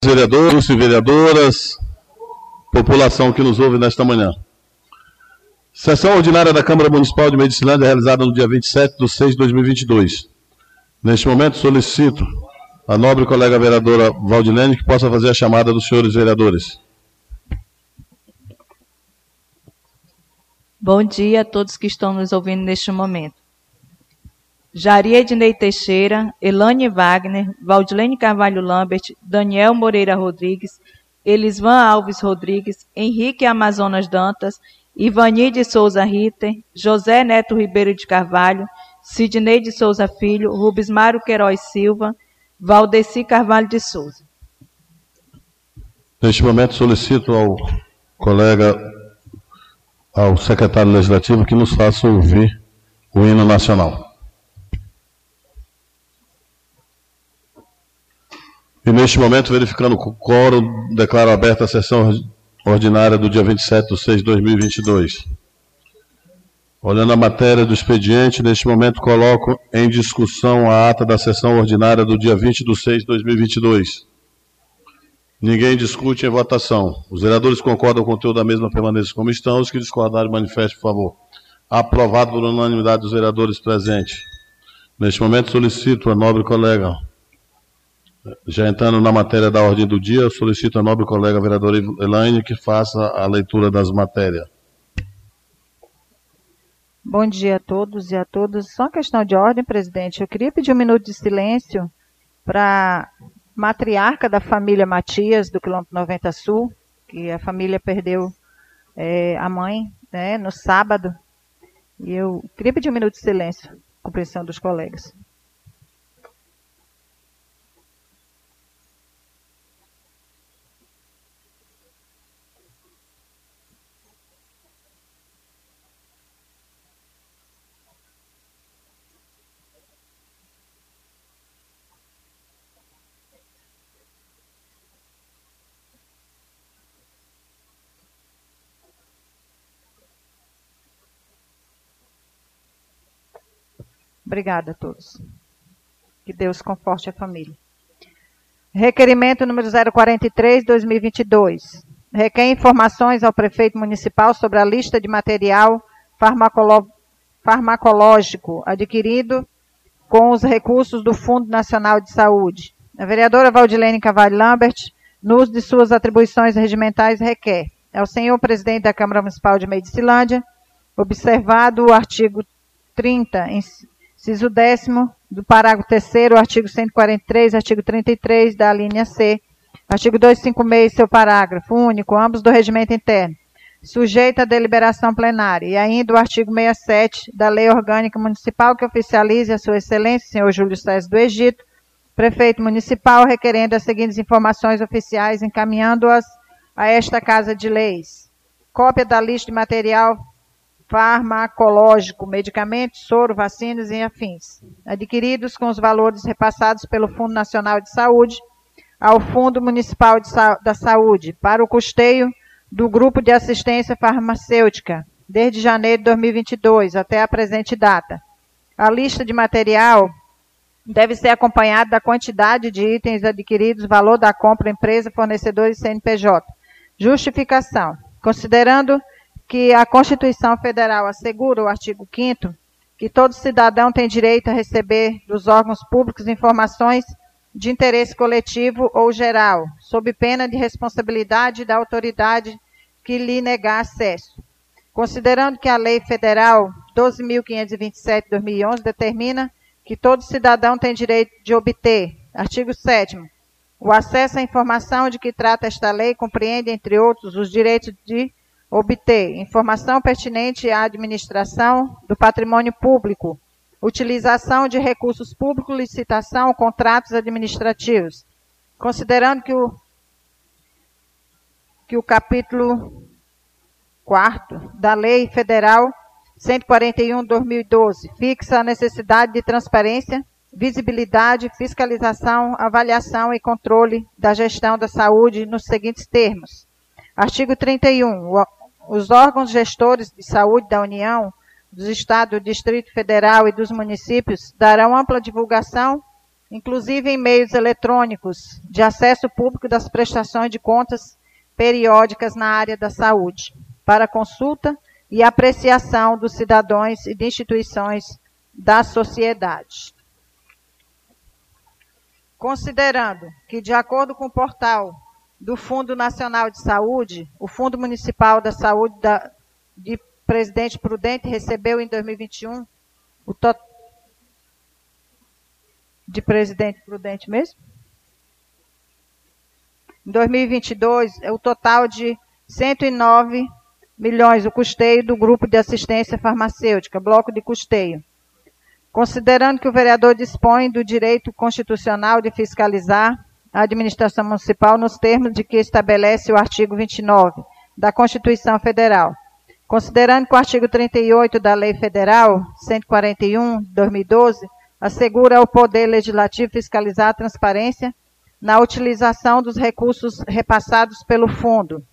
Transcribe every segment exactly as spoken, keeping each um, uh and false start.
Vereadores e vereadoras, população que nos ouve nesta manhã. Sessão ordinária da Câmara Municipal de Medicilândia, realizada no dia vinte e sete de seis de dois mil e vinte e dois. Neste momento, solicito a nobre colega vereadora Valdilene que possa fazer a chamada dos senhores vereadores. Bom dia a todos que estão nos ouvindo neste momento. Jari Ednei Teixeira, Elane Wagner, Valdilene Carvalho Lambert, Daniel Moreira Rodrigues, Elisvan Alves Rodrigues, Henrique Amazonas Dantas, Ivani de Souza Ritter, José Neto Ribeiro de Carvalho, Sidney de Souza Filho, Rubens Mário Queiroz Silva, Valdeci Carvalho de Souza. Neste momento solicito ao colega, ao secretário legislativo, que nos faça ouvir o hino nacional. E neste momento, verificando o quórum, declaro aberta a sessão ordinária do dia vinte e sete de seis de dois mil e vinte e dois. Olhando a matéria do expediente, neste momento coloco em discussão a ata da sessão ordinária do dia vinte de seis de dois mil e vinte e dois. Ninguém discute em votação. Os vereadores concordam com o conteúdo da mesma, permaneçam como estão. Os que discordarem, manifestem, por favor. Aprovado por unanimidade dos vereadores presentes. Neste momento solicito a nobre colega, já entrando na matéria da ordem do dia, eu solicito a nobre colega vereadora Elaine que faça a leitura das matérias. Bom dia a todos e a todas. Só uma questão de ordem, presidente. Eu queria pedir um minuto de silêncio para a matriarca da família Matias, do quilômetro noventa Sul, que a família perdeu é, a mãe, né, no sábado. E eu queria pedir um minuto de silêncio, compreensão dos colegas. Obrigada a todos. Que Deus conforte a família. Requerimento número zero quarenta e três, dois mil e vinte e dois. Requer informações ao prefeito municipal sobre a lista de material farmacolo- farmacológico adquirido com os recursos do Fundo Nacional de Saúde. A vereadora Valdilene Carvalho Lambert, no uso de suas atribuições regimentais, requer ao senhor presidente da Câmara Municipal de Medicilândia, observado o artigo trinta, inciso décimo, do parágrafo terceiro, artigo cento e quarenta e três, artigo trinta e três, da linha C, artigo duzentos e cinquenta e seis, seu parágrafo único, ambos do regimento interno, sujeito à deliberação plenária, e ainda o artigo sessenta e sete da Lei Orgânica Municipal, que oficialize a sua excelência, senhor Júlio César do Egito, prefeito municipal, requerendo as seguintes informações oficiais, encaminhando-as a esta Casa de Leis. Cópia da lista de material farmacológico, medicamentos, soro, vacinas e afins, adquiridos com os valores repassados pelo Fundo Nacional de Saúde ao Fundo Municipal de Sa- da Saúde para o custeio do Grupo de Assistência Farmacêutica, desde janeiro de dois mil e vinte e dois até a presente data. A lista de material deve ser acompanhada da quantidade de itens adquiridos, valor da compra, empresa, fornecedor e C N P J. Justificação. Considerando que a Constituição Federal assegura, o artigo quinto, que todo cidadão tem direito a receber dos órgãos públicos informações de interesse coletivo ou geral, sob pena de responsabilidade da autoridade que lhe negar acesso. Considerando que a Lei Federal doze mil quinhentos e vinte e sete, de dois mil e onze, determina que todo cidadão tem direito de obter, artigo sétimo, o acesso à informação de que trata esta lei compreende, entre outros, os direitos de obter informação pertinente à administração do patrimônio público, utilização de recursos públicos, licitação, contratos administrativos. Considerando que o, que o capítulo quarto da Lei Federal cento e quarenta e um, de dois mil e doze fixa a necessidade de transparência, visibilidade, fiscalização, avaliação e controle da gestão da saúde nos seguintes termos. Artigo trinta e um. Os órgãos gestores de saúde da União, dos Estados, do Distrito Federal e dos municípios darão ampla divulgação inclusive em meios eletrônicos de acesso público das prestações de contas periódicas na área da saúde, para consulta e apreciação dos cidadãos e de instituições da sociedade. Considerando que, de acordo com o portal do Fundo Nacional de Saúde, o Fundo Municipal da Saúde da, de Presidente Prudente recebeu em dois mil e vinte e um o total de Presidente Prudente mesmo? Em dois mil e vinte e dois, é o total de cento e nove milhões o custeio do Grupo de Assistência Farmacêutica, bloco de custeio. Considerando que o vereador dispõe do direito constitucional de fiscalizar a administração municipal nos termos de que estabelece o artigo vinte e nove da Constituição Federal. Considerando que o artigo trinta e oito da Lei Federal cento e quarenta e um, de dois mil e doze, assegura ao Poder Legislativo fiscalizar a transparência na utilização dos recursos repassados pelo Fundo,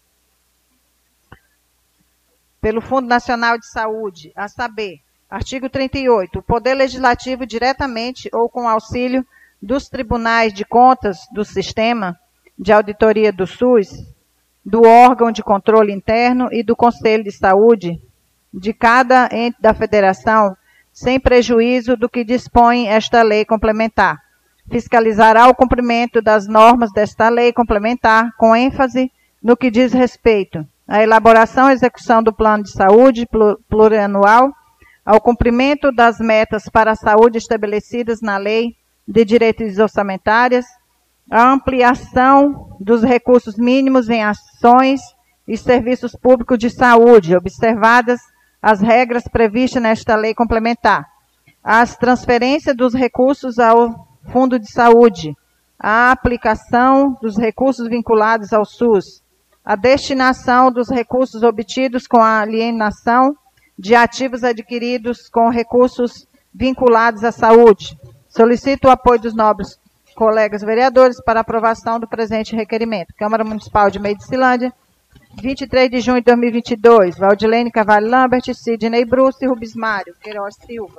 pelo Fundo Nacional de Saúde, a saber, artigo trinta e oito, o Poder Legislativo diretamente ou com auxílio dos tribunais de contas do Sistema de Auditoria do SUS, do órgão de controle interno e do Conselho de Saúde de cada ente da Federação, sem prejuízo do que dispõe esta lei complementar. Fiscalizará o cumprimento das normas desta lei complementar, com ênfase no que diz respeito à elaboração e execução do plano de saúde plurianual, ao cumprimento das metas para a saúde estabelecidas na lei de diretrizes orçamentárias, a ampliação dos recursos mínimos em ações e serviços públicos de saúde, observadas as regras previstas nesta lei complementar, as transferências dos recursos ao Fundo de Saúde, a aplicação dos recursos vinculados ao SUS, a destinação dos recursos obtidos com a alienação de ativos adquiridos com recursos vinculados à saúde. Solicito o apoio dos nobres colegas vereadores para aprovação do presente requerimento. Câmara Municipal de Medicilândia, vinte e três de junho de dois mil e vinte e dois, Valdilene Carvalho Lambert, Sidney Bruce e Rubens Mário Queiroz Silva.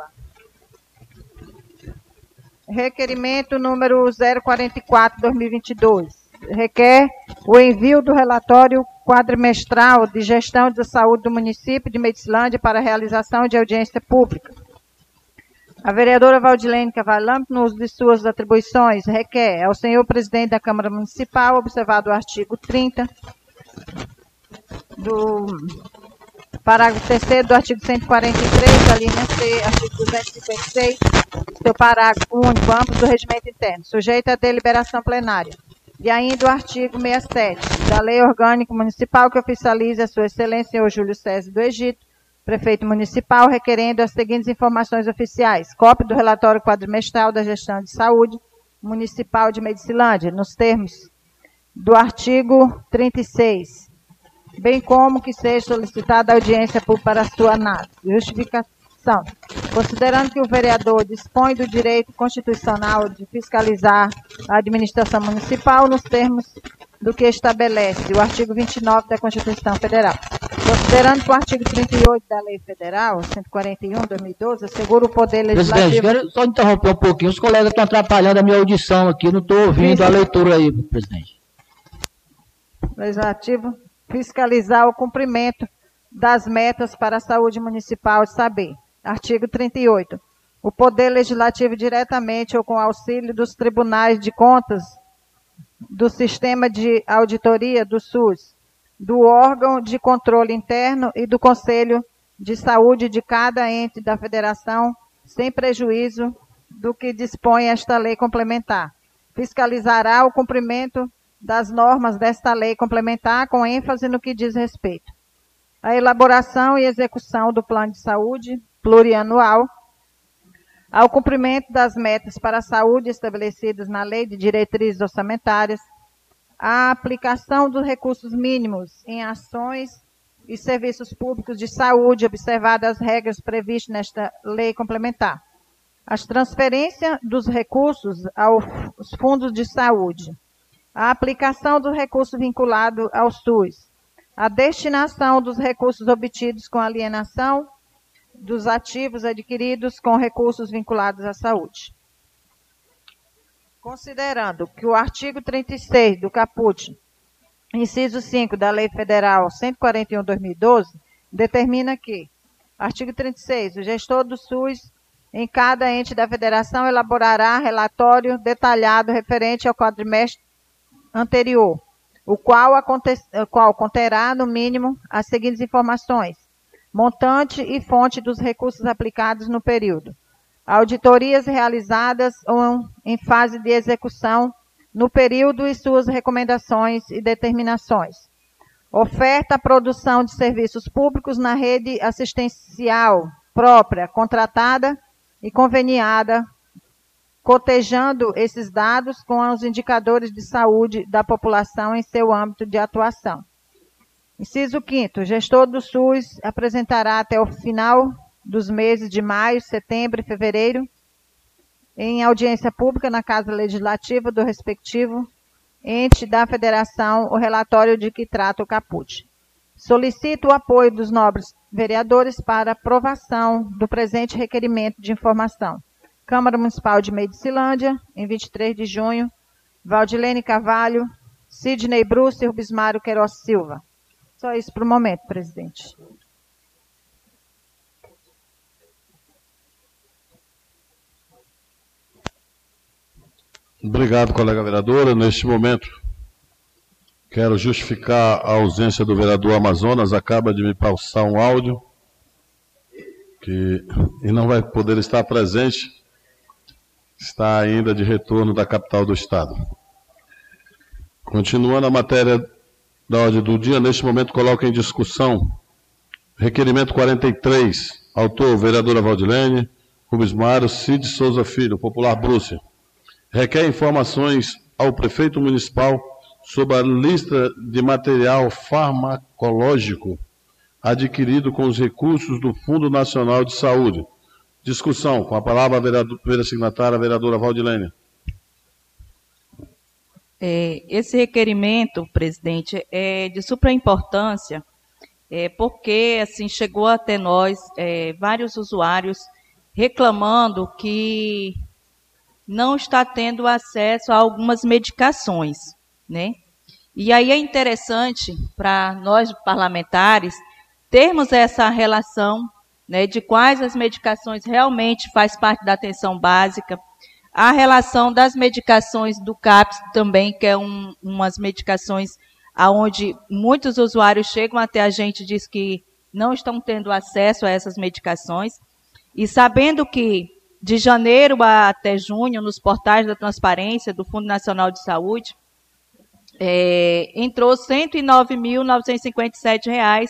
Requerimento número zero quarenta e quatro, dois mil e vinte e dois. Requer o envio do relatório quadrimestral de gestão da saúde do município de Medicilândia para realização de audiência pública. A vereadora Valdilene Carvalho Lambert, no uso de suas atribuições, requer ao senhor presidente da Câmara Municipal, observado o artigo trinta, do parágrafo terceiro do artigo cento e quarenta e três, a linha C, artigo duzentos e cinquenta e seis, seu parágrafo único, ambos do regimento interno, sujeito à deliberação plenária. E ainda o artigo sessenta e sete da Lei Orgânica Municipal, que oficializa a sua excelência, senhor Júlio César do Egito, prefeito municipal, requerendo as seguintes informações oficiais. Cópia do relatório quadrimestral da gestão de saúde municipal de Medicilândia, nos termos do artigo trinta e seis, bem como que seja solicitada a audiência pública para sua análise. Justificação. Considerando que o vereador dispõe do direito constitucional de fiscalizar a administração municipal nos termos do que estabelece o artigo vinte e nove da Constituição Federal. Considerando que o artigo trinta e oito da Lei Federal, cento e quarenta e um, dois mil e doze, assegura o Poder Legislativo... Presidente, quero só interromper um pouquinho. Os colegas estão atrapalhando a minha audição aqui. Eu não estou ouvindo a leitura aí, presidente. Legislativo fiscalizar o cumprimento das metas para a saúde municipal de saber. Artigo trinta e oito. O Poder Legislativo, diretamente ou com auxílio dos tribunais de contas, do Sistema de Auditoria do SUS, do órgão de controle interno e do Conselho de Saúde de cada ente da Federação, sem prejuízo do que dispõe esta lei complementar. Fiscalizará o cumprimento das normas desta lei complementar, com ênfase no que diz respeito à elaboração e execução do plano de saúde plurianual, ao cumprimento das metas para a saúde estabelecidas na Lei de Diretrizes Orçamentárias, a aplicação dos recursos mínimos em ações e serviços públicos de saúde, observadas as regras previstas nesta lei complementar, as transferências dos recursos aos fundos de saúde, a aplicação dos recursos vinculados ao SUS, a destinação dos recursos obtidos com alienação dos ativos adquiridos com recursos vinculados à saúde. Considerando que o artigo trinta e seis do caput, inciso cinco da Lei Federal cento e quarenta e um barra dois mil e doze, determina que, artigo trinta e seis, o gestor do SUS em cada ente da federação elaborará relatório detalhado referente ao quadrimestre anterior, o qual, aconte- o qual conterá, no mínimo, as seguintes informações: montante e fonte dos recursos aplicados no período, auditorias realizadas ou em fase de execução no período e suas recomendações e determinações, oferta, produção de serviços públicos na rede assistencial própria, contratada e conveniada, cotejando esses dados com os indicadores de saúde da população em seu âmbito de atuação. Inciso quinto, o gestor do SUS apresentará até o final dos meses de maio, setembro e fevereiro, em audiência pública na Casa Legislativa do respectivo ente da federação, o relatório de que trata o caput. Solicito o apoio dos nobres vereadores para aprovação do presente requerimento de informação. Câmara Municipal de Medicilândia, em vinte e três de junho, Valdilene Carvalho, Sidney Bruce e Rubismário Queiroz Silva. Só isso para o momento, presidente. Obrigado, colega vereadora. Neste momento, quero justificar a ausência do vereador Amazonas. Acaba de me passar um áudio que e não vai poder estar presente. Está ainda de retorno da capital do estado. Continuando a matéria da ordem do dia, neste momento coloco em discussão requerimento quarenta e três, autor vereadora Valdilene, Rubismário, Cid Souza Filho, popular Brúcia. Requer informações ao prefeito municipal sobre a lista de material farmacológico adquirido com os recursos do Fundo Nacional de Saúde. Discussão. Com a palavra a vereadora signatária, a vereadora Valdilene. É, esse requerimento, presidente, é de supra importância, é, porque assim, chegou até nós é, vários usuários reclamando que não está tendo acesso a algumas medicações, né? E aí é interessante para nós parlamentares termos essa relação, né, de quais as medicações realmente faz parte da atenção básica, a relação das medicações do CAPS também, que é um, umas medicações aonde muitos usuários chegam até a gente e diz que não estão tendo acesso a essas medicações, e sabendo que de janeiro até junho, nos portais da transparência do Fundo Nacional de Saúde, é, entrou cento e nove mil novecentos e cinquenta e sete reais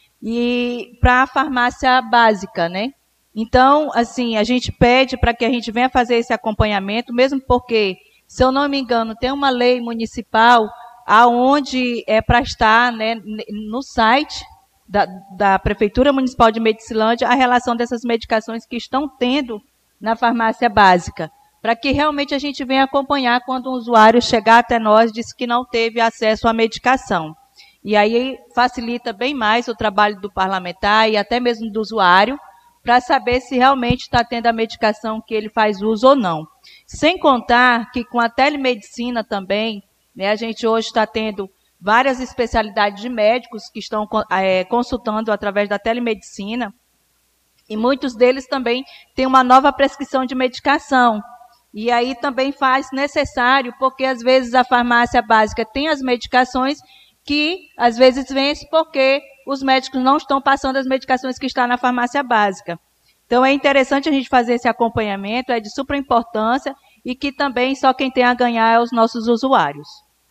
e para a farmácia básica, né? Então, assim, a gente pede para que a gente venha fazer esse acompanhamento, mesmo porque, se eu não me engano, tem uma lei municipal aonde é para estar, né, no site da, da Prefeitura Municipal de Medicilândia a relação dessas medicações que estão tendo na farmácia básica, para que realmente a gente venha acompanhar quando um usuário chegar até nós e diz que não teve acesso à medicação. E aí facilita bem mais o trabalho do parlamentar e até mesmo do usuário, para saber se realmente está tendo a medicação que ele faz uso ou não. Sem contar que com a telemedicina também, né, a gente hoje está tendo várias especialidades de médicos que estão é, consultando através da telemedicina, e muitos deles também têm uma nova prescrição de medicação. E aí também faz necessário, porque às vezes a farmácia básica tem as medicações que às vezes vence porque os médicos não estão passando as medicações que estão na farmácia básica. Então é interessante a gente fazer esse acompanhamento, é de supra importância e que também só quem tem a ganhar é os nossos usuários.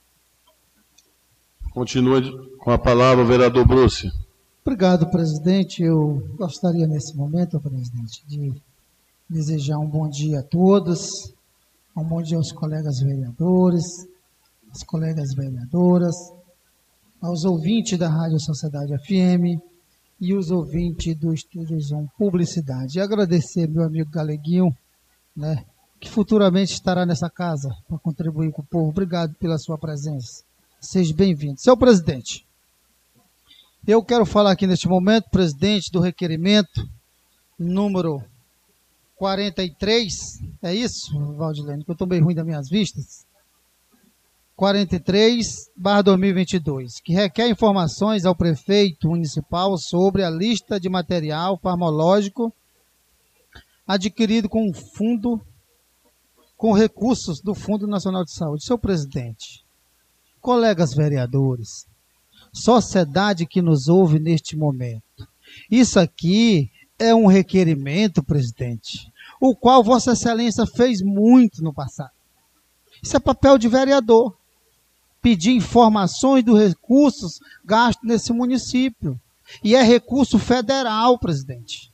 Continua com a palavra o vereador Bruce. Obrigado, presidente. Eu gostaria nesse momento, presidente, de desejar um bom dia a todos, um bom dia aos colegas vereadores, às colegas vereadoras, aos ouvintes da Rádio Sociedade F M e os ouvintes do Estúdio Zoom Publicidade. E agradecer meu amigo Galeguinho, né, que futuramente estará nessa casa para contribuir com o povo. Obrigado pela sua presença. Seja bem-vindo. Senhor presidente, eu quero falar aqui neste momento, presidente, do requerimento número quarenta e três, é isso, Valdilene, que eu estou bem ruim das minhas vistas? quarenta e três barra dois mil e vinte e dois, que requer informações ao prefeito municipal sobre a lista de material farmacológico adquirido com fundo, com recursos do Fundo Nacional de Saúde. Senhor presidente, colegas vereadores, sociedade que nos ouve neste momento, isso aqui é um requerimento, presidente, o qual Vossa Excelência fez muito no passado. Isso é papel de vereador. Pedir informações dos recursos gastos nesse município. E é recurso federal, presidente.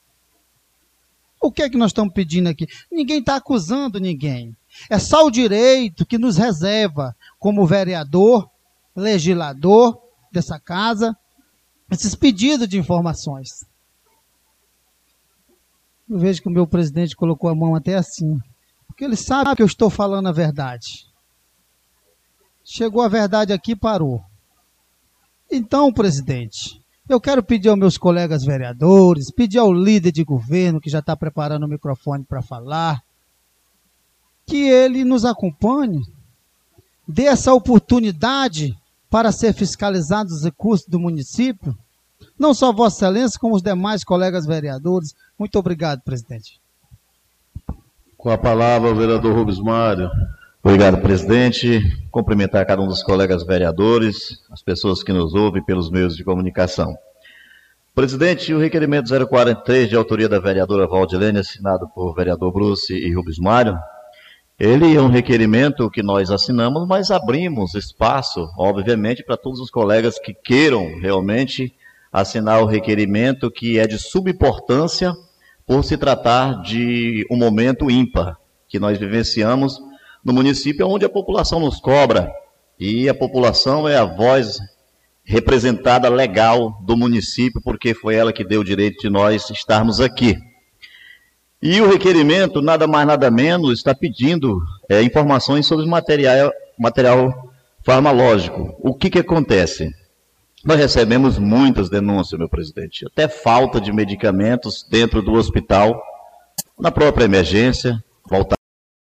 O que é que nós estamos pedindo aqui? Ninguém está acusando ninguém. É só o direito que nos reserva, como vereador, legislador dessa casa, esses pedidos de informações. Eu vejo que o meu presidente colocou a mão até assim, porque ele sabe que eu estou falando a verdade. Chegou a verdade aqui e parou. Então, presidente, eu quero pedir aos meus colegas vereadores, pedir ao líder de governo, que já está preparando o microfone para falar, que ele nos acompanhe, dê essa oportunidade para ser fiscalizados os recursos do município, não só Vossa Excelência, como os demais colegas vereadores. Muito obrigado, presidente. Com a palavra, o vereador Rubens Mário. Obrigado, presidente. Cumprimentar cada um dos colegas vereadores, as pessoas que nos ouvem pelos meios de comunicação. Presidente, o requerimento zero quarenta e três, de autoria da vereadora Valdilene, assinado por vereador Bruce e Rubens Mário, ele é um requerimento que nós assinamos, mas abrimos espaço, obviamente, para todos os colegas que queiram realmente assinar o requerimento, que é de subimportância por se tratar de um momento ímpar que nós vivenciamos no município, onde a população nos cobra, e a população é a voz representada legal do município, porque foi ela que deu o direito de nós estarmos aqui. E o requerimento, nada mais nada menos, está pedindo é, informações sobre material, material farmacológico. O que que acontece? Nós recebemos muitas denúncias, meu presidente, até falta de medicamentos dentro do hospital, na própria emergência, voltar.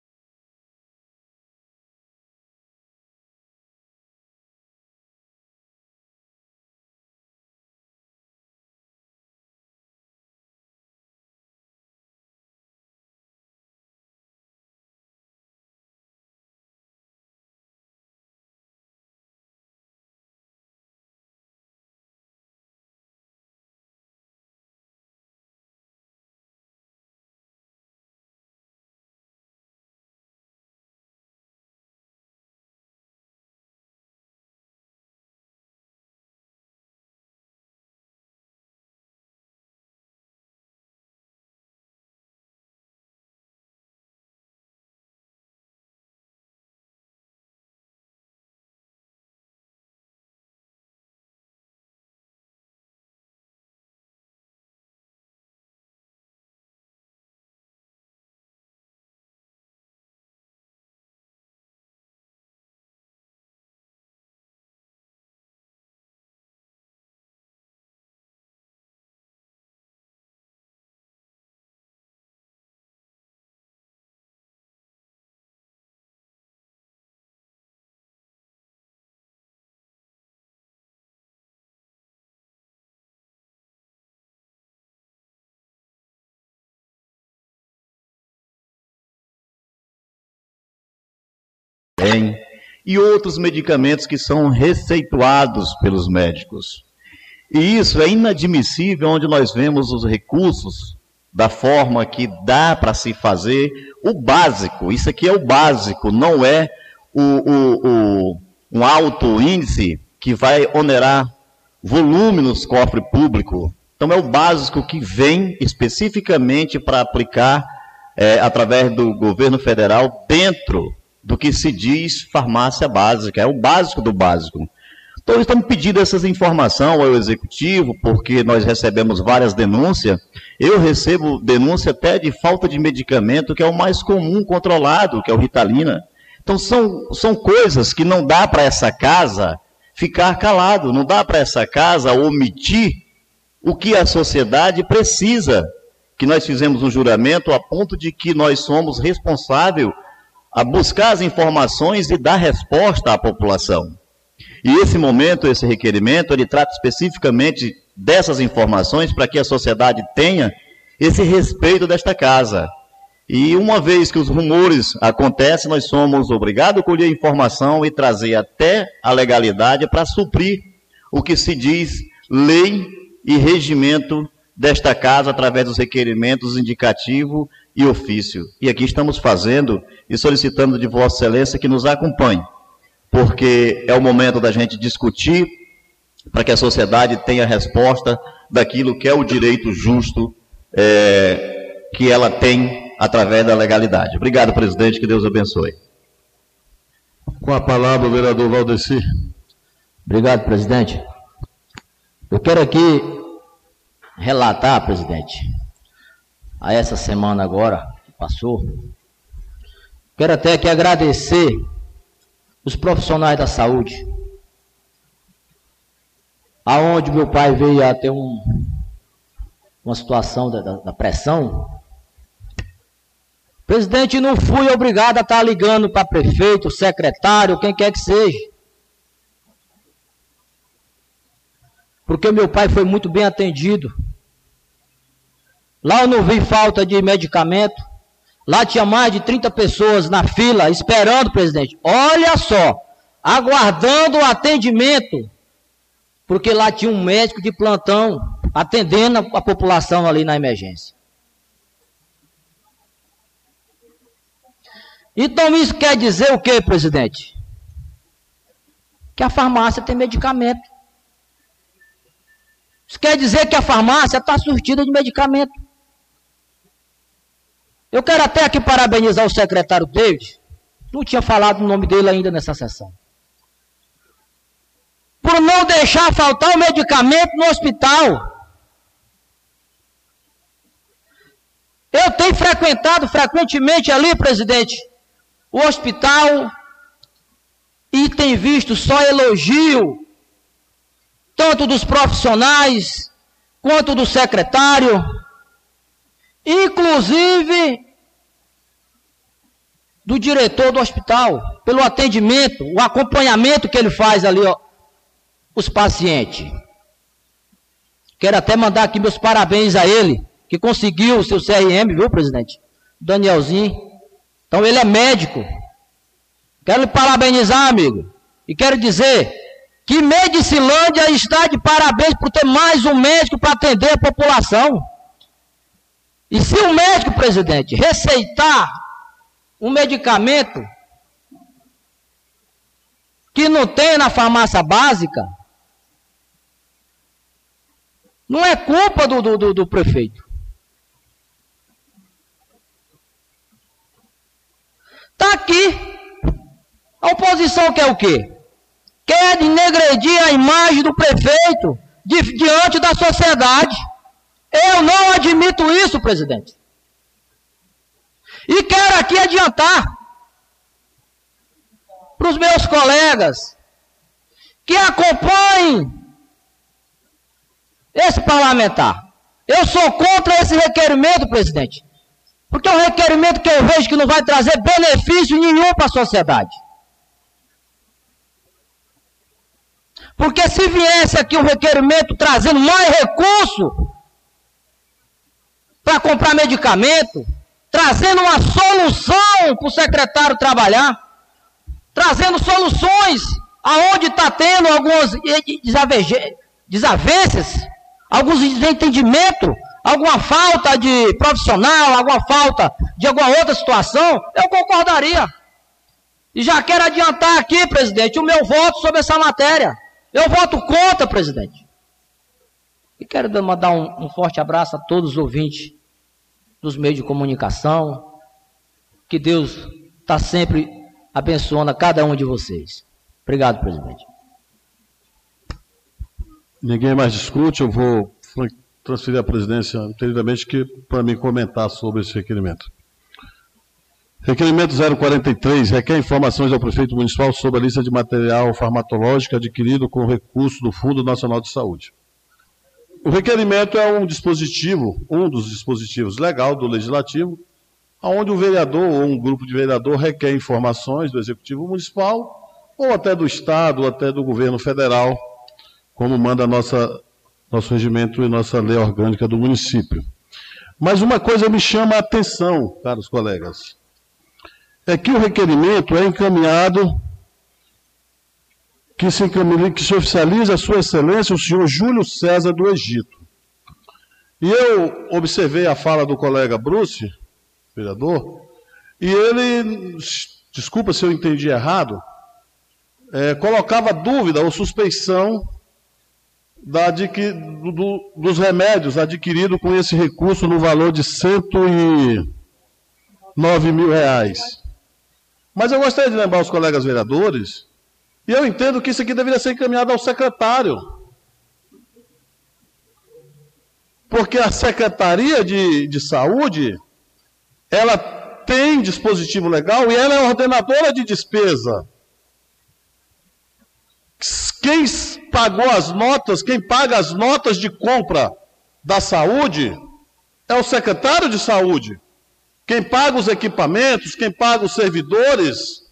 E outros medicamentos que são receituados pelos médicos. E isso é inadmissível, onde nós vemos os recursos da forma que dá para se fazer o básico. Isso aqui é o básico, não é o, o, o, um alto índice que vai onerar volume nos cofres públicos. Então é o básico que vem especificamente para aplicar é, através do governo federal dentro do que se diz farmácia básica, é o básico do básico. Então, estamos pedindo essas informações ao executivo, porque nós recebemos várias denúncias. Eu recebo denúncia até de falta de medicamento, que é o mais comum controlado, que é o Ritalina. Então, são, são coisas que não dá para essa casa ficar calado, não dá para essa casa omitir o que a sociedade precisa, que nós fizemos um juramento a ponto de que nós somos responsáveis a buscar as informações e dar resposta à população. E esse momento, esse requerimento, ele trata especificamente dessas informações para que a sociedade tenha esse respeito desta casa. E uma vez que os rumores acontecem, nós somos obrigados a colher informação e trazer até a legalidade para suprir o que se diz lei e regimento desta casa através dos requerimentos indicativo e ofício. E aqui estamos fazendo e solicitando de Vossa Excelência que nos acompanhe, porque é o momento da gente discutir para que a sociedade tenha resposta daquilo que é o direito justo é, que ela tem através da legalidade. Obrigado, presidente, que Deus abençoe. Com a palavra, o vereador Valdeci. Obrigado, presidente. Eu quero aqui relatar, presidente, a essa semana agora que passou, quero até aqui agradecer os profissionais da saúde, aonde meu pai veio a ter um, uma situação da, da, da pressão. Presidente, não fui obrigado a estar ligando para prefeito, secretário, quem quer que seja. Porque meu pai foi muito bem atendido. Lá eu não vi falta de medicamento. Lá tinha mais de trinta pessoas na fila, esperando, presidente. Olha só, aguardando o atendimento. Porque lá tinha um médico de plantão atendendo a população ali na emergência. Então isso quer dizer o quê, presidente? Que a farmácia tem medicamento. Isso quer dizer que a farmácia está surtida de medicamento. Eu quero até aqui parabenizar o secretário David, não tinha falado o nome dele ainda nessa sessão, por não deixar faltar o medicamento no hospital. Eu tenho frequentado frequentemente ali, presidente, o hospital e tenho visto só elogio, tanto dos profissionais quanto do secretário, inclusive do diretor do hospital, pelo atendimento, o acompanhamento que ele faz ali, ó, os pacientes. Quero até mandar aqui meus parabéns a ele, que conseguiu o seu C R M, viu, presidente? Danielzinho. Então ele é médico. Quero lhe parabenizar, amigo. E quero dizer que Medicilândia está de parabéns por ter mais um médico para atender a população. E se o médico, presidente, receitar um medicamento que não tem na farmácia básica, não é culpa do, do, do prefeito. Está aqui. A oposição quer o quê? Quer denegredir a imagem do prefeito di, diante da sociedade. Eu não admito isso, presidente. E quero aqui adiantar para os meus colegas que acompanhem esse parlamentar. Eu sou contra esse requerimento, presidente, porque é um requerimento que eu vejo que não vai trazer benefício nenhum para a sociedade. Porque se viesse aqui um requerimento trazendo mais recurso para comprar medicamento, trazendo uma solução para o secretário trabalhar, trazendo soluções aonde está tendo algumas desavenças, alguns desentendimentos, alguma falta de profissional, alguma falta de alguma outra situação, eu concordaria. E já quero adiantar aqui, presidente, o meu voto sobre essa matéria. Eu voto contra, presidente. E quero mandar um, um forte abraço a todos os ouvintes dos meios de comunicação. Que Deus está sempre abençoando a cada um de vocês. Obrigado, presidente. Ninguém mais discute, eu vou transferir a presidência anteriormente para mim comentar sobre esse requerimento. Requerimento zero quarenta e três, requer informações ao prefeito municipal sobre a lista de material farmacológico adquirido com recurso do Fundo Nacional de Saúde. o requerimento é um dispositivo, um dos dispositivos legal do Legislativo, onde o vereador ou um grupo de vereador requer informações do Executivo Municipal, ou até do Estado, ou até do Governo Federal, como manda a nossa, nosso regimento e nossa lei orgânica do município. Mas uma coisa me chama a atenção, caros colegas, é que o requerimento é encaminhado, que se, encaminha, que se oficializa a Sua Excelência, o senhor Júlio César do Egito. E eu observei a fala do colega Bruce, vereador, e ele, desculpa se eu entendi errado, é, colocava dúvida ou suspeição da, do, do, dos remédios adquiridos com esse recurso no valor de cento e nove mil reais. Mas eu gostaria de lembrar aos colegas vereadores, e eu entendo que isso aqui deveria ser encaminhado ao secretário. Porque a Secretaria de, de Saúde, ela tem dispositivo legal e ela é ordenadora de despesa. Quem pagou as notas, quem paga as notas de compra da saúde é o secretário de saúde. Quem paga os equipamentos, quem paga os servidores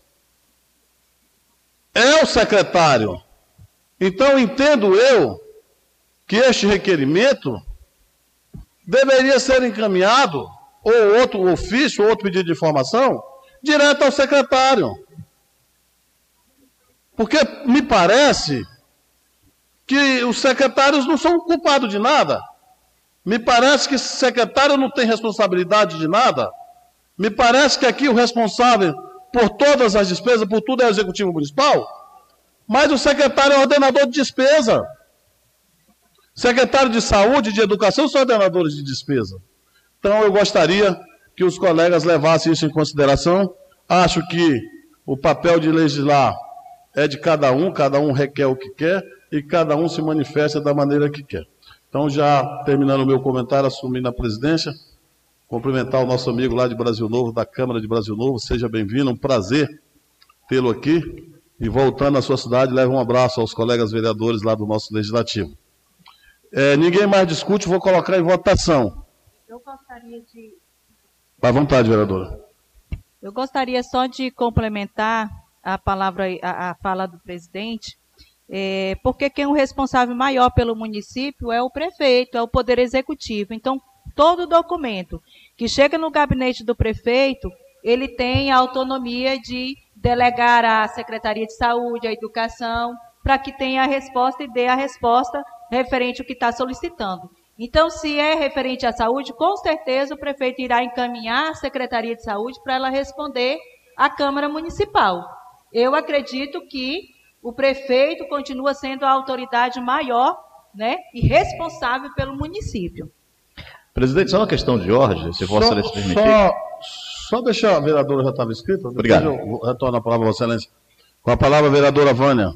é o secretário. Então, entendo eu que este requerimento deveria ser encaminhado, ou outro ofício, ou outro pedido de informação, direto ao secretário. Porque me parece que os secretários não são culpados de nada. Me parece que esse secretário não tem responsabilidade de nada. Me parece que aqui o responsável por todas as despesas, por tudo é o Executivo Municipal, mas o secretário é ordenador de despesa. Secretário de Saúde e de Educação são ordenadores de despesa. Então eu gostaria que os colegas levassem isso em consideração. Acho que o papel de legislar é de cada um, cada um requer o que quer e cada um se manifesta da maneira que quer. Então, já terminando o meu comentário, assumindo a presidência, cumprimentar o nosso amigo lá de Brasil Novo, da Câmara de Brasil Novo, seja bem-vindo, um prazer tê-lo aqui. E voltando à sua cidade, leve um abraço aos colegas vereadores lá do nosso Legislativo. É, ninguém mais discute, vou colocar em votação. Eu gostaria de... À vontade, vereadora. Eu gostaria só de complementar a palavra, a, a fala do presidente, é, porque quem é o responsável maior pelo município é o prefeito, é o Poder Executivo. Então, todo documento que chega no gabinete do prefeito, ele tem a autonomia de delegar à Secretaria de Saúde, à Educação, para que tenha a resposta e dê a resposta referente ao que está solicitando. Então, se é referente à saúde, com certeza o prefeito irá encaminhar à Secretaria de Saúde para ela responder à Câmara Municipal. Eu acredito que o prefeito continua sendo a autoridade maior, né, e responsável pelo município. Presidente, só uma questão de ordem, se Vossa Excelência permitir. Só, só deixar a vereadora já estava escrita. Obrigado. Eu retorno a palavra a Vossa Excelência. Com a palavra, a vereadora Vânia.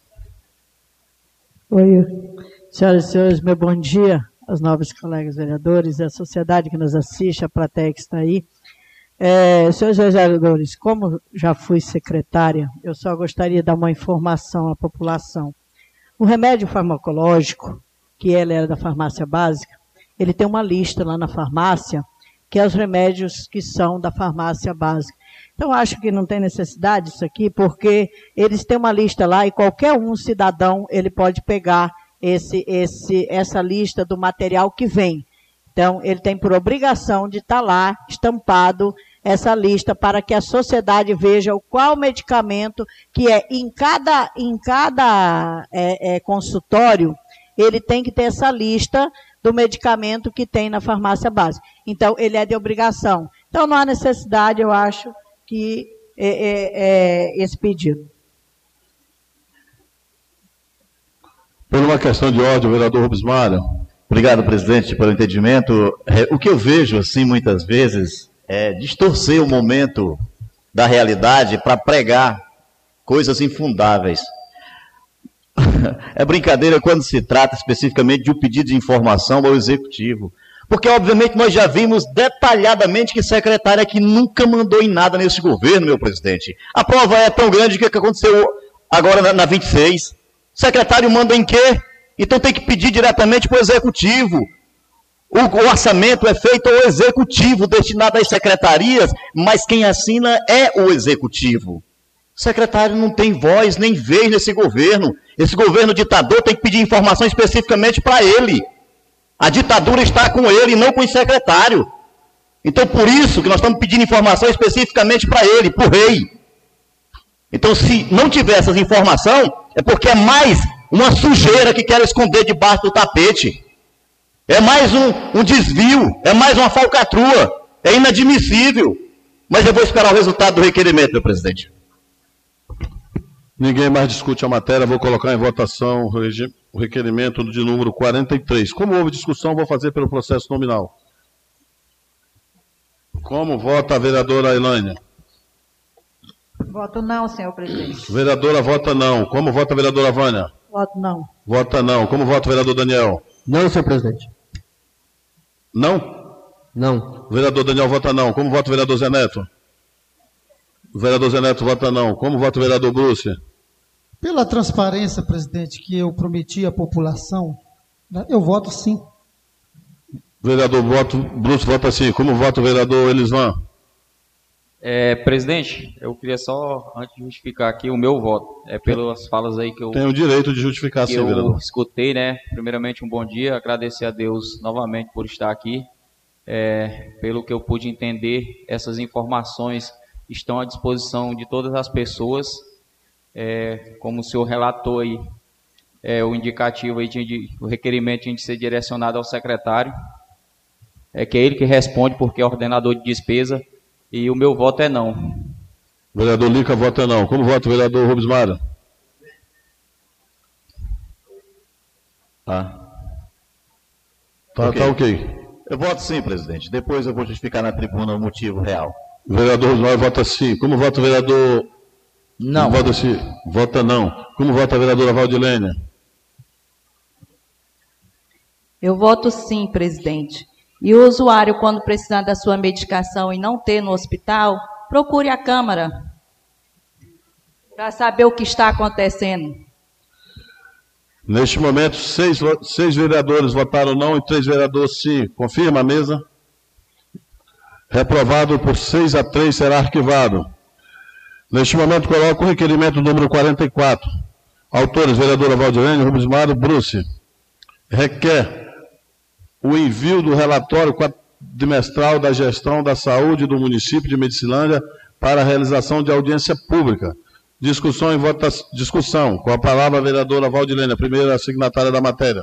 Oi, senhoras e senhores, meu bom dia aos novos colegas vereadores e à sociedade que nos assiste, a plateia que está aí. É, senhores vereadores, como já fui secretária, eu só gostaria de dar uma informação à população. O remédio farmacológico, que ele era da farmácia básica, ele tem uma lista lá na farmácia, que é os remédios que são da farmácia básica. Então, acho que não tem necessidade disso aqui, porque eles têm uma lista lá e qualquer um cidadão, ele pode pegar esse, esse, essa lista do material que vem. Então, ele tem por obrigação de estar lá, estampado, essa lista, para que a sociedade veja o qual medicamento que é em cada, em cada é, é, consultório, ele tem que ter essa lista do medicamento que tem na farmácia básica. Então, ele é de obrigação. Então, não há necessidade, eu acho, que é, é, é esse pedido. Por uma questão de ordem, o vereador Rubens Mário. Obrigado, presidente, pelo entendimento. É, o que eu vejo, assim, muitas vezes, é distorcer o momento da realidade para pregar coisas infundáveis. É brincadeira quando se trata especificamente de um pedido de informação ao executivo. Porque, obviamente, nós já vimos detalhadamente que secretária que nunca mandou em nada nesse governo, meu presidente. A prova é tão grande que o que aconteceu agora na, na vinte e seis. Secretário manda em quê? Então tem que pedir diretamente para o Executivo. O, o orçamento é feito ao Executivo, destinado às secretarias, mas quem assina é o Executivo. O secretário não tem voz nem vez nesse governo. Esse governo ditador tem que pedir informação especificamente para ele. A ditadura está com ele, não com o secretário. Então, por isso que nós estamos pedindo informação especificamente para ele, para o rei. Então, se não tiver essas informações, é porque é mais uma sujeira que quer esconder debaixo do tapete. É mais um, um desvio, é mais uma falcatrua. É inadmissível. Mas eu vou esperar o resultado do requerimento, meu presidente. Ninguém mais discute a matéria, vou colocar em votação o requerimento de número quarenta e três. Como houve discussão, vou fazer pelo processo nominal. Como vota a vereadora Elaine? Voto não, senhor presidente. Vereadora vota não. Como vota a vereadora Vânia? Voto não. Vota não. Como vota o vereador Daniel? Não, senhor presidente. Não? Não. O vereador Daniel vota não. Como vota o vereador Zé Neto? O vereador Zé Neto vota não. Como vota o vereador Bruce? Pela transparência, presidente, que eu prometi à população, né, eu voto sim. Vereador voto, Bruce vota sim. Como vota o vereador Elisvan? É, presidente, eu queria só, antes de justificar aqui o meu voto, é pelas falas aí que eu... Tem o direito de justificar, que sim, eu vereador. escutei, né? Primeiramente, um bom dia, agradecer a Deus novamente por estar aqui. É, pelo que eu pude entender, essas informações estão à disposição de todas as pessoas. É, como o senhor relatou aí, é, o indicativo aí, de, o requerimento tinha de ser direcionado ao secretário, é que é ele que responde, porque é ordenador de despesa, e o meu voto é não. O vereador Lica vota não. Como vota o vereador Rubens Mara? Tá. Tá, Ok. tá ok. Eu voto sim, presidente. Depois eu vou justificar na tribuna o motivo real. O vereador Rubens Mara vota sim. Como vota o vereador... Não. Vota sim. Vota não. Como vota a vereadora Valdilênia? Eu voto sim, presidente. E o usuário, quando precisar da sua medicação e não ter no hospital, procure a Câmara para saber o que está acontecendo. Neste momento, seis, seis vereadores votaram não e três vereadores sim. Confirma a mesa? Reprovado por seis a três, será arquivado. Neste momento, coloco o requerimento número quarenta e quatro. Autores, vereadora Valdilene, Rubens Mário, Bruce. Requer o envio do relatório quadrimestral da gestão da saúde do município de Medicilândia para a realização de audiência pública. Discussão e votação. Discussão. Com a palavra a vereadora Valdilene, a primeira signatária da matéria.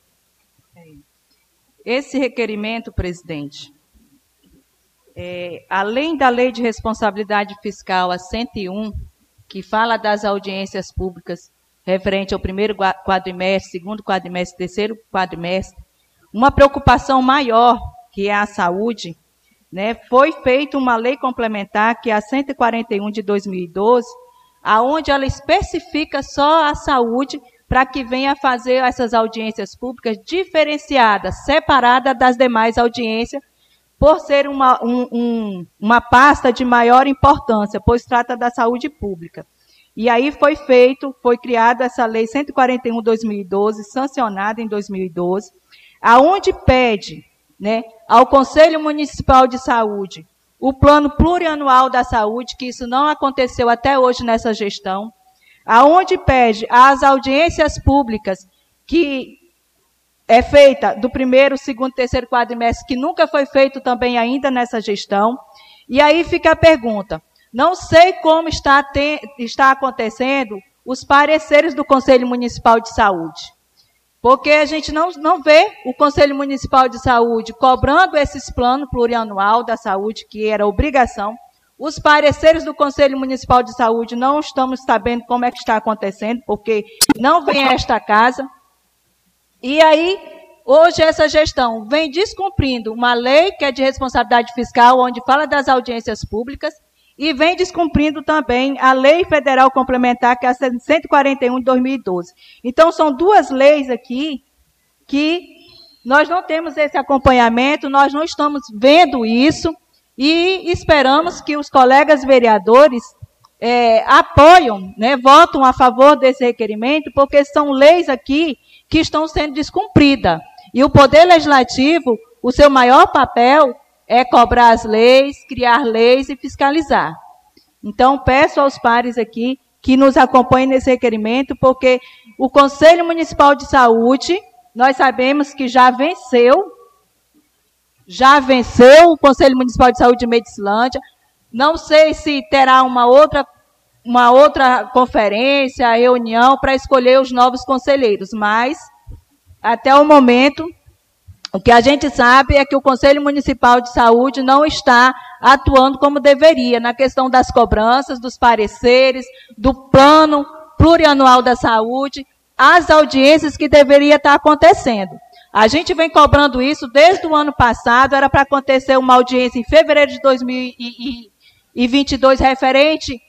Esse requerimento, presidente, é, além da Lei de Responsabilidade Fiscal, a cento e um, que fala das audiências públicas referente ao primeiro quadrimestre, segundo quadrimestre, terceiro quadrimestre, uma preocupação maior, que é a saúde, né, foi feita uma lei complementar, que é a cento e quarenta e um de dois mil e doze, aonde ela especifica só a saúde para que venha fazer essas audiências públicas diferenciadas, separadas das demais audiências, por ser uma, um, um, uma pasta de maior importância, pois trata da saúde pública. E aí foi feito, foi criada essa lei cento e quarenta e um de dois mil e doze, sancionada em dois mil e doze, aonde pede, né, ao Conselho Municipal de Saúde o plano plurianual da saúde, que isso não aconteceu até hoje nessa gestão, aonde pede às audiências públicas que é feita do primeiro, segundo, terceiro quadrimestre, que nunca foi feito também ainda nessa gestão. E aí fica a pergunta, não sei como está, te, está acontecendo os pareceres do Conselho Municipal de Saúde, porque a gente não, não vê o Conselho Municipal de Saúde cobrando esses planos plurianual da saúde, que era obrigação. Os pareceres do Conselho Municipal de Saúde não estamos sabendo como é que está acontecendo, porque não vem a esta casa. E aí, hoje essa gestão vem descumprindo uma lei que é de responsabilidade fiscal, onde fala das audiências públicas, e vem descumprindo também a lei federal complementar, que é a cento e quarenta e um de dois mil e doze. Então, são duas leis aqui que nós não temos esse acompanhamento, nós não estamos vendo isso, e esperamos que os colegas vereadores é, apoiam, né, votam a favor desse requerimento, porque são leis aqui que estão sendo descumpridas. E o Poder Legislativo, o seu maior papel é cobrar as leis, criar leis e fiscalizar. Então, peço aos pares aqui que nos acompanhem nesse requerimento, porque o Conselho Municipal de Saúde, nós sabemos que já venceu, já venceu o Conselho Municipal de Saúde de Medicilândia. Não sei se terá uma outra, uma outra conferência, reunião para escolher os novos conselheiros, mas, até o momento, o que a gente sabe é que o Conselho Municipal de Saúde não está atuando como deveria na questão das cobranças, dos pareceres, do plano plurianual da saúde, as audiências que deveria estar acontecendo. A gente vem cobrando isso desde o ano passado, era para acontecer uma audiência em fevereiro de dois mil e vinte e dois referente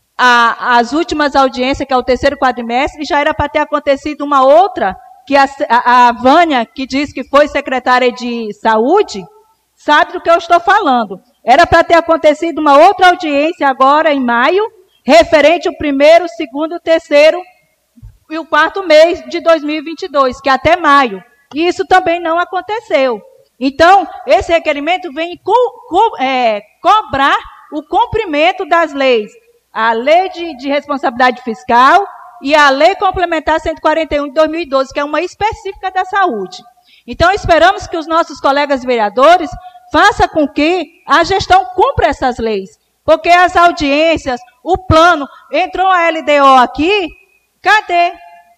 às últimas audiências, que é o terceiro quadrimestre, e já era para ter acontecido uma outra, que a, a, a Vânia, que diz que foi secretária de saúde, sabe do que eu estou falando. Era para ter acontecido uma outra audiência agora, em maio, referente ao primeiro, segundo, terceiro e o quarto mês de dois mil e vinte e dois, que é até maio. E isso também não aconteceu. Então, esse requerimento vem co co é, cobrar o cumprimento das leis. A Lei de, de Responsabilidade Fiscal e a Lei Complementar cento e quarenta e um de dois mil e doze, que é uma específica da saúde. Então, esperamos que os nossos colegas vereadores façam com que a gestão cumpra essas leis. Porque as audiências, o plano, entrou a L D O aqui, cadê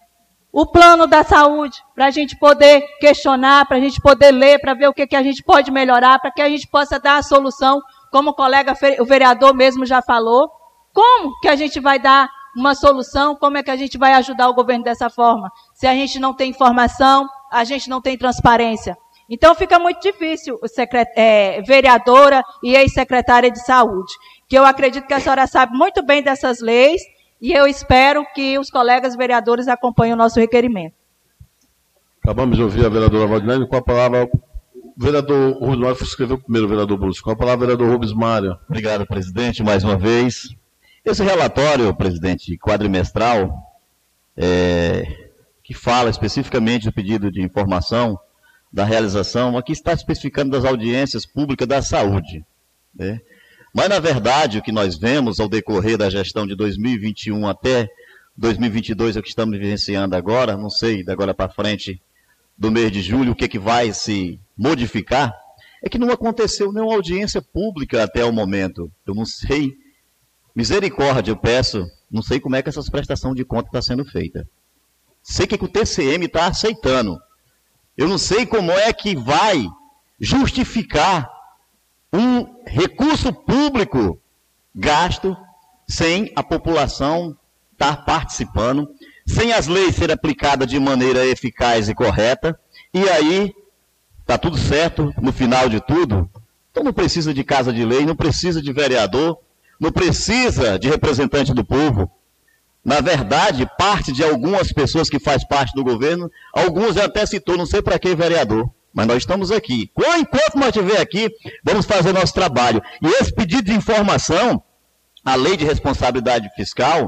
o plano da saúde? Para a gente poder questionar, para a gente poder ler, para ver o que, que a gente pode melhorar, para que a gente possa dar a solução, como o colega, o vereador mesmo já falou. Como que a gente vai dar uma solução? Como é que a gente vai ajudar o governo dessa forma? Se a gente não tem informação, a gente não tem transparência. Então, fica muito difícil, é, vereadora e ex-secretária de saúde, que eu acredito que a senhora sabe muito bem dessas leis, e eu espero que os colegas vereadores acompanhem o nosso requerimento. Acabamos de ouvir a vereadora Valdinelli. Com a palavra, o vereador Rubens Mário, escreveu primeiro o vereador Bruce. Com a palavra, o vereador Rubens Mário. Obrigado, presidente, mais uma vez. Esse relatório, presidente, quadrimestral, é, que fala especificamente do pedido de informação da realização, aqui está especificando das audiências públicas da saúde, né? Mas, na verdade, o que nós vemos ao decorrer da gestão de dois mil e vinte e um até dois mil e vinte e dois, é o que estamos vivenciando agora, não sei, da agora para frente, do mês de julho, o que, que vai se modificar, é que não aconteceu nenhuma audiência pública até o momento. Eu não sei, misericórdia, eu peço, não sei como é que essas prestações de conta estão sendo feitas. Sei que o T C M está aceitando. Eu não sei como é que vai justificar um recurso público gasto sem a população estar participando, sem as leis serem aplicadas de maneira eficaz e correta, e aí está tudo certo no final de tudo. Então não precisa de casa de lei, não precisa de vereador, não precisa de representante do povo. Na verdade, parte de algumas pessoas que faz parte do governo, alguns até citou, não sei para que vereador, mas nós estamos aqui. Enquanto nós estivermos aqui, vamos fazer nosso trabalho. E esse pedido de informação, a Lei de Responsabilidade Fiscal,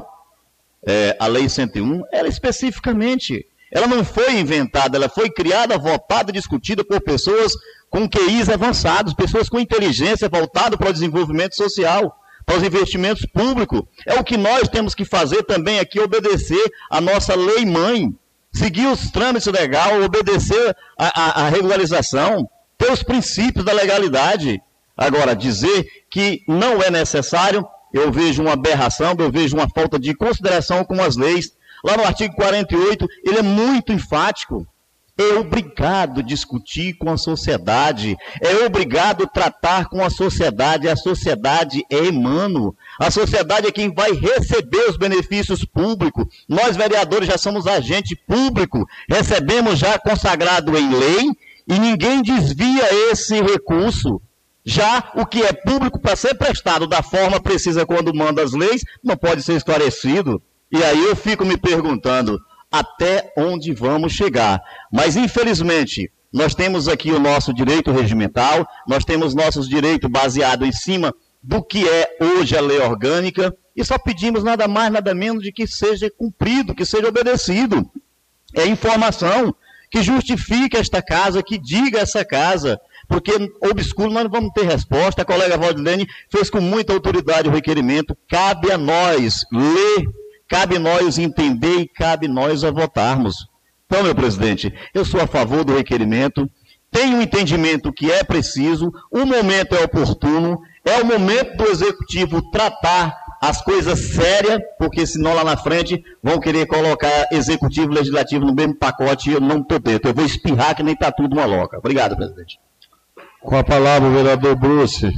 é, a Lei cento e um, ela especificamente, ela não foi inventada, ela foi criada, votada, discutida por pessoas com Q Is avançados, pessoas com inteligência voltada para o desenvolvimento social, para os investimentos públicos. É o que nós temos que fazer também aqui, obedecer a nossa lei-mãe, seguir os trâmites legais, obedecer a, a, a regularização, ter os princípios da legalidade. Agora, dizer que não é necessário, eu vejo uma aberração, eu vejo uma falta de consideração com as leis. Lá no artigo quarenta e oito, ele é muito enfático. É obrigado discutir com a sociedade, é obrigado tratar com a sociedade, a sociedade é emano, a sociedade é quem vai receber os benefícios públicos, nós vereadores já somos agente público, recebemos já consagrado em lei e ninguém desvia esse recurso. Já o que é público para ser prestado da forma precisa quando manda as leis, não pode ser esclarecido. E aí eu fico me perguntando, até onde vamos chegar? Mas, infelizmente, nós temos aqui o nosso direito regimental, nós temos nossos direitos baseados em cima do que é hoje a lei orgânica, e só pedimos nada mais, nada menos de que seja cumprido, que seja obedecido. é informação que justifique esta casa, que diga essa casa, porque obscuro nós não vamos ter resposta. A colega Valdilene fez com muita autoridade o requerimento, cabe a nós ler, cabe a nós entender e cabe a nós a votarmos. Então, meu presidente, eu sou a favor do requerimento, tenho um entendimento que é preciso, o momento é oportuno, é o momento do executivo tratar as coisas sérias, porque senão lá na frente vão querer colocar executivo e legislativo no mesmo pacote e eu não estou dentro. Eu vou espirrar que nem está tudo uma loca. Obrigado, presidente. Com a palavra o vereador Bruce.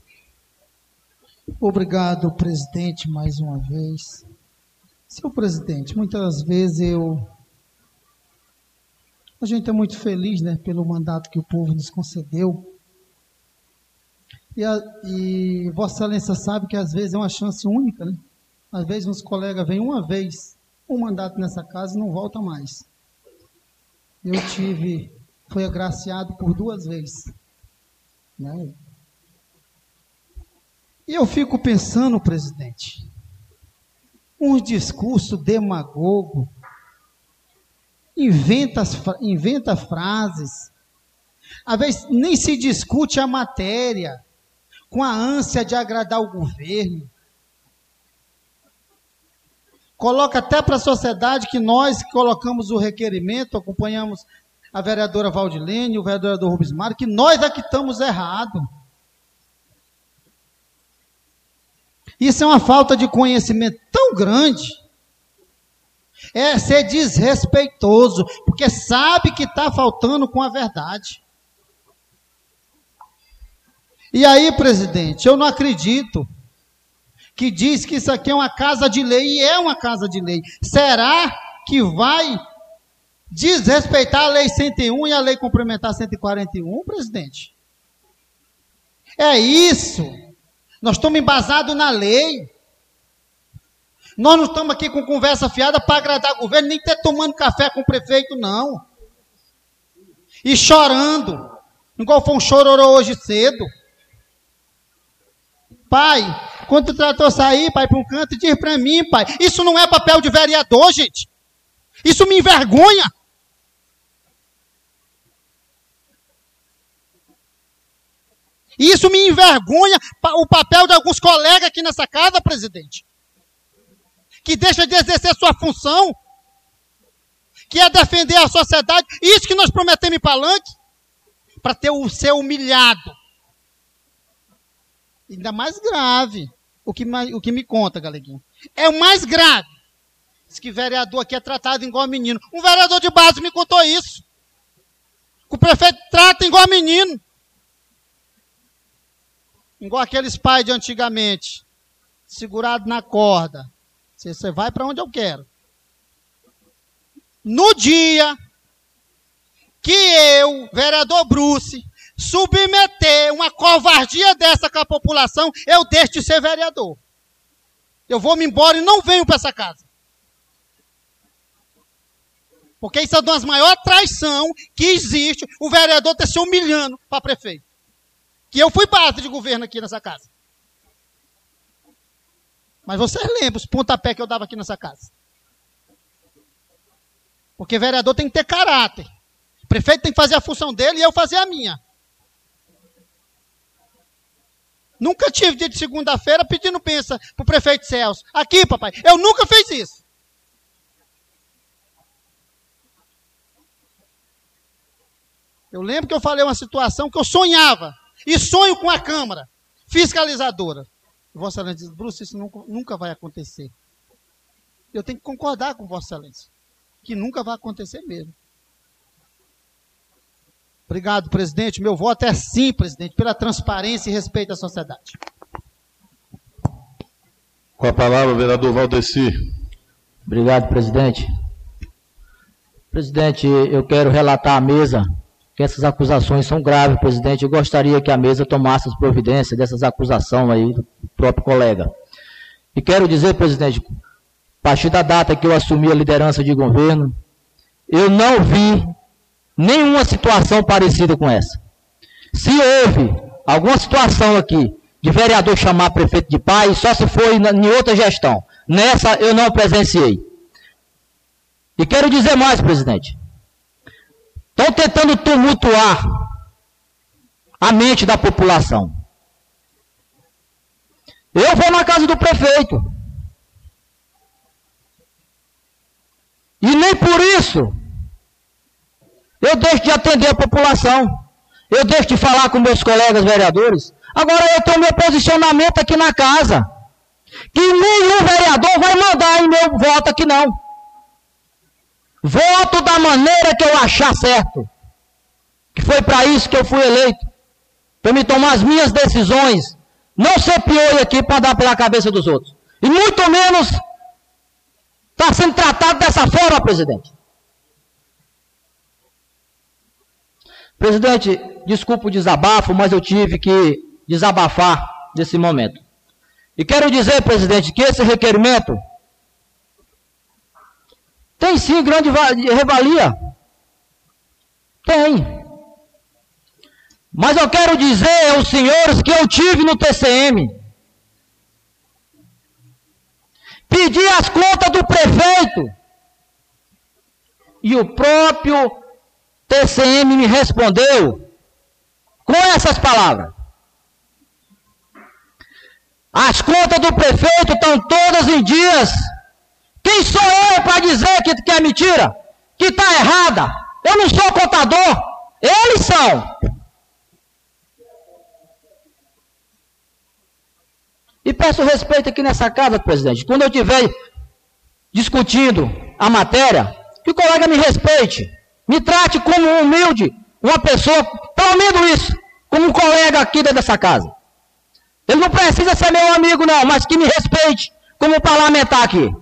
Obrigado, presidente, mais uma vez. Senhor presidente, muitas vezes eu... A gente é muito feliz, né, pelo mandato que o povo nos concedeu. E, a, e Vossa Excelência sabe que às vezes é uma chance única, né? Às vezes uns colegas vêm uma vez, um mandato nessa casa e não volta mais. Eu tive, fui agraciado por duas vezes, né? E eu fico pensando, presidente, um discurso demagogo, inventa, inventa frases, às vezes nem se discute a matéria, com a ânsia de agradar o governo. Coloca até para a sociedade que nós que colocamos o requerimento, acompanhamos a vereadora Valdilene, o vereador Rubens Mário, que nós é que estamos errados. Isso é uma falta de conhecimento tão grande. É ser desrespeitoso, porque sabe que está faltando com a verdade. E aí, presidente, eu não acredito que diz que isso aqui é uma casa de lei, e é uma casa de lei. Será que vai desrespeitar a lei cento e um e a lei complementar cento e quarenta e um, presidente? É isso. Nós estamos embasados na lei. Nós não estamos aqui com conversa fiada para agradar o governo, nem ter tomando café com o prefeito, não. E chorando, igual foi um chororô hoje cedo. Pai, quando o trator sair, pai, para um canto, diz para mim, pai, isso não é papel de vereador, gente. Isso me envergonha. Isso me envergonha o papel de alguns colegas aqui nessa casa, presidente. Que deixa de exercer sua função, que é defender a sociedade. Isso que nós prometemos em Palanque, para ter o ser humilhado. Ainda mais grave, o que, o que me conta, galeguinho. É o mais grave. Diz que vereador aqui é tratado igual menino. Um vereador de base me contou isso. Que o prefeito trata igual menino. Igual aqueles pais de antigamente. Segurado na corda. Você vai para onde eu quero. No dia que eu, vereador Bruce, submeter uma covardia dessa com a população, eu deixo de ser vereador. Eu vou me embora e não venho para essa casa. Porque isso é uma das maiores traições que existe, o vereador ter se humilhando para prefeito. Que eu fui base de governo aqui nessa casa. Mas vocês lembram os pontapés que eu dava aqui nessa casa. Porque vereador tem que ter caráter. O prefeito tem que fazer a função dele e eu fazer a minha. Nunca tive dia de segunda-feira pedindo benção para o prefeito Celso. Aqui, papai, eu nunca fiz isso. Eu lembro que eu falei uma situação que eu sonhava. E sonho com a Câmara fiscalizadora. Vossa Excelência diz, Bruce, isso nunca, nunca vai acontecer. Eu tenho que concordar com Vossa Excelência. Que nunca vai acontecer mesmo. Obrigado, presidente. Meu voto é sim, presidente, pela transparência e respeito à sociedade. Com a palavra, o vereador Valdeci. Obrigado, presidente. Presidente, eu quero relatar à mesa que essas acusações são graves, presidente. Eu gostaria que a mesa tomasse as providências dessas acusações aí do próprio colega. E quero dizer, presidente, a partir da data que eu assumi a liderança de governo, eu não vi nenhuma situação parecida com essa. Se houve alguma situação aqui de vereador chamar prefeito de pai, só se foi em outra gestão. Nessa eu não presenciei. E quero dizer mais, presidente. Estão tentando tumultuar a mente da população. Eu vou na casa do prefeito. E nem por isso eu deixo de atender a população. Eu deixo de falar com meus colegas vereadores. Agora eu tenho meu posicionamento aqui na casa. Que nenhum vereador vai mandar em meu voto aqui não. Voto da maneira que eu achar certo. Que foi para isso que eu fui eleito. Para me tomar as minhas decisões. Não ser piolho aqui para dar pela cabeça dos outros. E muito menos está sendo tratado dessa forma, presidente. Presidente, desculpa o desabafo, mas eu tive que desabafar nesse momento. E quero dizer, presidente, que esse requerimento tem sim grande revalia. Tem. Mas eu quero dizer aos senhores que eu tive no T C M. Pedi as contas do prefeito. E o próprio T C M me respondeu com essas palavras. As contas do prefeito estão todas em dias. Quem sou eu para dizer que, que é mentira? Que está errada? Eu não sou contador. Eles são. E peço respeito aqui nessa casa, presidente. Quando eu estiver discutindo a matéria, que o colega me respeite. Me trate como um humilde, uma pessoa, pelo menos isso, como um colega aqui dentro dessa casa. Ele não precisa ser meu amigo não, mas que me respeite como parlamentar aqui.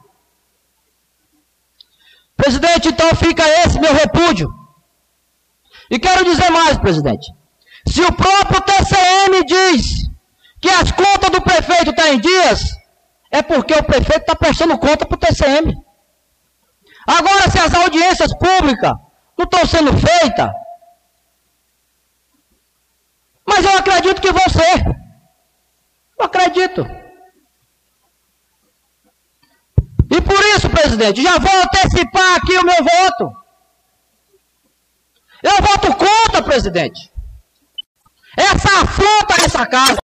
Presidente, então fica esse meu repúdio. E quero dizer mais, presidente. Se o próprio T C M diz que as contas do prefeito estão em dias, é porque o prefeito está prestando conta para o T C M. Agora, se as audiências públicas não estão sendo feitas, mas eu acredito que vão ser. Eu acredito. E por isso, presidente, já vou antecipar aqui o meu voto. Eu voto contra, presidente. Essa afronta nessa casa.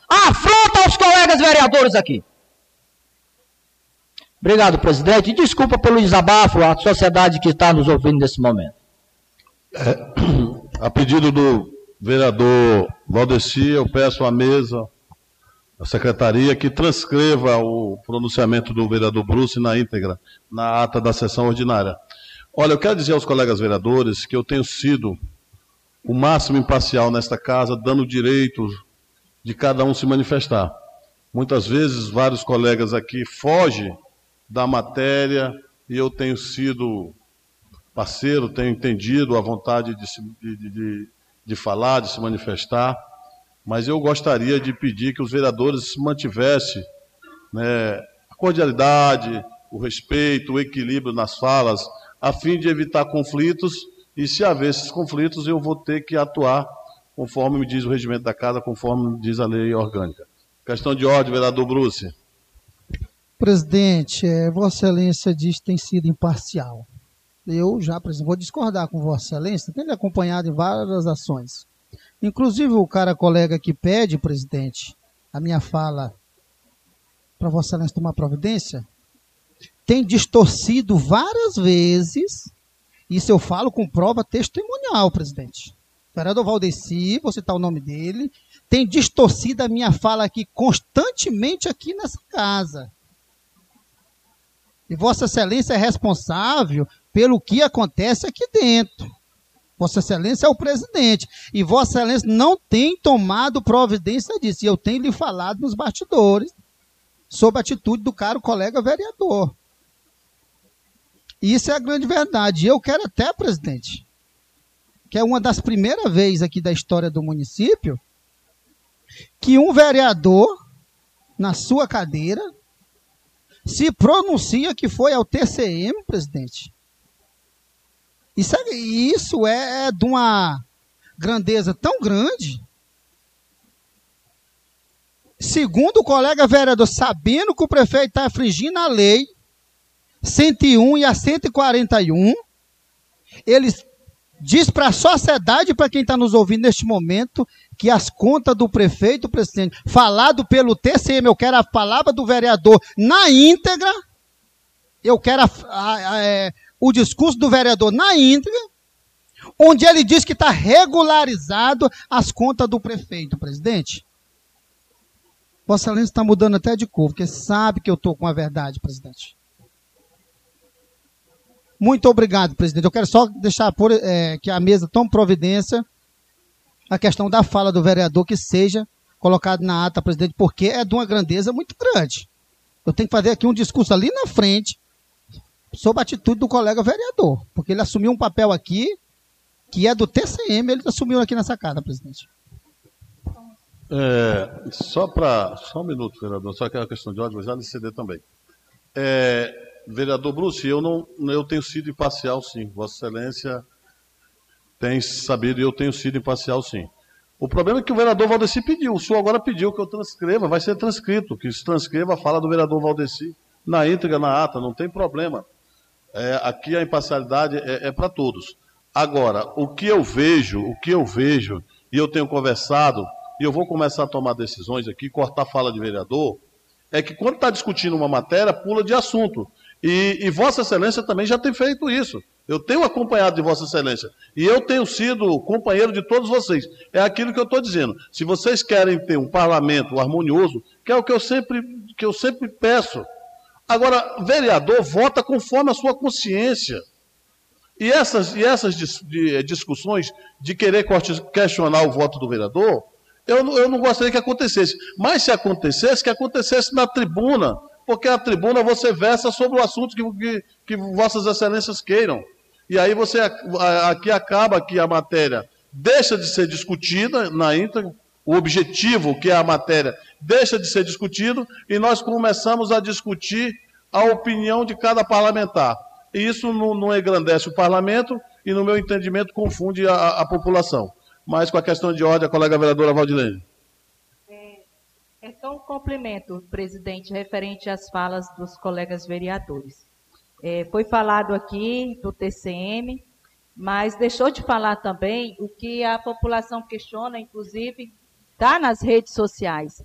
Afronta aos colegas vereadores aqui. Obrigado, presidente. E desculpa pelo desabafo, a sociedade que está nos ouvindo nesse momento. É, a pedido do vereador Valdeci, eu peço à mesa, à secretaria, que transcreva o pronunciamento do vereador Bruce na íntegra, na ata da sessão ordinária. Olha, eu quero dizer aos colegas vereadores que eu tenho sido o máximo imparcial nesta casa, dando o direito de cada um se manifestar. Muitas vezes, vários colegas aqui fogem da matéria e eu tenho sido parceiro, tenho entendido a vontade de, se, de, de, de falar, de se manifestar, mas eu gostaria de pedir que os vereadores mantivessem, né, a cordialidade, o respeito, o equilíbrio nas falas, a fim de evitar conflitos, e se haver esses conflitos, eu vou ter que atuar conforme me diz o regimento da casa, conforme diz a lei orgânica. Questão de ordem, vereador Bruce. Presidente, é, Vossa Excelência diz que tem sido imparcial. Eu já, presidente, vou discordar com Vossa Excelência, tem acompanhado em várias ações. Inclusive o cara colega que pede, presidente, a minha fala para Vossa Excelência tomar providência, tem distorcido várias vezes, isso eu falo com prova testemunhal, presidente. O vereador Valdeci, vou citar o nome dele, tem distorcido a minha fala aqui constantemente aqui nessa casa. E Vossa Excelência é responsável pelo que acontece aqui dentro. Vossa Excelência é o presidente. E Vossa Excelência não tem tomado providência disso. E eu tenho lhe falado nos bastidores sobre a atitude do caro colega vereador. Isso é a grande verdade. E eu quero até, presidente, que é uma das primeiras vezes aqui da história do município, que um vereador, na sua cadeira, se pronuncia que foi ao T C M, presidente. Isso é, isso é de uma grandeza tão grande. Segundo o colega vereador, sabendo que o prefeito está infringindo a lei cento e um e a cento e quarenta e um, ele diz para a sociedade, para quem está nos ouvindo neste momento, que as contas do prefeito, presidente, falado pelo T C M, eu quero a palavra do vereador na íntegra, eu quero a, a, a, é, o discurso do vereador na íntegra, onde ele diz que está regularizado as contas do prefeito, presidente. Vossa Excelência está mudando até de cor, porque sabe que eu estou com a verdade, presidente. Muito obrigado, presidente. Eu quero só deixar por, é, que a mesa tome providência a questão da fala do vereador que seja colocado na ata, presidente, porque é de uma grandeza muito grande. Eu tenho que fazer aqui um discurso ali na frente sobre a atitude do colega vereador, porque ele assumiu um papel aqui que é do T C M, ele assumiu aqui nessa casa, presidente. É, só para só um minuto, vereador, só que é uma questão de ordem, mas já lhe ceder também. É, vereador Bruce, eu, não, eu tenho sido imparcial, sim. Vossa Excelência tem sabido e eu tenho sido imparcial, sim. O problema é que o vereador Valdeci pediu. O senhor agora pediu que eu transcreva, vai ser transcrito, que se transcreva a fala do vereador Valdeci na íntegra, na ata, não tem problema. É, aqui a imparcialidade é, é para todos. Agora, o que eu vejo, o que eu vejo, e eu tenho conversado, e eu vou começar a tomar decisões aqui, cortar a fala de vereador, é que quando está discutindo uma matéria, pula de assunto. E, e Vossa Excelência também já tem feito isso. Eu tenho acompanhado de Vossa Excelência. E eu tenho sido companheiro de todos vocês. É aquilo que eu estou dizendo. Se vocês querem ter um parlamento harmonioso, que é o que eu sempre, que eu sempre peço. Agora, vereador vota conforme a sua consciência. E essas, e essas dis, de, discussões de querer questionar o voto do vereador, eu, eu não gostaria que acontecesse. Mas se acontecesse, que acontecesse na tribuna, porque a tribuna você versa sobre o assunto que, que, que Vossas Excelências queiram. E aí você aqui acaba que a matéria deixa de ser discutida na íntegra, o objetivo, que é a matéria, deixa de ser discutido, e nós começamos a discutir a opinião de cada parlamentar. E isso não, não engrandece o parlamento e, no meu entendimento, confunde a, a população. Mas com a questão de ordem, a colega vereadora Valdilene. É, é só um complemento, presidente, referente às falas dos colegas vereadores. É, foi falado aqui do T C M, mas deixou de falar também o que a população questiona, inclusive, está nas redes sociais.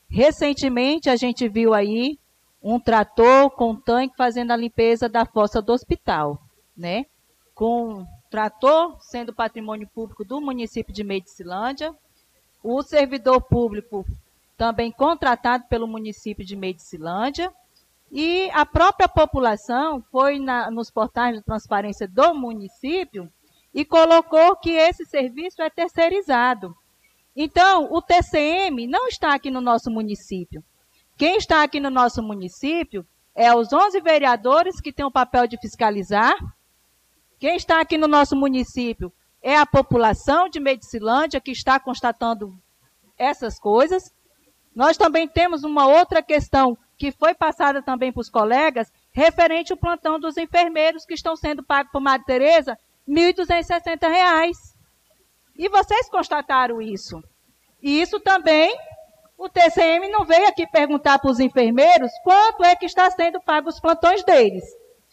Recentemente, a gente viu aí um trator com tanque fazendo a limpeza da fossa do hospital, né? Com trator sendo patrimônio público do município de Medicilândia, o servidor público também contratado pelo município de Medicilândia, e a própria população foi na, nos portais de transparência do município e colocou que esse serviço é terceirizado. Então, o T C M não está aqui no nosso município. Quem está aqui no nosso município é os onze vereadores que têm o papel de fiscalizar. Quem está aqui no nosso município é a população de Medicilândia que está constatando essas coisas. Nós também temos uma outra questão que foi passada também para os colegas, referente ao plantão dos enfermeiros que estão sendo pagos por Maria Tereza mil e duzentos e sessenta reais. E vocês constataram isso. E isso também, o T C M não veio aqui perguntar para os enfermeiros quanto é que está sendo pago os plantões deles.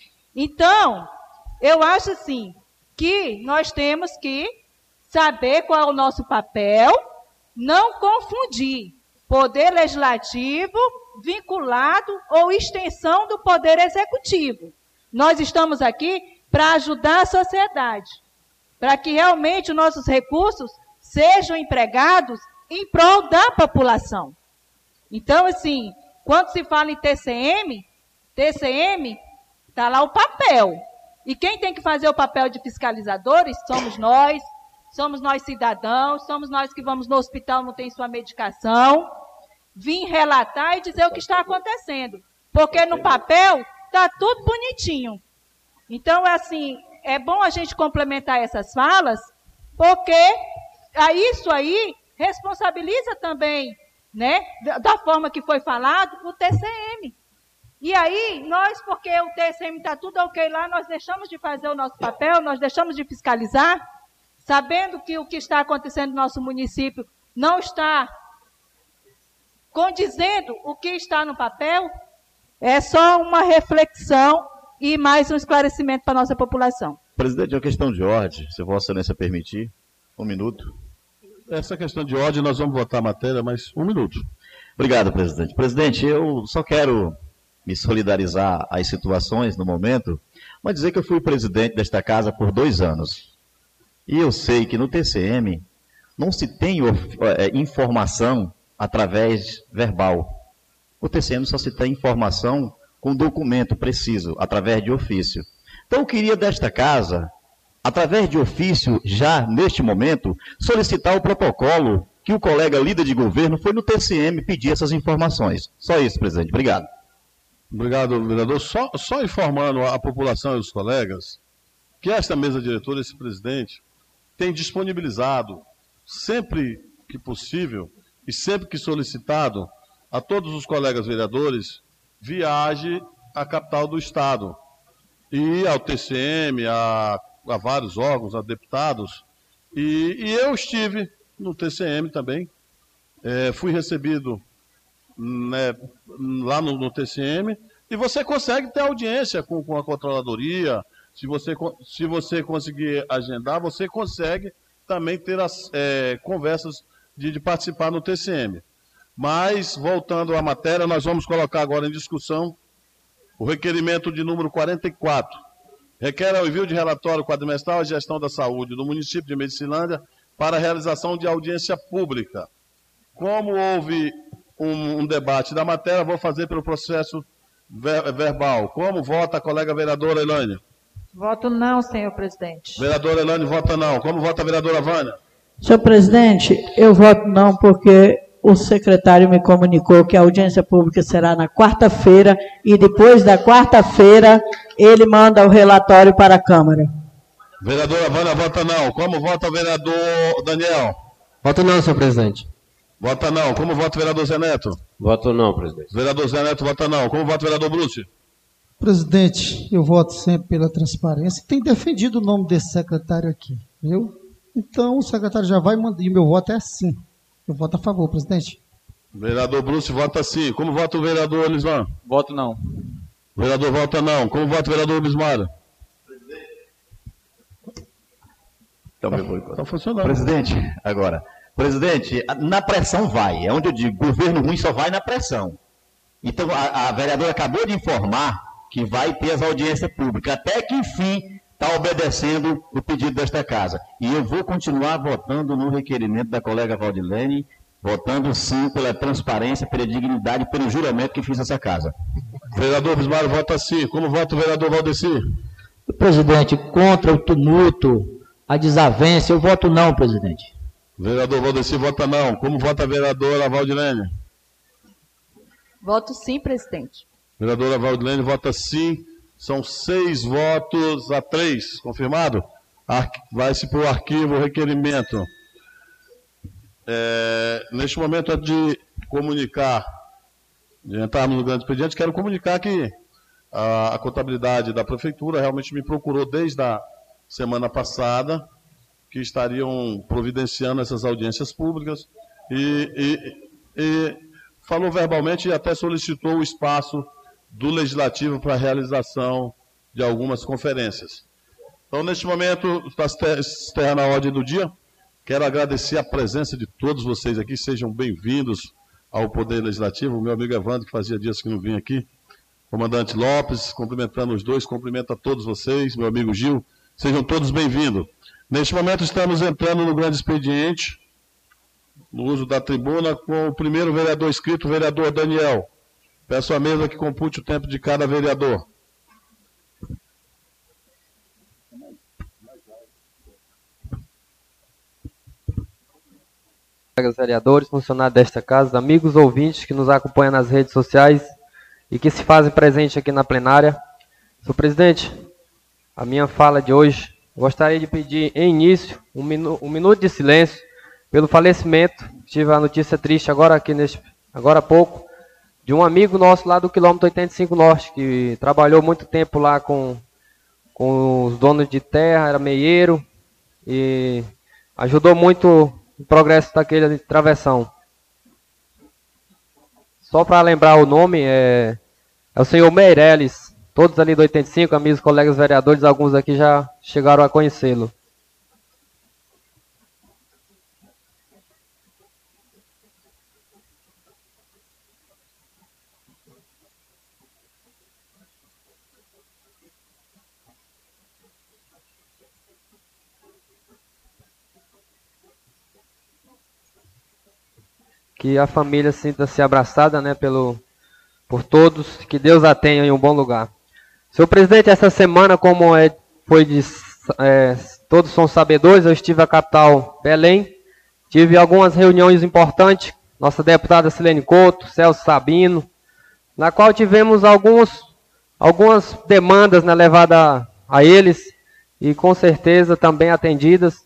Então, eu acho assim, que nós temos que saber qual é o nosso papel, não confundir poder legislativo vinculado ou extensão do poder executivo. Nós estamos aqui para ajudar a sociedade, para que realmente os nossos recursos sejam empregados em prol da população. Então, assim, quando se fala em T C M, T C M, está lá o papel. E quem tem que fazer o papel de fiscalizadores somos nós, somos nós cidadãos, somos nós que vamos no hospital, não tem sua medicação, vim relatar e dizer o que está acontecendo. Porque no papel está tudo bonitinho. Então, é assim, é bom a gente complementar essas falas, porque isso aí responsabiliza também, né, da forma que foi falado, o T C M. E aí, nós, porque o T C M está tudo ok lá, nós deixamos de fazer o nosso papel, nós deixamos de fiscalizar, sabendo que o que está acontecendo no nosso município não está condizendo o que está no papel. É só uma reflexão e mais um esclarecimento para a nossa população. Presidente, é uma questão de ordem, se Vossa Excelência permitir. Um minuto. Essa questão de ordem, nós vamos votar a matéria, mas um minuto. Obrigado, presidente. Presidente, eu só quero me solidarizar às situações no momento, mas dizer que eu fui presidente desta casa por dois anos. E eu sei que no T C M não se tem é, informação através verbal. O T C M só se tem informação com documento preciso, através de ofício. Então eu queria desta casa, através de ofício, já neste momento, solicitar o protocolo que o colega líder de governo foi no T C M pedir essas informações. Só isso, presidente. Obrigado. Obrigado, vereador. Só, só informando a população e os colegas que esta mesa diretora, esse presidente, tem disponibilizado, sempre que possível e sempre que solicitado, a todos os colegas vereadores, viaje à capital do Estado e ao T C M, a, a vários órgãos, a deputados. E, e eu estive no T C M também, é, fui recebido né, lá no, no T C M, e você consegue ter audiência com, com a controladoria. Se você, se você conseguir agendar, você consegue também ter as é, conversas de, de participar no T C M. Mas, voltando à matéria, nós vamos colocar agora em discussão o requerimento de número quarenta e quatro. Requer o envio de relatório quadrimestral à gestão da saúde do município de Medicilândia para a realização de audiência pública. Como houve um, um debate da matéria, vou fazer pelo processo ver, verbal. Como vota a colega vereadora Elaine? Voto não, senhor presidente. Vereadora Elaine vota não. Como vota a vereadora Vânia? Senhor presidente, eu voto não porque o secretário me comunicou que a audiência pública será na quarta-feira e depois da quarta-feira ele manda o relatório para a Câmara. Vereadora Vânia vota não. Como vota o vereador Daniel? Voto não, senhor presidente. Vota não. Como vota o vereador Zé Neto? Voto não, presidente. Vereador Zé Neto vota não. Como vota o vereador Bruce? Presidente, eu voto sempre pela transparência. Tem defendido o nome desse secretário aqui, viu? Então o secretário já vai mandar, e meu voto é assim. Eu voto a favor, presidente. Vereador Bruce vota sim. Como vota o vereador Elisvan? Voto não. O vereador vota não. Como vota o vereador Bismara? Então, Está tá funcionando. Presidente, agora, Presidente, na pressão vai. É onde eu digo, governo ruim só vai na pressão. Então, a, a vereadora acabou de informar que vai ter as audiências públicas, até que, enfim, está obedecendo o pedido desta casa. E eu vou continuar votando no requerimento da colega Valdilene, votando sim pela transparência, pela dignidade, pelo juramento que fiz essa casa. Vereador Bismar vota sim. Como vota o vereador Valdeci? Presidente, contra o tumulto, a desavença, eu voto não, presidente. Vereador Valdeci vota não. Como vota a vereadora Valdilene? Voto sim, presidente. Vereadora Valdilene vota sim. São seis votos a três. Confirmado? Vai-se para o arquivo o requerimento. É, neste momento é de comunicar, de entrarmos no grande expediente, quero comunicar que a, a contabilidade da prefeitura realmente me procurou desde a semana passada, que estariam providenciando essas audiências públicas e, e, e falou verbalmente e até solicitou o espaço do Legislativo para a realização de algumas conferências. Então, neste momento, está se na ordem do dia. Quero agradecer a presença de todos vocês aqui, sejam bem-vindos ao Poder Legislativo. O meu amigo Evandro, que fazia dias que não vinha aqui, comandante Lopes, cumprimentando os dois, cumprimento a todos vocês, meu amigo Gil, sejam todos bem-vindos. Neste momento estamos entrando no grande expediente, no uso da tribuna, com o primeiro vereador inscrito, o vereador Daniel. Peço à mesa que compute o tempo de cada vereador. Colegas vereadores, funcionários desta casa, amigos ouvintes que nos acompanham nas redes sociais e que se fazem presente aqui na plenária. Senhor presidente, a minha fala de hoje, gostaria de pedir em início um, minu um minuto de silêncio pelo falecimento. Tive a notícia triste agora aqui neste, agora há pouco, de um amigo nosso lá do quilômetro oitenta e cinco Norte, que trabalhou muito tempo lá com, com os donos de terra, era meieiro e ajudou muito o progresso daquele travessão. Só para lembrar o nome, é, é o senhor Meirelles, todos ali do oitenta e cinco, amigos, colegas vereadores, alguns aqui já chegaram a conhecê-lo. Que a família sinta-se abraçada, né, pelo, por todos, que Deus a tenha em um bom lugar. Senhor presidente, essa semana, como é, foi de, é, todos são sabedores, eu estive na capital Belém, tive algumas reuniões importantes, nossa deputada Silene Couto, Celso Sabino, na qual tivemos alguns, algumas demandas, né, levadas a eles, e com certeza também atendidas.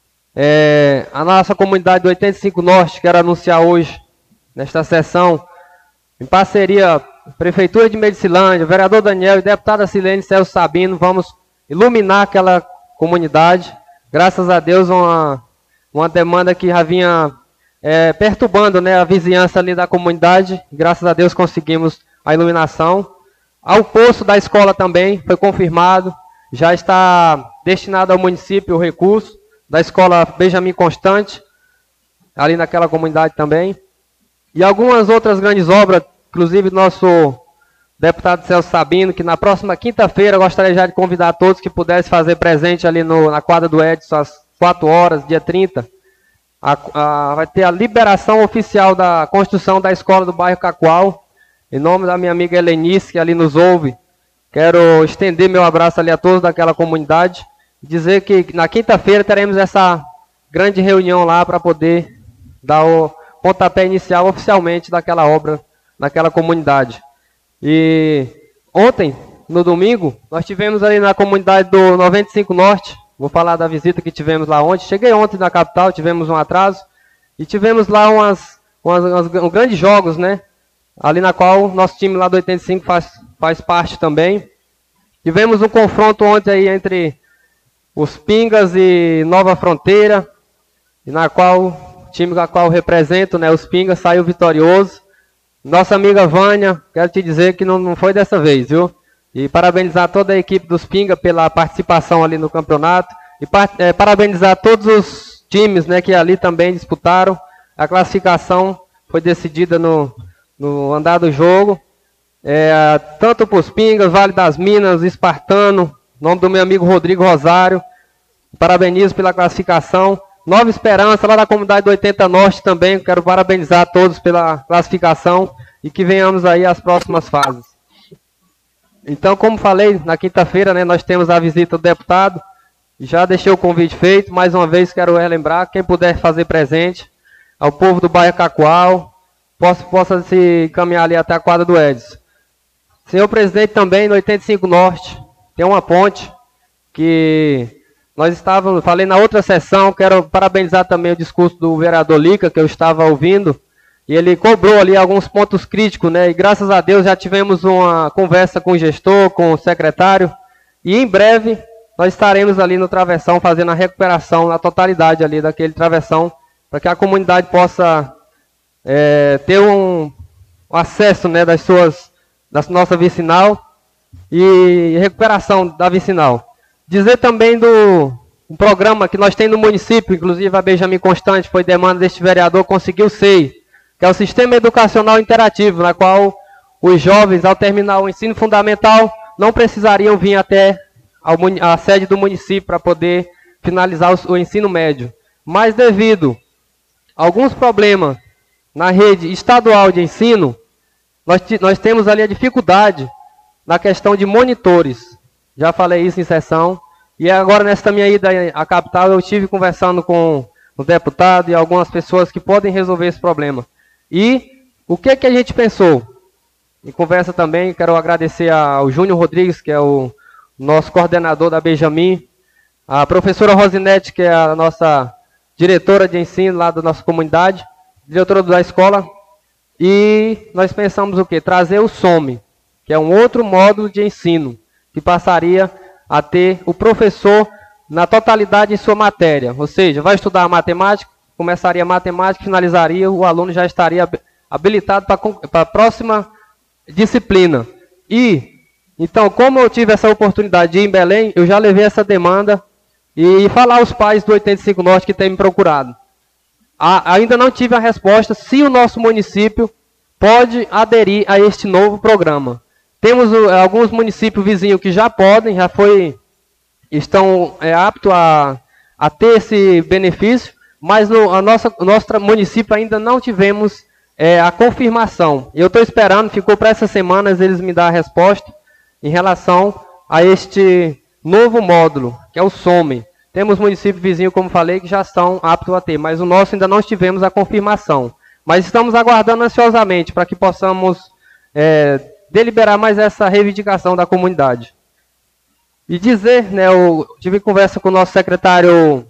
É, a nossa comunidade do oitenta e cinco Norte, quero anunciar hoje, nesta sessão, em parceria, Prefeitura de Medicilândia, vereador Daniel e deputada Silene Celso Sabino, vamos iluminar aquela comunidade. Graças a Deus, uma, uma demanda que já vinha é, perturbando, né, a vizinhança ali da comunidade. Graças a Deus conseguimos a iluminação. Ao poço da escola também foi confirmado, já está destinado ao município o recurso da escola Benjamin Constante, ali naquela comunidade também. E algumas outras grandes obras, inclusive nosso deputado Celso Sabino, que na próxima quinta-feira gostaria já de convidar a todos que pudessem fazer presente ali no, na quadra do Edson, às quatro horas, dia trinta. A, a, vai ter a liberação oficial da construção da escola do bairro Cacoal. Em nome da minha amiga Helenice, que ali nos ouve, quero estender meu abraço ali a todos daquela comunidade. Dizer que na quinta-feira teremos essa grande reunião lá para poder dar o pontapé inicial oficialmente daquela obra, naquela comunidade. E ontem, no domingo, nós tivemos ali na comunidade do noventa e cinco Norte, vou falar da visita que tivemos lá ontem. Cheguei ontem na capital, tivemos um atraso, e tivemos lá umas, umas, umas, uns grandes jogos, né? Ali na qual nosso time lá do oitenta e cinco faz, faz parte também. Tivemos um confronto ontem aí entre os Pingas e Nova Fronteira, e na qual o time a qual eu represento, né, os Pingas, saiu vitorioso. Nossa amiga Vânia, quero te dizer que não, não foi dessa vez, viu? E parabenizar toda a equipe dos Pingas pela participação ali no campeonato. E é, parabenizar todos os, times, né, que ali também disputaram. A classificação foi decidida no, no andar do jogo. É, tanto para os Pingas, Vale das Minas, Espartano, nome do meu amigo Rodrigo Rosário. Parabenizo pela classificação. Nova Esperança, lá da comunidade do oitenta Norte também. Quero parabenizar a todos pela classificação e que venhamos aí às próximas fases. Então, como falei, na quinta-feira, né, nós temos a visita do deputado. Já deixei o convite feito. Mais uma vez, quero relembrar, quem puder fazer presente, ao povo do bairro Cacoal, possa, possa se caminhar ali até a quadra do Edson. Senhor presidente, também no oitenta e cinco Norte, tem uma ponte que nós estávamos, falei na outra sessão, quero parabenizar também o discurso do vereador Lica, que eu estava ouvindo, e ele cobrou ali alguns pontos críticos, né? E graças a Deus já tivemos uma conversa com o gestor, com o secretário, e em breve nós estaremos ali no travessão fazendo a recuperação na totalidade ali daquele travessão, para que a comunidade possa é, ter um, um acesso, né, das suas, da nossa vicinal e recuperação da vicinal. Dizer também do um programa que nós temos no município, inclusive a Benjamin Constante, foi demanda deste vereador, conseguiu S E I, que é o Sistema Educacional Interativo, na qual os jovens, ao terminar o ensino fundamental, não precisariam vir até a sede do município para poder finalizar o, o ensino médio. Mas devido a alguns problemas na rede estadual de ensino, nós, nós temos ali a dificuldade na questão de monitores. Já falei isso em sessão. E agora, nessa minha ida à capital, eu estive conversando com o deputado e algumas pessoas que podem resolver esse problema. E o que, que a gente pensou? Em conversa também, quero agradecer ao Júnior Rodrigues, que é o nosso coordenador da Benjamin, a professora Rosinete, que é a nossa diretora de ensino lá da nossa comunidade, diretora da escola, e nós pensamos o quê? Trazer o SOME, que é um outro módulo de ensino, que passaria a ter o professor na totalidade em sua matéria, ou seja, vai estudar matemática, começaria a matemática, finalizaria, o aluno já estaria habilitado para a próxima disciplina. E, então, como eu tive essa oportunidade de ir em Belém, eu já levei essa demanda e falar aos pais do oitenta e cinco Norte que têm me procurado. A, ainda não tive a resposta se o nosso município pode aderir a este novo programa. Temos uh, alguns municípios vizinhos que já podem, já foi, estão é, aptos a, a ter esse benefício, mas no a nossa, o nosso município ainda não tivemos é, a confirmação. Eu estou esperando, ficou para essas semanas eles me dar a resposta em relação a este novo módulo, que é o SOME. Temos municípios vizinhos, como falei, que já estão aptos a ter, mas o nosso ainda não tivemos a confirmação. Mas estamos aguardando ansiosamente para que possamos é, deliberar mais essa reivindicação da comunidade. E dizer, né, eu tive conversa com o nosso secretário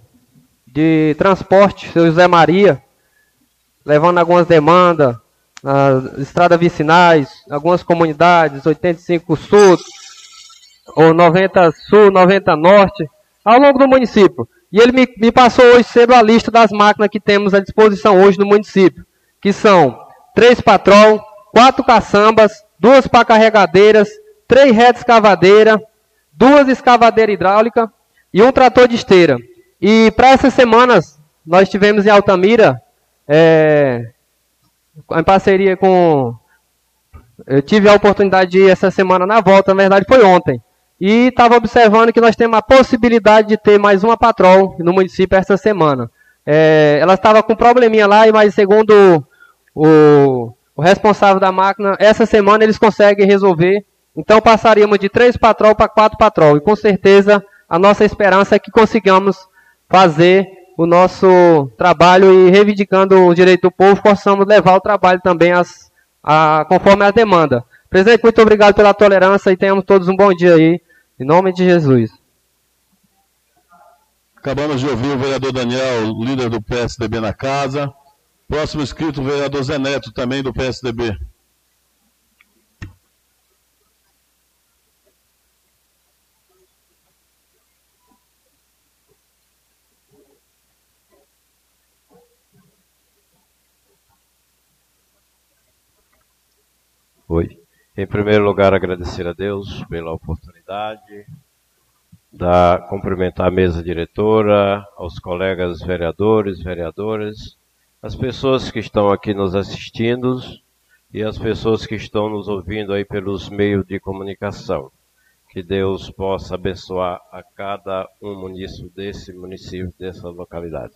de transporte, seu José Maria, levando algumas demandas, nas estradas vicinais, algumas comunidades, oitenta e cinco Sul, ou noventa Sul, noventa Norte, ao longo do município. E ele me, me passou hoje cedo a lista das máquinas que temos à disposição hoje no município, que são três patrol, quatro caçambas, duas pá carregadeiras, três redes escavadeira, duas escavadeiras hidráulicas e um trator de esteira. E para essas semanas, nós tivemos em Altamira, é, em parceria com... Eu tive a oportunidade de ir essa semana na volta, na verdade foi ontem. E estava observando que nós temos a possibilidade de ter mais uma patrol no município essa semana. É, ela estava com um probleminha lá, mas segundo o, o responsável da máquina, essa semana eles conseguem resolver. Então passaríamos de três patrol para quatro patrol. E com certeza a nossa esperança é que consigamos fazer o nosso trabalho e reivindicando o direito do povo, possamos levar o trabalho também as, a, conforme a demanda. Presidente, muito obrigado pela tolerância e tenhamos todos um bom dia aí, em nome de Jesus. Acabamos de ouvir o vereador Daniel, líder do P S D B na casa. Próximo inscrito, o vereador Zé Neto, também do P S D B. Oi. Em primeiro lugar, agradecer a Deus pela oportunidade da, cumprimentar a mesa diretora, aos colegas vereadores, vereadoras, as pessoas que estão aqui nos assistindo e as pessoas que estão nos ouvindo aí pelos meios de comunicação. Que Deus possa abençoar a cada um município desse município, dessa localidade.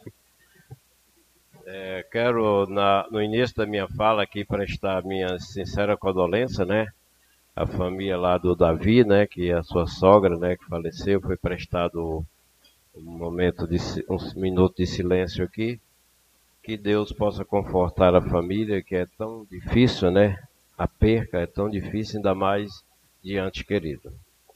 É, quero, na, no início da minha fala aqui, prestar minha sincera condolência, né? A família lá do Davi, né? Que é a sua sogra, né? Que faleceu, foi prestado um momento de um minuto de silêncio aqui. Que Deus possa confortar a família, que é tão difícil, né? A perca é tão difícil, ainda mais diante querido.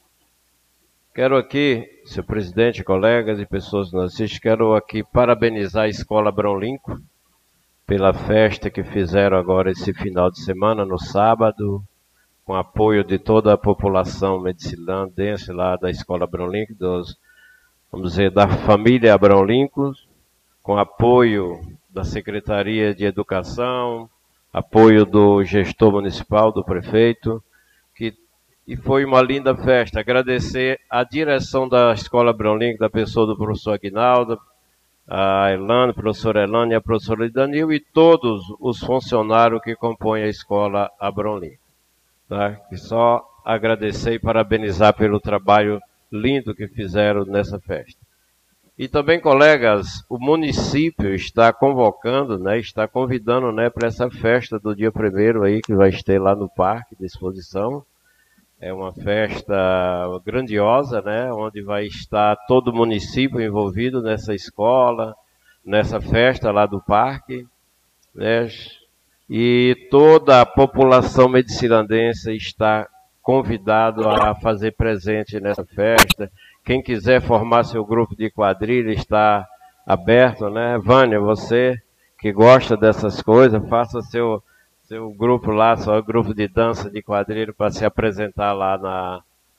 Quero aqui, senhor presidente, colegas e pessoas que nos assistem, quero aqui parabenizar a Escola Abrão Lincoln pela festa que fizeram agora esse final de semana, no sábado, com apoio de toda a população medicilandense lá da Escola Abrão Lincoln, dos, vamos dizer, da família Abrão Lincoln, com apoio da Secretaria de Educação, apoio do gestor municipal, do prefeito, que e foi uma linda festa. Agradecer a direção da Escola Abrão Lincoln, da pessoa do professor Aguinaldo, a Elane, a professora Elane e a professora Danil e todos os funcionários que compõem a Escola Abrão Lincoln. Tá? E só agradecer e parabenizar pelo trabalho lindo que fizeram nessa festa. E também, colegas, o município está convocando, né, está convidando, né, para essa festa do dia primeiro aí, que vai ter lá no Parque de Exposição. É uma festa grandiosa, né, onde vai estar todo o município envolvido nessa escola, nessa festa lá do parque, né, e toda a população medicilandense está convidado a fazer presente nessa festa. Quem quiser formar seu grupo de quadrilha está aberto, né? Vânia, você que gosta dessas coisas, faça seu... seu grupo lá, seu grupo de dança de quadrilha para se apresentar lá na,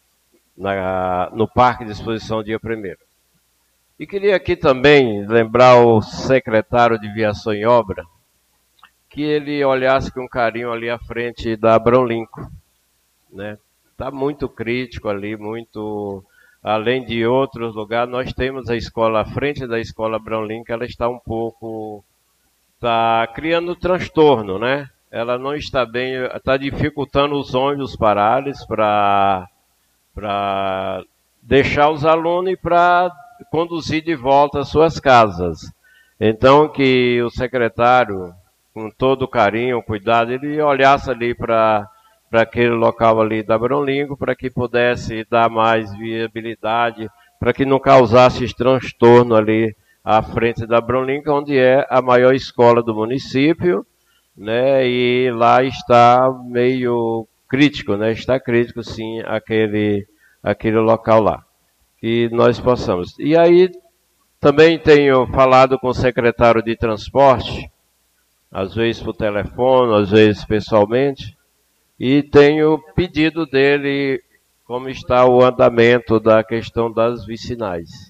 na, no Parque de Exposição dia primeiro. E queria aqui também lembrar o secretário de Viação e Obra, que ele olhasse com carinho ali à frente da Abrão Lincoln, né? Está muito crítico ali, muito... Além de outros lugares, nós temos a escola, à frente da Escola Abrão Lincoln, ela está um pouco... Está criando transtorno, né? Ela não está bem, está dificultando os ônibus pararem para para deixar os alunos e para conduzir de volta às suas casas. Então, que o secretário, com todo carinho, cuidado, ele olhasse ali para para aquele local ali da Abrão Lincoln, para que pudesse dar mais viabilidade, para que não causasse transtorno ali à frente da Abrão Lincoln, onde é a maior escola do município, né, e lá está meio crítico, né, está crítico sim aquele, aquele local lá, que nós possamos. E aí também tenho falado com o secretário de transporte, às vezes por telefone, às vezes pessoalmente, e tenho pedido dele como está o andamento da questão das vicinais.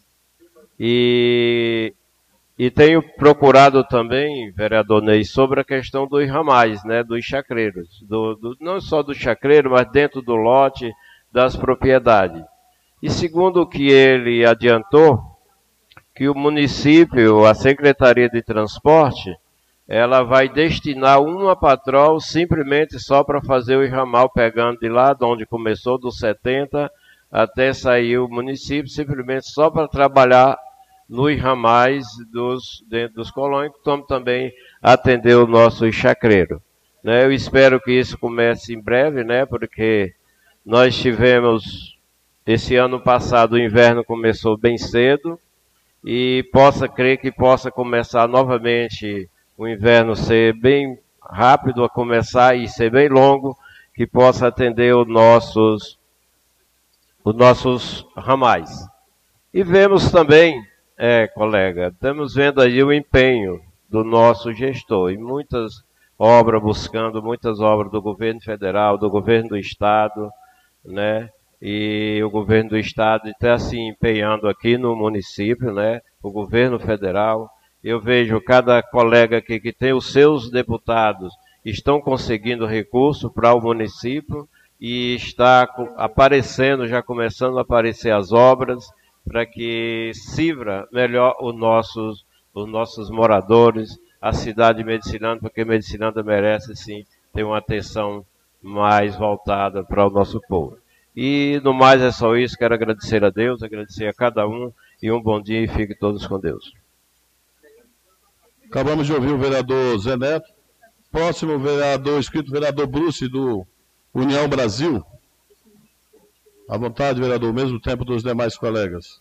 E... E tenho procurado também, vereador Ney, sobre a questão dos ramais, né, dos chacreiros. Do, do, não só do chacreiro, mas dentro do lote das propriedades. E segundo o que ele adiantou, que o município, a Secretaria de Transporte, ela vai destinar uma patrol simplesmente só para fazer o ramal, pegando de lá, de onde começou, dos setenta, até sair o município, simplesmente só para trabalhar nos ramais dos, dentro dos colônios, como também atender o nosso chacreiro. Né? Eu espero que isso comece em breve, né? Porque nós tivemos, esse ano passado, o inverno começou bem cedo, e possa crer que possa começar novamente o inverno ser bem rápido a começar e ser bem longo, que possa atender os nossos, os nossos ramais. E vemos também, é, colega, estamos vendo aí o empenho do nosso gestor em muitas obras, buscando muitas obras do governo federal, do governo do estado, né? E o governo do estado está se empenhando aqui no município, né? O governo federal. Eu vejo cada colega aqui que tem os seus deputados estão conseguindo recurso para o município e está aparecendo, já começando a aparecer as obras para que sirva melhor os nossos, os nossos moradores, a cidade de Medicinândia, porque Medicinândia merece sim ter uma atenção mais voltada para o nosso povo. E no mais é só isso, quero agradecer a Deus, agradecer a cada um, e um bom dia e fiquem todos com Deus. Acabamos de ouvir o vereador Zé Neto. Próximo vereador inscrito, vereador Bruce, do União Brasil. À vontade, vereador, ao mesmo tempo dos demais colegas.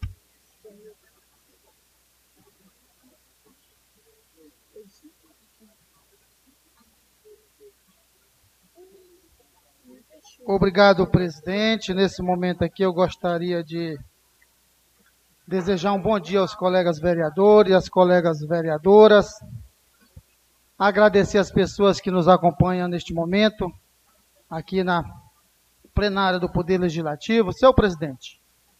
Obrigado, presidente. Nesse momento aqui eu gostaria de desejar um bom dia aos colegas vereadores, às colegas vereadoras. Agradecer as pessoas que nos acompanham neste momento, aqui na plenária do Poder Legislativo. Senhor presidente,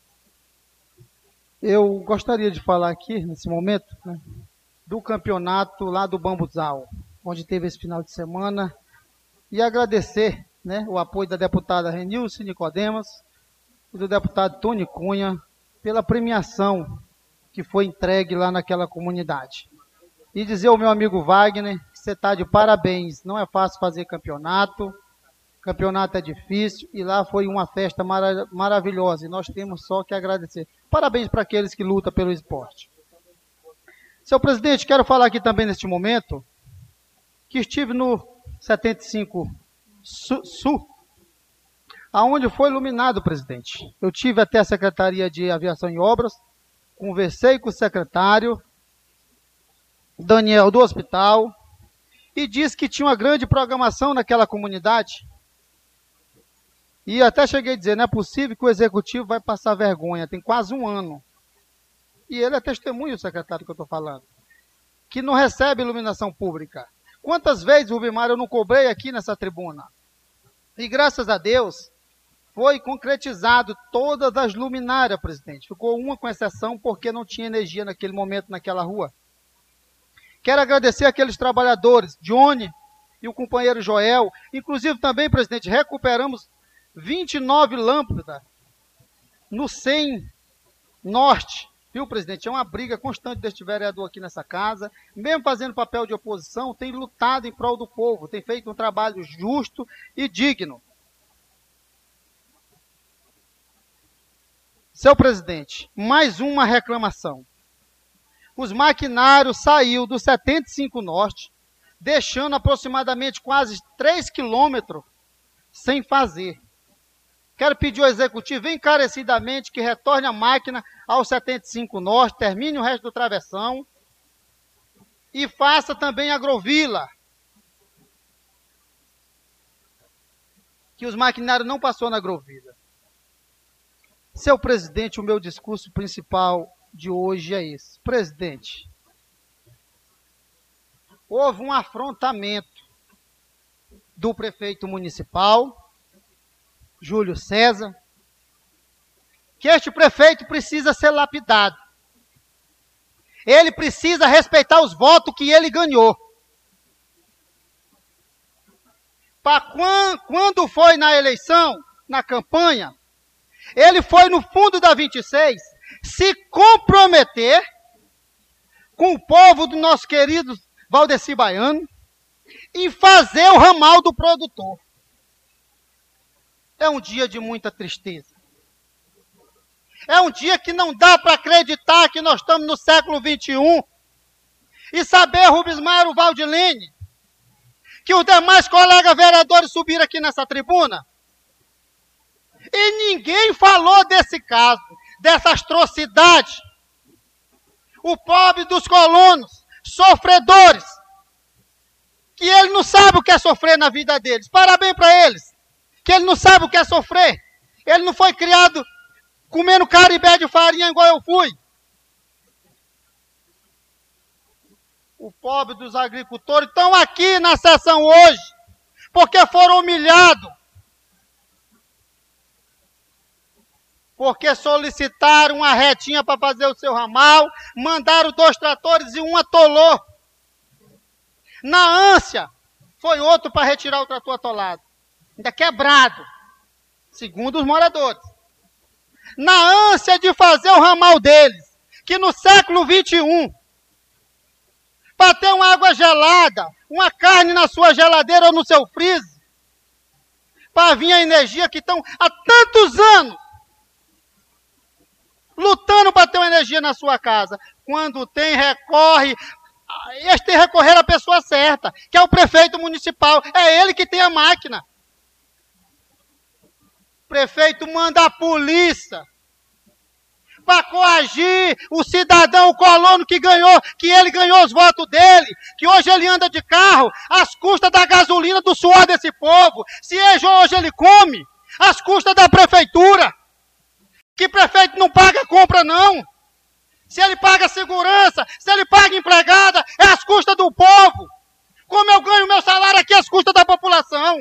eu gostaria de falar aqui, nesse momento, né, do campeonato lá do Bambuzal, onde teve esse final de semana, e agradecer, né, o apoio da deputada Renilce Nicodemas e do deputado Tony Cunha pela premiação que foi entregue lá naquela comunidade. E dizer ao meu amigo Wagner que você está de parabéns. Não é fácil fazer campeonato, campeonato é difícil, e lá foi uma festa mara maravilhosa, e nós temos só que agradecer. Parabéns para aqueles que lutam pelo esporte. Senhor presidente, quero falar aqui também neste momento que estive no setenta e cinco Sul, aonde foi iluminado, presidente. Eu tive até a Secretaria de Aviação e Obras, conversei com o secretário Daniel do hospital e disse que tinha uma grande programação naquela comunidade. E até cheguei a dizer, não é possível que o executivo vai passar vergonha, tem quase um ano. E ele é testemunho, o secretário que eu estou falando, que não recebe iluminação pública. Quantas vezes, Rubimar, eu não cobrei aqui nessa tribuna? E graças a Deus, foi concretizado todas as luminárias, presidente. Ficou uma com exceção porque não tinha energia naquele momento naquela rua. Quero agradecer aqueles trabalhadores, Johnny e o companheiro Joel. Inclusive também, presidente, recuperamos vinte e nove lâmpadas no cem Norte. Viu, presidente? É uma briga constante deste vereador aqui nessa casa. Mesmo fazendo papel de oposição, tem lutado em prol do povo, tem feito um trabalho justo e digno. Senhor presidente, mais uma reclamação. Os maquinários saíram do setenta e cinco Norte, deixando aproximadamente quase três quilômetros sem fazer. Quero pedir ao executivo encarecidamente que retorne a máquina ao setenta e cinco Norte, termine o resto do travessão e faça também a Agrovila. Que os maquinários não passou na Agrovila. Senhor presidente, o meu discurso principal de hoje é esse. Presidente, houve um afrontamento do prefeito municipal, Júlio César, que este prefeito precisa ser lapidado. Ele precisa respeitar os votos que ele ganhou. Para quando foi na eleição, na campanha, ele foi no fundo da vinte e seis se comprometer com o povo do nosso querido Valdeci Baiano e fazer o ramal do produtor. É um dia de muita tristeza. É um dia que não dá para acreditar que nós estamos no século vinte e um e saber, Rubismar, o Valdilene, que os demais colegas vereadores subiram aqui nessa tribuna e ninguém falou desse caso, dessa atrocidade. O pobre dos colonos, sofredores, que ele não sabe o que é sofrer na vida deles. Parabéns para eles, que ele não sabe o que é sofrer. Ele não foi criado comendo caribé de farinha igual eu fui. O pobre dos agricultores estão aqui na sessão hoje, porque foram humilhados. Porque solicitaram uma retinha para fazer o seu ramal, mandaram dois tratores e um atolou. Na ânsia, foi outro para retirar o trator atolado. Ainda quebrado, segundo os moradores. na ânsia de fazer o ramal deles, que no século vinte e um, para ter uma água gelada, uma carne na sua geladeira ou no seu freezer, para vir a energia que estão há tantos anos lutando para ter uma energia na sua casa. Quando tem, recorre. Eles têm que recorrer à pessoa certa, que é o prefeito municipal. É ele que tem a máquina. O prefeito manda a polícia para coagir o cidadão, o colono que ganhou, que ele ganhou os votos dele, que hoje ele anda de carro, às custas da gasolina, do suor desse povo. Se hoje, hoje ele come, às custas da prefeitura. Que prefeito não paga compra, não. Se ele paga segurança, se ele paga empregada, é às custas do povo. Como eu ganho meu salário aqui às custas da população.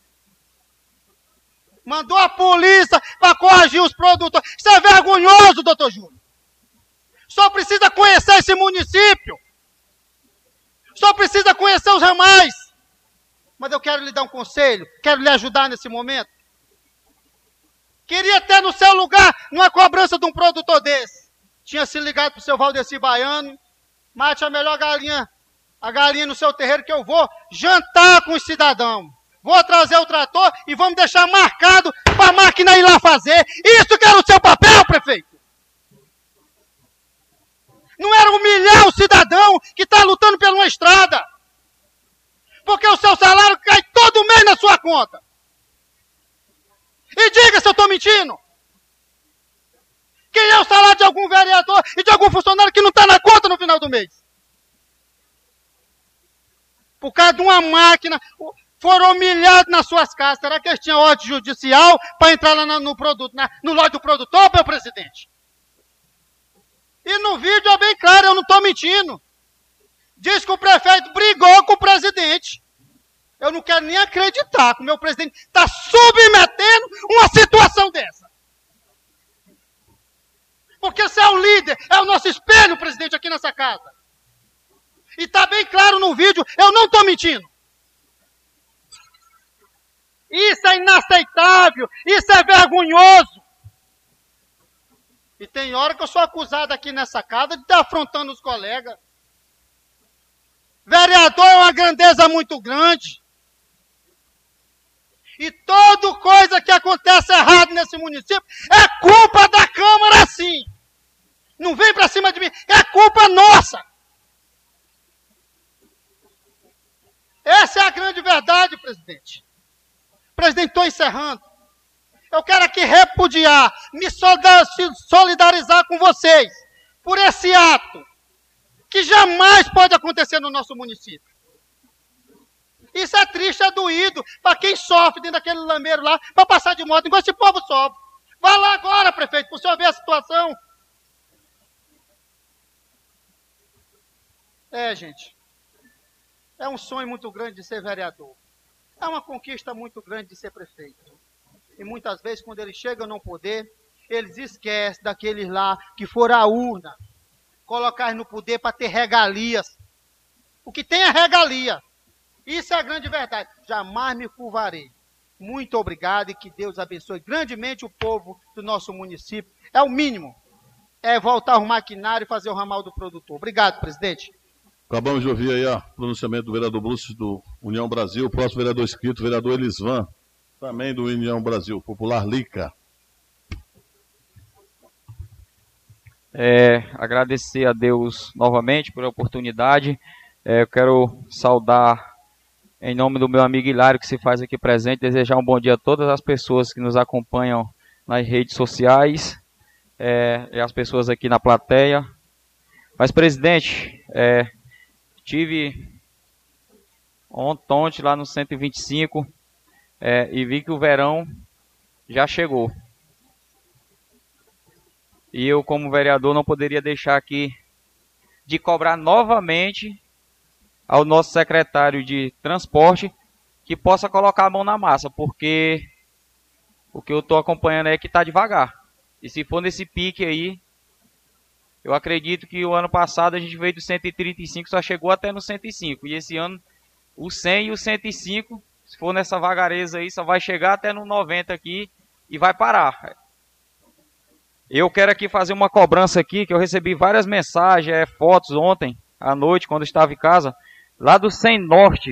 Mandou a polícia para coagir os produtores. Isso é vergonhoso, doutor Júlio. Só precisa conhecer esse município. Só precisa conhecer os ramais. Mas eu quero lhe dar um conselho, quero lhe ajudar nesse momento. Queria ter no seu lugar, numa cobrança de um produtor desse. Tinha se ligado para o seu Valdeci Baiano, mate a melhor galinha, a galinha no seu terreiro, que eu vou jantar com os cidadãos. Vou trazer o trator e vamos deixar marcado para a máquina ir lá fazer. Isso que era o seu papel, prefeito. Não era humilhar o cidadão que está lutando por uma estrada. Porque o seu salário cai todo mês na sua conta. E diga se eu estou mentindo. Quem é o salário de algum vereador e de algum funcionário que não está na conta no final do mês? Por causa de uma máquina, foram humilhados nas suas casas. Será que eles tinham ordem judicial para entrar lá no, no produto, na, no lote do produtor, meu presidente? E no vídeo é bem claro, eu não estou mentindo. Diz que o prefeito brigou com o presidente. Eu não quero nem acreditar que o meu presidente está submetendo uma situação dessa. Porque você é o líder, é o nosso espelho, presidente, aqui nessa casa. E está bem claro no vídeo, eu não estou mentindo. Isso é inaceitável, isso é vergonhoso. E tem hora que eu sou acusado aqui nessa casa de estar afrontando os colegas. Vereador é uma grandeza muito grande. E toda coisa que acontece errado nesse município é culpa da Câmara, sim. Não vem para cima de mim, é culpa nossa. Essa é a grande verdade, presidente. Presidente, estou encerrando. Eu quero aqui repudiar, me solidarizar com vocês por esse ato que jamais pode acontecer no nosso município. Isso é triste, é doído para quem sofre dentro daquele lameiro lá, para passar de moto, igual esse povo sofre. Vá lá agora, prefeito, para o senhor ver a situação. É, gente, é um sonho muito grande de ser vereador. É uma conquista muito grande de ser prefeito. E muitas vezes, quando eles chegam no poder, eles esquecem daqueles lá que foram à urna, colocar no poder para ter regalias. O que tem é regalia. Isso é a grande verdade. Jamais me curvarei. Muito obrigado e que Deus abençoe grandemente o povo do nosso município. É o mínimo. É voltar o maquinário e fazer o ramal do produtor. Obrigado, presidente. Acabamos de ouvir aí o pronunciamento do vereador Brúcio do União Brasil. O próximo vereador inscrito, vereador Elisvan, também do União Brasil, popular Lica. É, agradecer a Deus novamente pela oportunidade. É, eu quero saudar, em nome do meu amigo Hilário, que se faz aqui presente, desejar um bom dia a todas as pessoas que nos acompanham nas redes sociais, é, e as pessoas aqui na plateia. Mas, presidente, é, tive ontem lá no cento e vinte e cinco é, e vi que o verão já chegou. E eu, como vereador, não poderia deixar aqui de cobrar novamente ao nosso secretário de transporte que possa colocar a mão na massa, porque o que eu estou acompanhando é que está devagar. E se for nesse pique aí, eu acredito que o ano passado a gente veio do cento e trinta e cinco, só chegou até no cento e cinco. E esse ano, o cem e o cento e cinco, se for nessa vagareza aí, só vai chegar até no noventa aqui e vai parar. Eu quero aqui fazer uma cobrança aqui, que eu recebi várias mensagens, é, fotos ontem, à noite, quando eu estava em casa, lá do Sem Norte.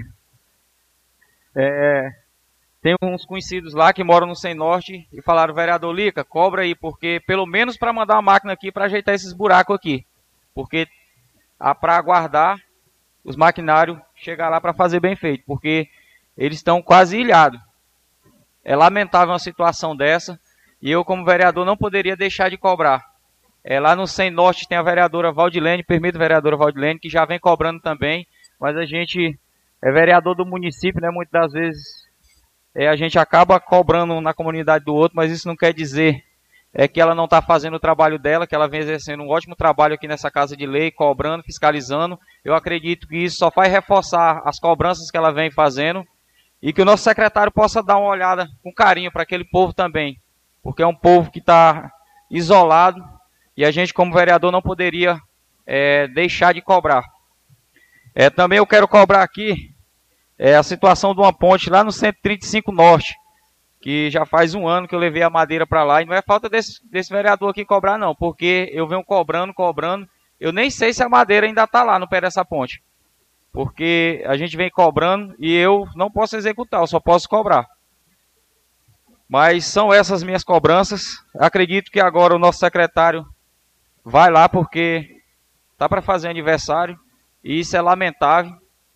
É, tem uns conhecidos lá que moram no Sem Norte e falaram, vereador Lica, cobra aí, porque pelo menos para mandar uma máquina aqui para ajeitar esses buracos aqui. Porque para aguardar os maquinários chegar lá para fazer bem feito, porque eles estão quase ilhados. É lamentável uma situação dessa. E eu, como vereador, não poderia deixar de cobrar. É, lá no Sem Norte tem a vereadora Valdilene, permite a vereadora Valdilene, que já vem cobrando também. Mas a gente é vereador do município, né? Muitas das vezes é, a gente acaba cobrando na comunidade do outro, mas isso não quer dizer é, que ela não está fazendo o trabalho dela, que ela vem exercendo um ótimo trabalho aqui nessa Casa de Lei, cobrando, fiscalizando. Eu acredito que isso só faz reforçar as cobranças que ela vem fazendo e que o nosso secretário possa dar uma olhada com carinho para aquele povo também. Porque é um povo que está isolado e a gente, como vereador, não poderia é, deixar de cobrar. É, também eu quero cobrar aqui é, a situação de uma ponte lá no cento e trinta e cinco Norte, que já faz um ano que eu levei a madeira para lá, e não é falta desse, desse vereador aqui cobrar não, porque eu venho cobrando, cobrando, eu nem sei se a madeira ainda está lá no pé dessa ponte, porque a gente vem cobrando e eu não posso executar, eu só posso cobrar. Mas são essas minhas cobranças. Acredito que agora o nosso secretário vai lá porque está para fazer aniversário e isso é lamentável.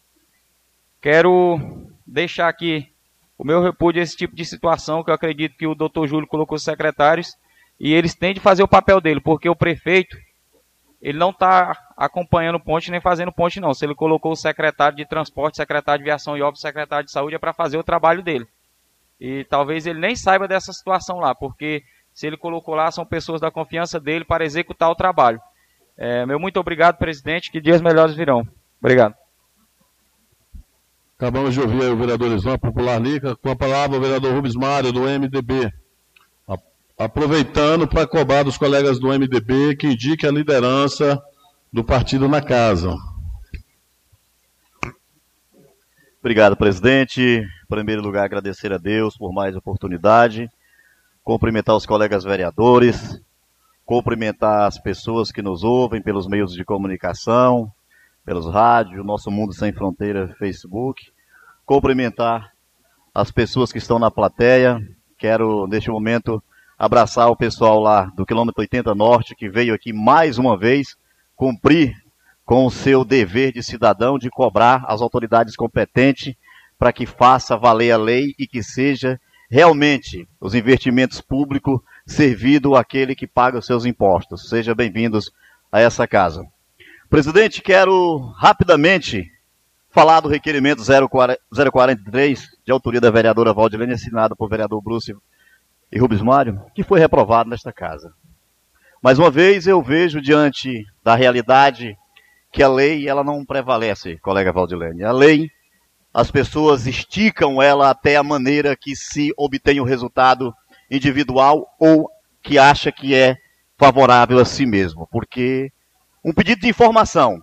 Quero deixar aqui o meu repúdio a esse tipo de situação, que eu acredito que o doutor Júlio colocou os secretários e eles têm de fazer o papel dele, porque o prefeito ele não está acompanhando ponte nem fazendo ponte não. Se ele colocou o secretário de transporte, secretário de viação e obras, secretário de saúde é para fazer o trabalho dele. E talvez ele nem saiba dessa situação lá, porque se ele colocou lá, são pessoas da confiança dele para executar o trabalho. É, meu muito obrigado, presidente, que dias melhores virão. Obrigado. Acabamos de ouvir aí o vereador Islam Popular Lica, com a palavra o vereador Rubens Mário, do M D B. Aproveitando para cobrar dos colegas do M D B que indique a liderança do partido na casa. Obrigado, presidente. Em primeiro lugar, agradecer a Deus por mais oportunidade, cumprimentar os colegas vereadores, cumprimentar as pessoas que nos ouvem pelos meios de comunicação, pelos rádios, Nosso Mundo Sem Fronteira, Facebook, cumprimentar as pessoas que estão na plateia. Quero, neste momento, abraçar o pessoal lá do quilômetro oitenta Norte, que veio aqui mais uma vez cumprir com o seu dever de cidadão de cobrar as autoridades competentes para que faça valer a lei e que seja realmente os investimentos públicos servido àquele que paga os seus impostos. Sejam bem-vindos a essa casa. Presidente, quero rapidamente falar do requerimento zero quarenta e três, de autoria da vereadora Valdilene, assinado por vereador Bruce e Rubens Mário, que foi reprovado nesta casa. Mais uma vez eu vejo diante da realidade que a lei ela não prevalece, colega Valdilene. A lei, as pessoas esticam ela até a maneira que se obtém o resultado individual ou que acha que é favorável a si mesmo. Porque um pedido de informação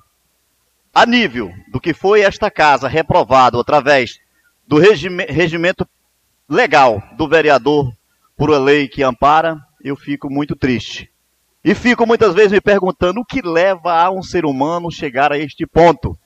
a nível do que foi esta casa reprovado através do regime, regimento legal do vereador por a lei que ampara, eu fico muito triste. E fico muitas vezes me perguntando o que leva a um ser humano chegar a este ponto.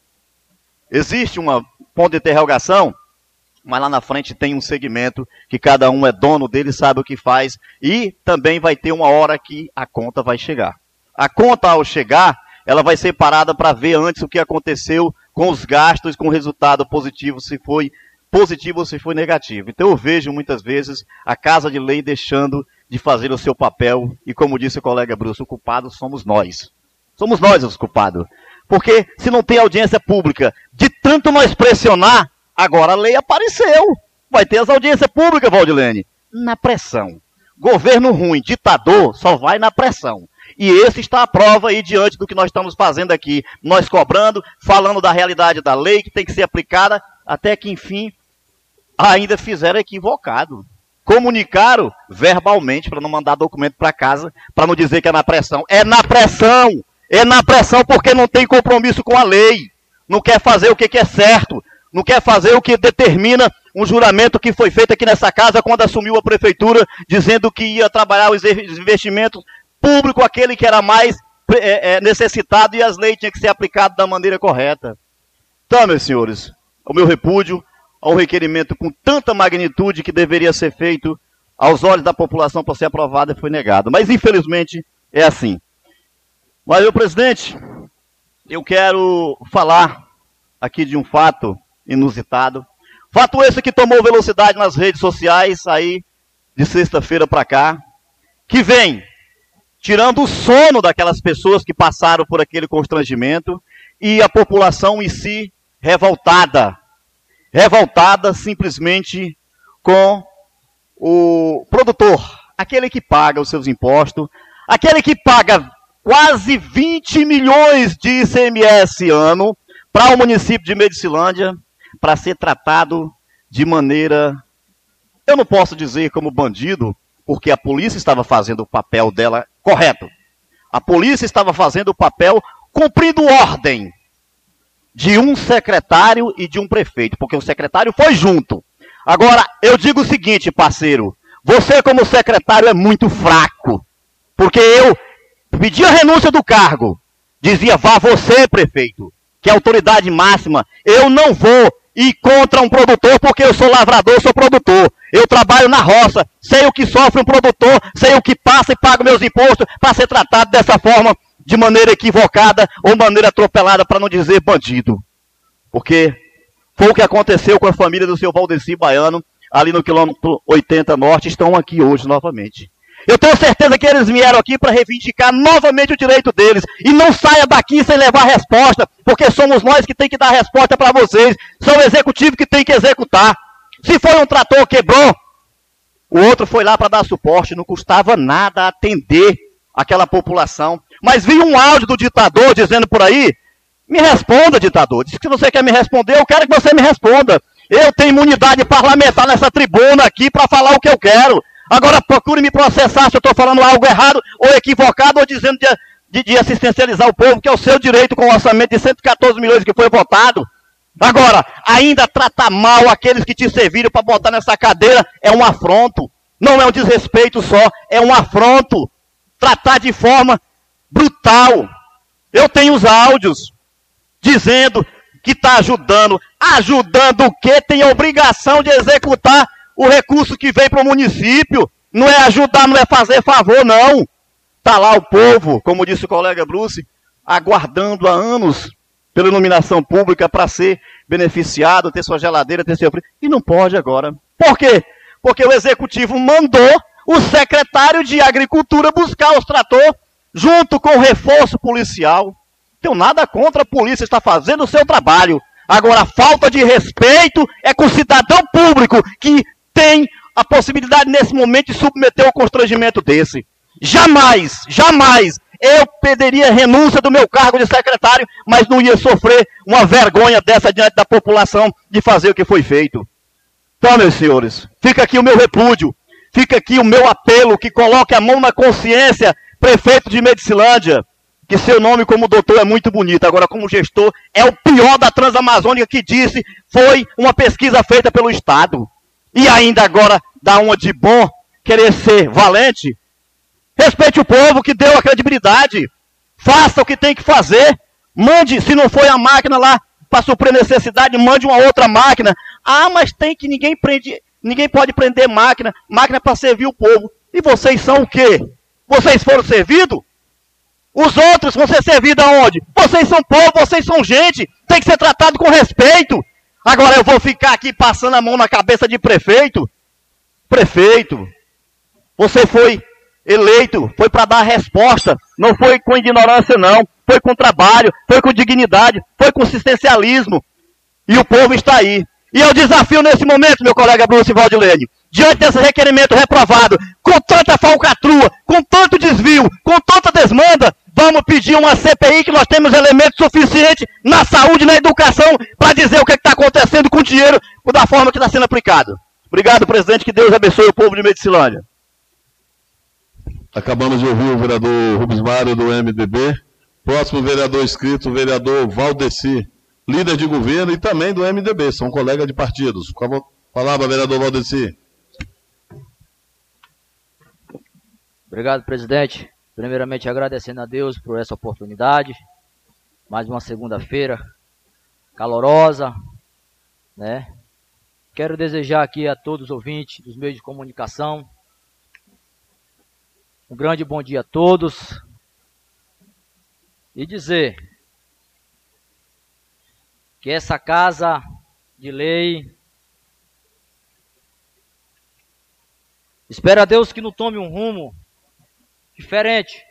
Existe um ponto de interrogação, mas lá na frente tem um segmento que cada um é dono dele, sabe o que faz, e também vai ter uma hora que a conta vai chegar. A conta, ao chegar, ela vai ser parada para ver antes o que aconteceu com os gastos, com o resultado positivo, se foi positivo ou se foi negativo. Então eu vejo muitas vezes a Casa de Lei deixando de fazer o seu papel, e como disse o colega Bruce, o culpado somos nós. Somos nós os culpados. Porque se não tem audiência pública, de tanto nós pressionar, agora a lei apareceu. Vai ter as audiências públicas, Valdilene. Na pressão. Governo ruim, ditador, só vai na pressão. E esse está a prova aí diante do que nós estamos fazendo aqui. Nós cobrando, falando da realidade da lei, que tem que ser aplicada, até que, enfim, ainda fizeram equivocado. Comunicaram verbalmente para não mandar documento para casa, para não dizer que é na pressão. É na pressão! É na pressão porque não tem compromisso com a lei. Não quer fazer o que é certo. Não quer fazer o que determina um juramento que foi feito aqui nessa casa quando assumiu a prefeitura, dizendo que ia trabalhar os investimentos público aquele que era mais é, é, necessitado e as leis tinham que ser aplicadas da maneira correta. Então, meus senhores, o meu repúdio ao requerimento com tanta magnitude que deveria ser feito aos olhos da população para ser aprovado foi negado. Mas, infelizmente, é assim. Mas, meu presidente, eu quero falar aqui de um fato inusitado. Fato esse que tomou velocidade nas redes sociais aí de sexta-feira para cá, que vem tirando o sono daquelas pessoas que passaram por aquele constrangimento e a população em si revoltada. Revoltada simplesmente com o produtor, aquele que paga os seus impostos, aquele que paga quase vinte milhões de I C M S ano para o município de Medicilândia, para ser tratado de maneira, eu não posso dizer como bandido, porque a polícia estava fazendo o papel dela correto. A polícia estava fazendo o papel cumprindo ordem de um secretário e de um prefeito, porque o secretário foi junto. Agora, eu digo o seguinte, parceiro, você como secretário é muito fraco, porque eu pedi a renúncia do cargo, dizia, vá você, prefeito, que é a autoridade máxima, eu não vou ir contra um produtor, porque eu sou lavrador, sou produtor, eu trabalho na roça, sei o que sofre um produtor, sei o que passa e pago meus impostos para ser tratado dessa forma, de maneira equivocada ou maneira atropelada, para não dizer bandido. Porque foi o que aconteceu com a família do seu Valdeci Baiano, ali no quilômetro oitenta Norte, estão aqui hoje novamente. Eu tenho certeza que eles vieram aqui para reivindicar novamente o direito deles. E não saia daqui sem levar resposta, porque somos nós que tem que dar resposta para vocês. São o executivo que tem que executar. Se foi um trator quebrou, o outro foi lá para dar suporte. Não custava nada atender aquela população. Mas vi um áudio do ditador dizendo por aí, me responda, ditador. Diz que se você quer me responder, eu quero que você me responda. Eu tenho imunidade parlamentar nessa tribuna aqui para falar o que eu quero. Agora procure me processar se eu estou falando algo errado, ou equivocado, ou dizendo de, de, de assistencializar o povo, que é o seu direito com o orçamento de cento e quatorze milhões que foi votado. Agora, ainda tratar mal aqueles que te serviram para botar nessa cadeira é um afronto. Não é um desrespeito só, é um afronto. Tratar de forma brutal. Eu tenho os áudios dizendo que está ajudando. Ajudando o quê? Tem a obrigação de executar o recurso que vem para o município. Não é ajudar, não é fazer favor, não. Está lá o povo, como disse o colega Bruce, aguardando há anos pela iluminação pública para ser beneficiado, ter sua geladeira, ter seu... E não pode agora. Por quê? Porque o executivo mandou o secretário de Agricultura buscar os tratores junto com o reforço policial. Tenho nada contra a polícia, está fazendo o seu trabalho. Agora, a falta de respeito é com o cidadão público que tem a possibilidade nesse momento de submeter um constrangimento desse. Jamais, jamais eu pediria renúncia do meu cargo de secretário, mas não ia sofrer uma vergonha dessa diante da população de fazer o que foi feito. Então, meus senhores, fica aqui o meu repúdio, fica aqui o meu apelo, que coloque a mão na consciência, prefeito de Medicilândia, que seu nome como doutor é muito bonito, agora como gestor é o pior da Transamazônica, que disse foi uma pesquisa feita pelo Estado. E ainda agora dá uma de bom, querer ser valente. Respeite o povo que deu a credibilidade. Faça o que tem que fazer. Mande, se não foi a máquina lá para suprir necessidade, mande uma outra máquina. Ah, mas tem que ninguém prende, ninguém pode prender máquina, máquina para servir o povo. E vocês são o quê? Vocês foram servidos? Os outros vão ser servidos aonde? Vocês são povo, vocês são gente, tem que ser tratado com respeito. Agora eu vou ficar aqui passando a mão na cabeça de prefeito? Prefeito, você foi eleito, foi para dar resposta, não foi com ignorância não, foi com trabalho, foi com dignidade, foi com assistencialismo. E o povo está aí. E eu desafio nesse momento, meu colega Bruce Valdilene, diante desse requerimento reprovado, com tanta falcatrua, com tanto desvio, com tanta desmanda, vamos pedir uma C P I que nós temos elementos suficientes na saúde e na educação para dizer o que está acontecendo com o dinheiro da forma que está sendo aplicado. Obrigado, presidente, que Deus abençoe o povo de Medicilândia. Acabamos de ouvir o vereador Rubens Mário do M D B. Próximo vereador inscrito, o vereador Valdeci, líder de governo e também do M D B, são colegas de partidos. Com a palavra, vereador Valdeci. Obrigado, presidente. Primeiramente agradecendo a Deus por essa oportunidade. Mais uma segunda-feira calorosa, né? Quero desejar aqui a todos os ouvintes dos meios de comunicação um grande bom dia a todos e dizer que essa casa de lei, espero a Deus que não tome um rumo diferente.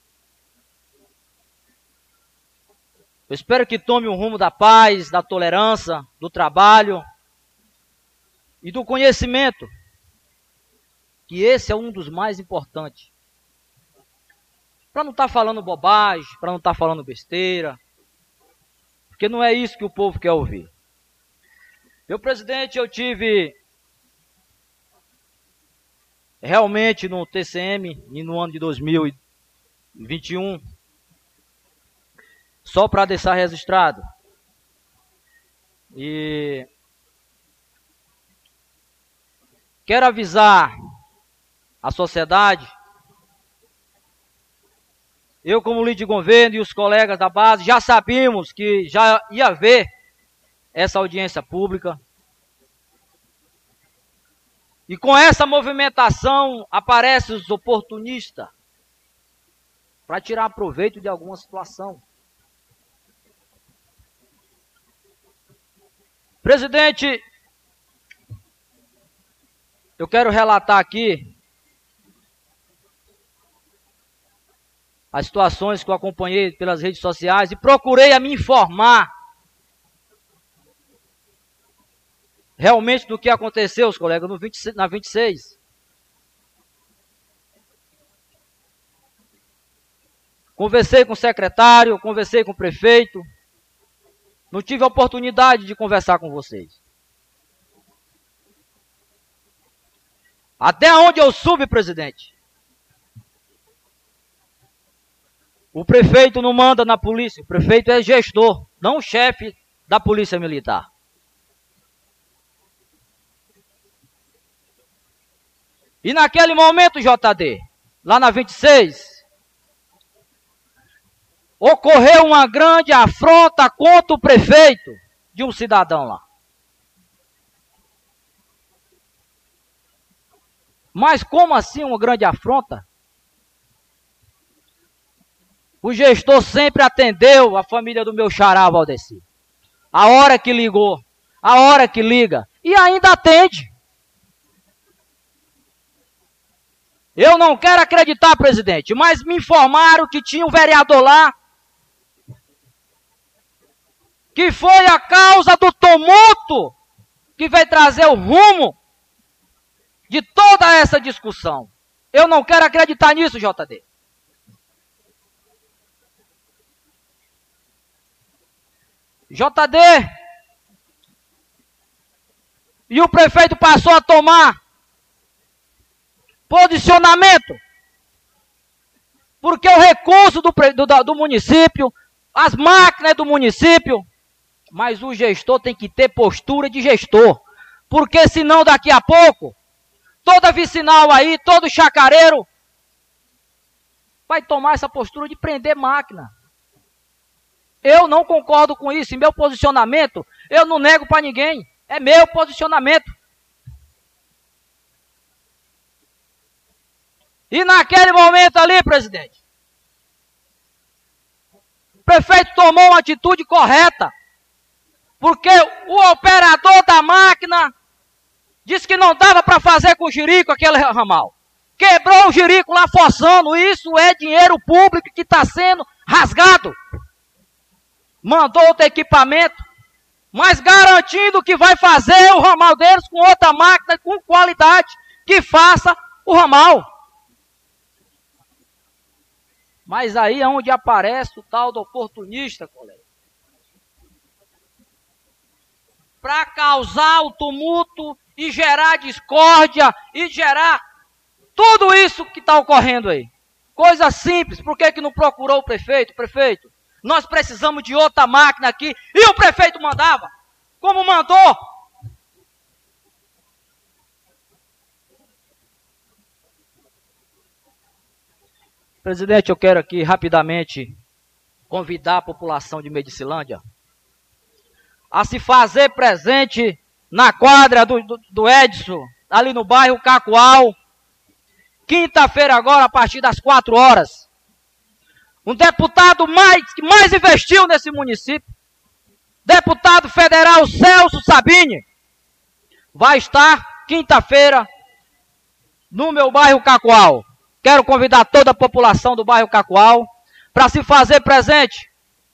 Eu espero que tome um rumo da paz, da tolerância, do trabalho e do conhecimento, que esse é um dos mais importantes. Para não estar falando bobagem, para não estar falando besteira, porque não é isso que o povo quer ouvir. Meu presidente, eu tive realmente no T C M e no ano de dois mil e vinte e um, só para deixar registrado. E quero avisar a sociedade, eu como líder de governo e os colegas da base já sabíamos que já ia haver essa audiência pública. E com essa movimentação aparecem os oportunistas para tirar proveito de alguma situação. Presidente, eu quero relatar aqui as situações que eu acompanhei pelas redes sociais e procurei a me informar realmente do que aconteceu, os colegas, no vinte, na vinte e seis. Conversei com o secretário, conversei com o prefeito. Não tive a oportunidade de conversar com vocês. Até onde eu soube, presidente, o prefeito não manda na polícia. O prefeito é gestor, não chefe da polícia militar. E naquele momento, J D, lá na vinte e seis, ocorreu uma grande afronta contra o prefeito de um cidadão lá. Mas como assim uma grande afronta? O gestor sempre atendeu a família do meu xará, Valdeci. A hora que ligou, a hora que liga, e ainda atende. Eu não quero acreditar, presidente, mas me informaram que tinha um vereador lá que foi a causa do tumulto que veio trazer o rumo de toda essa discussão. Eu não quero acreditar nisso, J D. J D, e o prefeito passou a tomar posicionamento, porque o recurso do, do, do município, as máquinas do município, mas o gestor tem que ter postura de gestor, porque senão daqui a pouco, toda vicinal aí, todo chacareiro, vai tomar essa postura de prender máquina. Eu não concordo com isso, e meu posicionamento, eu não nego para ninguém, é meu posicionamento. E naquele momento ali, presidente, o prefeito tomou uma atitude correta, porque o operador da máquina disse que não dava para fazer com o jirico aquele ramal. Quebrou o jirico lá forçando, isso é dinheiro público que está sendo rasgado. Mandou outro equipamento, mas garantindo que vai fazer o ramal deles com outra máquina, com qualidade, que faça o ramal. Mas aí é onde aparece o tal do oportunista, colega. Para causar o tumulto e gerar discórdia e gerar tudo isso que está ocorrendo aí. Coisa simples, por que que não procurou o prefeito? Prefeito, nós precisamos de outra máquina aqui. E o prefeito mandava, como mandou. Presidente, eu quero aqui rapidamente convidar a população de Medicilândia a se fazer presente na quadra do, do, do Edson, ali no bairro Cacoal, quinta-feira agora, a partir das quatro horas. Um deputado mais, que mais investiu nesse município, deputado federal Celso Sabini, vai estar quinta-feira no meu bairro Cacoal. Quero convidar toda a população do bairro Cacoal para se fazer presente.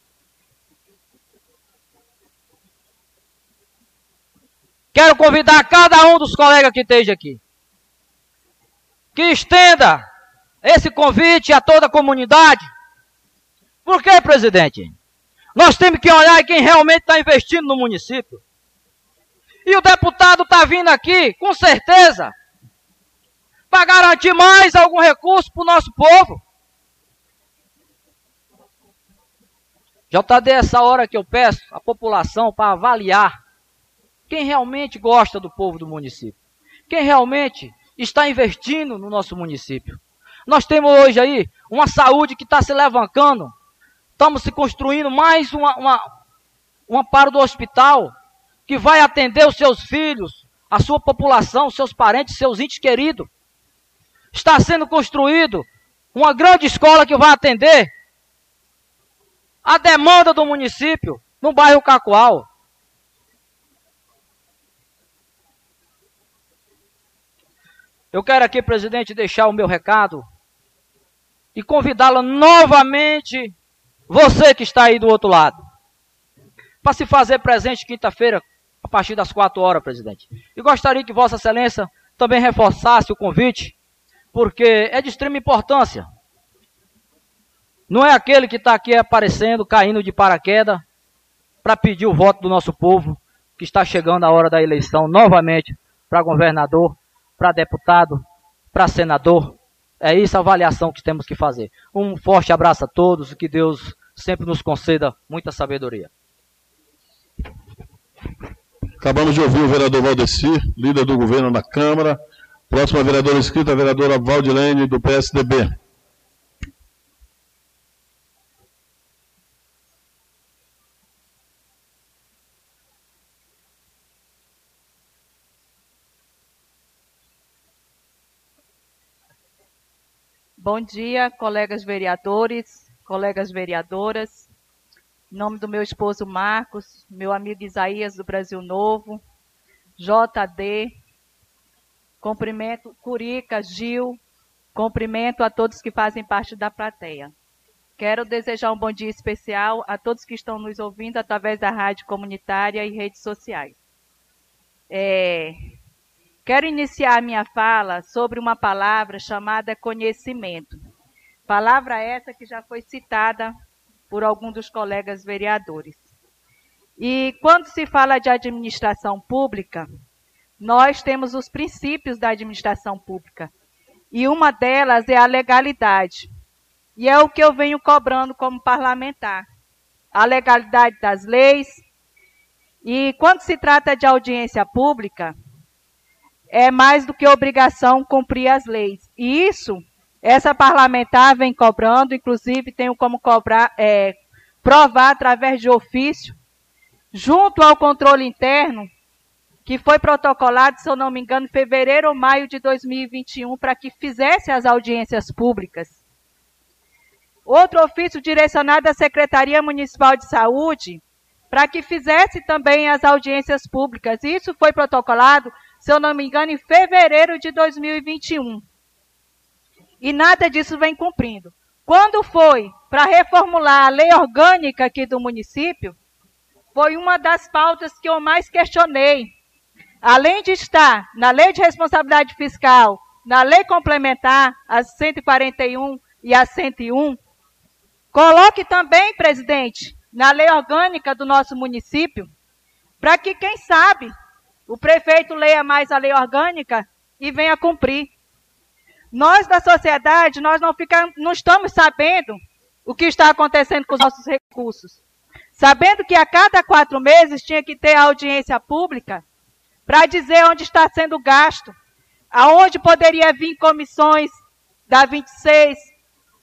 Quero convidar cada um dos colegas que esteja aqui, que estenda esse convite a toda a comunidade. Por quê, presidente? Nós temos que olhar quem realmente está investindo no município. E o deputado está vindo aqui, com certeza, para garantir mais algum recurso para o nosso povo. Já está dessa hora que eu peço à população para avaliar quem realmente gosta do povo do município, quem realmente está investindo no nosso município. Nós temos hoje aí uma saúde que está se levantando, estamos se construindo mais uma, uma, um amparo do hospital que vai atender os seus filhos, a sua população, seus parentes, seus entes queridos. Está sendo construído uma grande escola que vai atender a demanda do município no bairro Cacoal. Eu quero aqui, presidente, deixar o meu recado e convidá-lo novamente, você que está aí do outro lado, para se fazer presente quinta-feira, a partir das quatro horas, presidente. E gostaria que Vossa Excelência também reforçasse o convite, porque é de extrema importância. Não é aquele que está aqui aparecendo, caindo de paraquedas, para pedir o voto do nosso povo, que está chegando a hora da eleição novamente para governador, para deputado, para senador. É isso a avaliação que temos que fazer. Um forte abraço a todos, que Deus sempre nos conceda muita sabedoria. Acabamos de ouvir o vereador Valdeci, líder do governo na Câmara. Próxima vereadora inscrita, a vereadora Valdilene, do P S D B. Bom dia, colegas vereadores, colegas vereadoras. Em nome do meu esposo Marcos, meu amigo Isaías do Brasil Novo, J D, cumprimento Curica, Gil, cumprimento a todos que fazem parte da plateia. Quero desejar um bom dia especial a todos que estão nos ouvindo através da rádio comunitária e redes sociais. É... Quero iniciar a minha fala sobre uma palavra chamada conhecimento. Palavra essa que já foi citada por algum dos colegas vereadores. E quando se fala de administração pública, nós temos os princípios da administração pública. E uma delas é a legalidade. E é o que eu venho cobrando como parlamentar. A legalidade das leis. E quando se trata de audiência pública, é mais do que obrigação cumprir as leis. E isso, essa parlamentar vem cobrando, inclusive tenho como cobrar, é, provar através de ofício, junto ao controle interno, que foi protocolado, se eu não me engano, em fevereiro ou maio de dois mil e vinte e um, para que fizesse as audiências públicas. Outro ofício direcionado à Secretaria Municipal de Saúde, para que fizesse também as audiências públicas. Isso foi protocolado, se eu não me engano, em fevereiro de dois mil e vinte e um. E nada disso vem cumprindo. Quando foi para reformular a lei orgânica aqui do município, foi uma das pautas que eu mais questionei. Além de estar na Lei de Responsabilidade Fiscal, na Lei Complementar, a cento e quarenta e um e a cento e um, coloque também, presidente, na lei orgânica do nosso município, para que, quem sabe, o prefeito leia mais a lei orgânica e venha cumprir. Nós, da sociedade, nós não, ficamos, não estamos sabendo o que está acontecendo com os nossos recursos. Sabendo que a cada quatro meses tinha que ter audiência pública para dizer onde está sendo gasto, aonde poderia vir comissões da vinte e seis,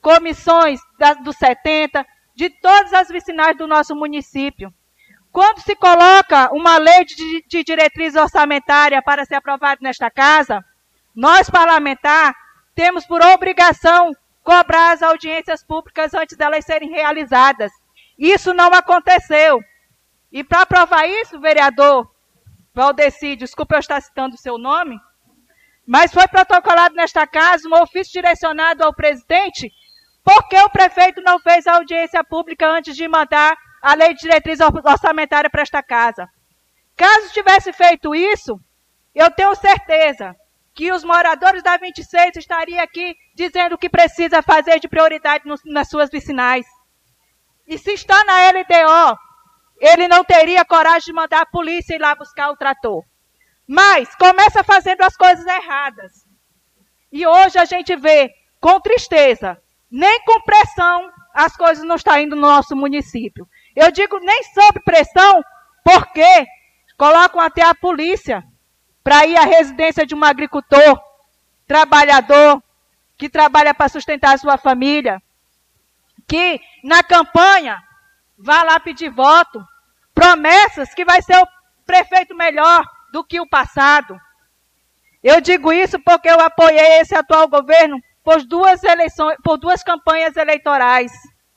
comissões da, do setenta, de todas as vicinais do nosso município. Quando se coloca uma lei de, de diretriz orçamentária para ser aprovada nesta casa, nós, parlamentares, temos por obrigação cobrar as audiências públicas antes delas serem realizadas. Isso não aconteceu. E para aprovar isso, vereador Valdeci, desculpa eu estar citando o seu nome, mas foi protocolado nesta casa um ofício direcionado ao presidente porque o prefeito não fez a audiência pública antes de mandar a lei de diretriz orçamentária para esta casa. Caso tivesse feito isso, eu tenho certeza que os moradores da vinte e seis estariam aqui dizendo o que precisa fazer de prioridade no, nas suas vicinais. E se está na L D O, ele não teria coragem de mandar a polícia ir lá buscar o trator. Mas começa fazendo as coisas erradas. E hoje a gente vê, com tristeza, nem com pressão, as coisas não estão indo no nosso município. Eu digo nem sob pressão, porque colocam até a polícia para ir à residência de um agricultor, trabalhador, que trabalha para sustentar a sua família, que na campanha vai lá pedir voto, promessas que vai ser o prefeito melhor do que o passado. Eu digo isso porque eu apoiei esse atual governo por duas eleições, por duas campanhas eleitorais.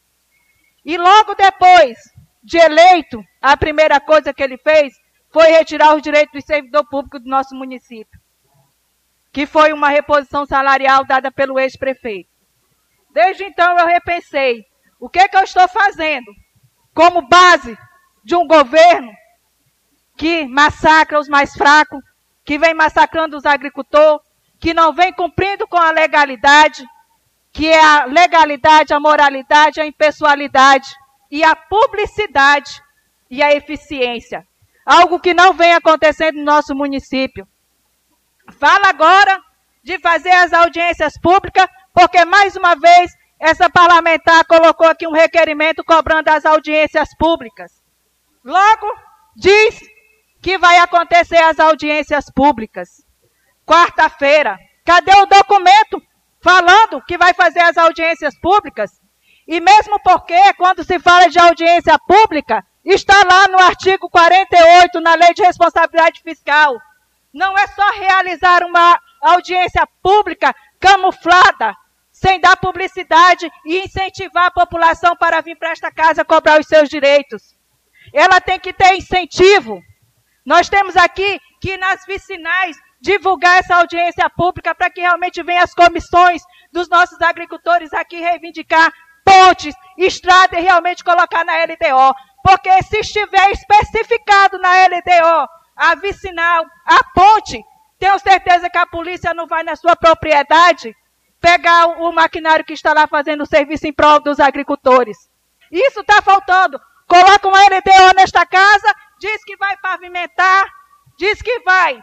E logo depois de eleito, a primeira coisa que ele fez foi retirar os direitos do servidor público do nosso município, que foi uma reposição salarial dada pelo ex-prefeito. Desde então eu repensei, o que é que eu estou fazendo como base de um governo que massacra os mais fracos, que vem massacrando os agricultores, que não vem cumprindo com a legalidade, que é a legalidade, a moralidade, a impessoalidade e a publicidade e a eficiência. Algo que não vem acontecendo no nosso município. Fala agora de fazer as audiências públicas, porque mais uma vez essa parlamentar colocou aqui um requerimento cobrando as audiências públicas. Logo, diz que vai acontecer as audiências públicas. Quarta-feira. Cadê o documento falando que vai fazer as audiências públicas? E mesmo porque, quando se fala de audiência pública, está lá no artigo quarenta e oito, na Lei de Responsabilidade Fiscal. Não é só realizar uma audiência pública camuflada, sem dar publicidade e incentivar a população para vir para esta casa cobrar os seus direitos. Ela tem que ter incentivo. Nós temos aqui que nas vicinais divulgar essa audiência pública para que realmente venham as comissões dos nossos agricultores aqui reivindicar pontes, estrada e realmente colocar na L D O. Porque se estiver especificado na L D O, a vicinal, a ponte, tenho certeza que a polícia não vai na sua propriedade pegar o, o maquinário que está lá fazendo o serviço em prol dos agricultores. Isso está faltando. Coloca uma L D O nesta casa, diz que vai pavimentar, diz que vai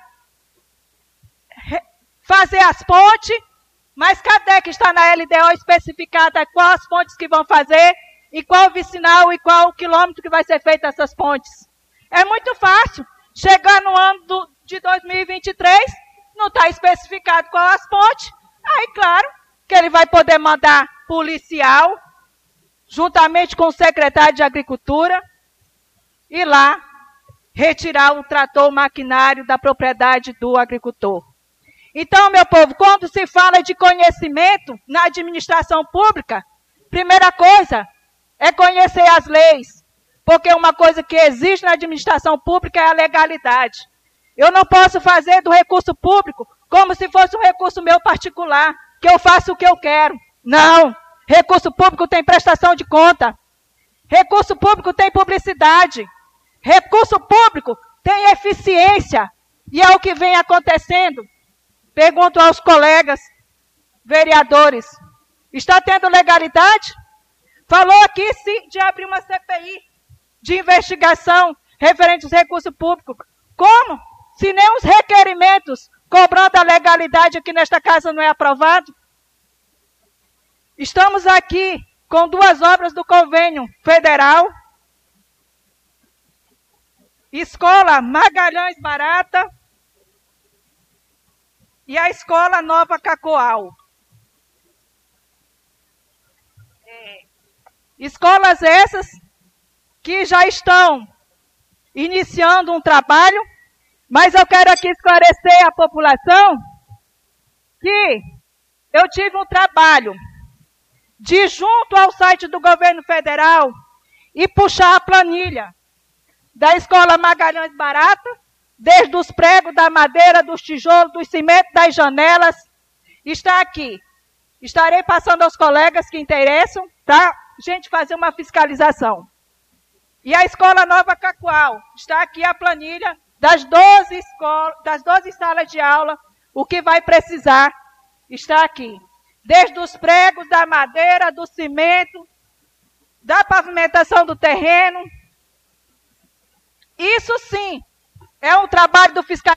fazer as pontes, mas cadê que está na L D O especificada quais as pontes que vão fazer, e qual o vicinal e qual o quilômetro que vai ser feito essas pontes? É muito fácil. Chegar no ano do, de dois mil e vinte e três, não está especificado qual as pontes, aí claro que ele vai poder mandar policial, juntamente com o secretário de Agricultura, ir lá retirar o trator, o maquinário da propriedade do agricultor. Então, meu povo, quando se fala de conhecimento na administração pública, primeira coisa é conhecer as leis, porque uma coisa que existe na administração pública é a legalidade. Eu não posso fazer do recurso público como se fosse um recurso meu particular, que eu faço o que eu quero. Não, recurso público tem prestação de conta, recurso público tem publicidade, recurso público tem eficiência, e é o que vem acontecendo. Pergunto aos colegas vereadores, está tendo legalidade? Falou aqui sim, de abrir uma C P I de investigação referente aos recursos públicos. Como? Se nem os requerimentos cobrando a legalidade aqui nesta casa não é aprovado? Estamos aqui com duas obras do convênio federal. Escola Magalhães Barata e a Escola Nova Cacoal. É, escolas essas que já estão iniciando um trabalho, mas eu quero aqui esclarecer à população que eu tive um trabalho de junto ao site do governo federal e puxar a planilha da Escola Magalhães Barata, desde os pregos, da madeira, dos tijolos, dos cimentos, das janelas, está aqui. Estarei passando aos colegas que interessam, tá? Gente, fazer uma fiscalização. E a Escola Nova Cacoal, está aqui a planilha das doze, escolas, das doze salas de aula, o que vai precisar está aqui. Desde os pregos, da madeira, do cimento, da pavimentação do terreno. Isso sim é um trabalho do fiscal.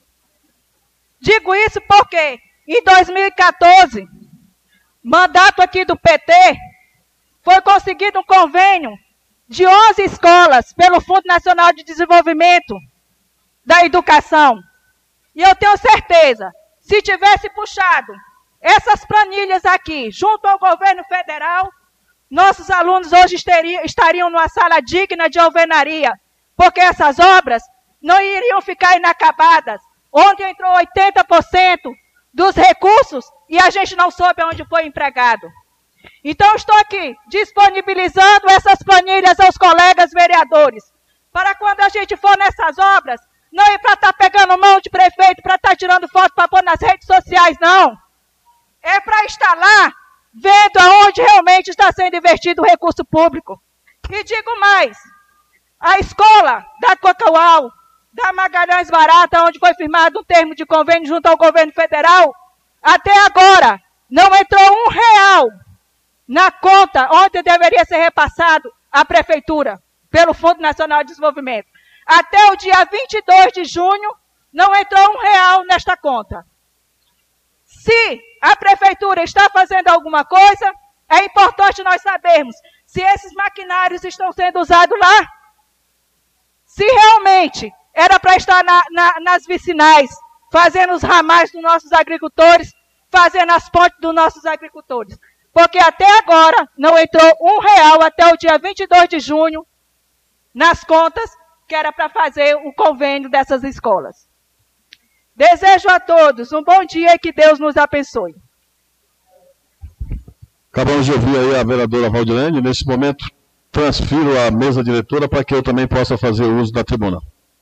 Digo isso porque em dois mil e quatorze, mandato aqui do P T, foi conseguido um convênio de onze escolas pelo Fundo Nacional de Desenvolvimento da Educação. E eu tenho certeza, se tivesse puxado essas planilhas aqui, junto ao governo federal, nossos alunos hoje estariam numa sala digna de alvenaria, porque essas obras não iriam ficar inacabadas, onde entrou oitenta por cento dos recursos e a gente não soube onde foi empregado. Então, estou aqui disponibilizando essas planilhas aos colegas vereadores, para quando a gente for nessas obras, não ir para estar tá pegando mão de prefeito, para estar tá tirando foto para pôr nas redes sociais, não. É para estar lá, vendo aonde realmente está sendo investido o recurso público. E digo mais, a escola da Cocoal, da Magalhães Barata, onde foi firmado um termo de convênio junto ao governo federal, até agora não entrou um real na conta onde deveria ser repassado à prefeitura, pelo Fundo Nacional de Desenvolvimento. Até o dia vinte e dois de junho, não entrou um real nesta conta. Se a prefeitura está fazendo alguma coisa, é importante nós sabermos se esses maquinários estão sendo usados lá. Se realmente era para estar na, na, nas vicinais, fazendo os ramais dos nossos agricultores, fazendo as pontes dos nossos agricultores. Porque até agora não entrou um real até o dia vinte e dois de junho nas contas que era para fazer o convênio dessas escolas. Desejo a todos um bom dia e que Deus nos abençoe. Acabamos de ouvir aí a vereadora Valdilene. Nesse momento, transfiro a mesa diretora para que eu também possa fazer uso da tribuna.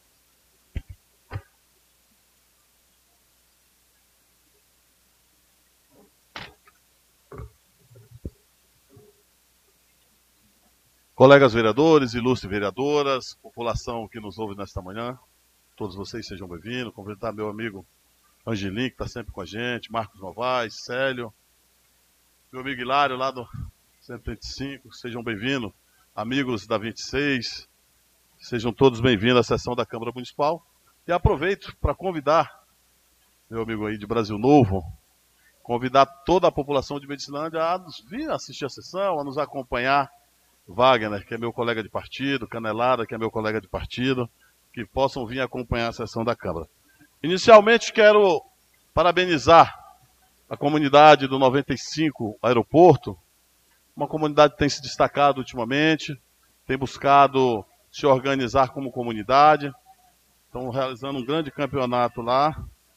Colegas vereadores, ilustres vereadoras, população que nos ouve nesta manhã, todos vocês sejam bem-vindos. Cumprimentar meu amigo Angelim, que está sempre com a gente, Marcos Novaes, Célio, meu amigo Hilário, lá do cento e trinta e cinco, sejam bem-vindos. Amigos da vinte e seis, sejam todos bem-vindos à sessão da Câmara Municipal. E aproveito para convidar, meu amigo aí de Brasil Novo, convidar toda a população de Medicilândia a nos vir assistir a sessão, a nos acompanhar. Wagner, que é meu colega de partido, Canelada, que é meu colega de partido, que possam vir acompanhar a sessão da Câmara. Inicialmente, quero parabenizar a comunidade do noventa e cinco Aeroporto, uma comunidade que tem se destacado ultimamente, tem buscado se organizar como comunidade, estão realizando um grande campeonato lá,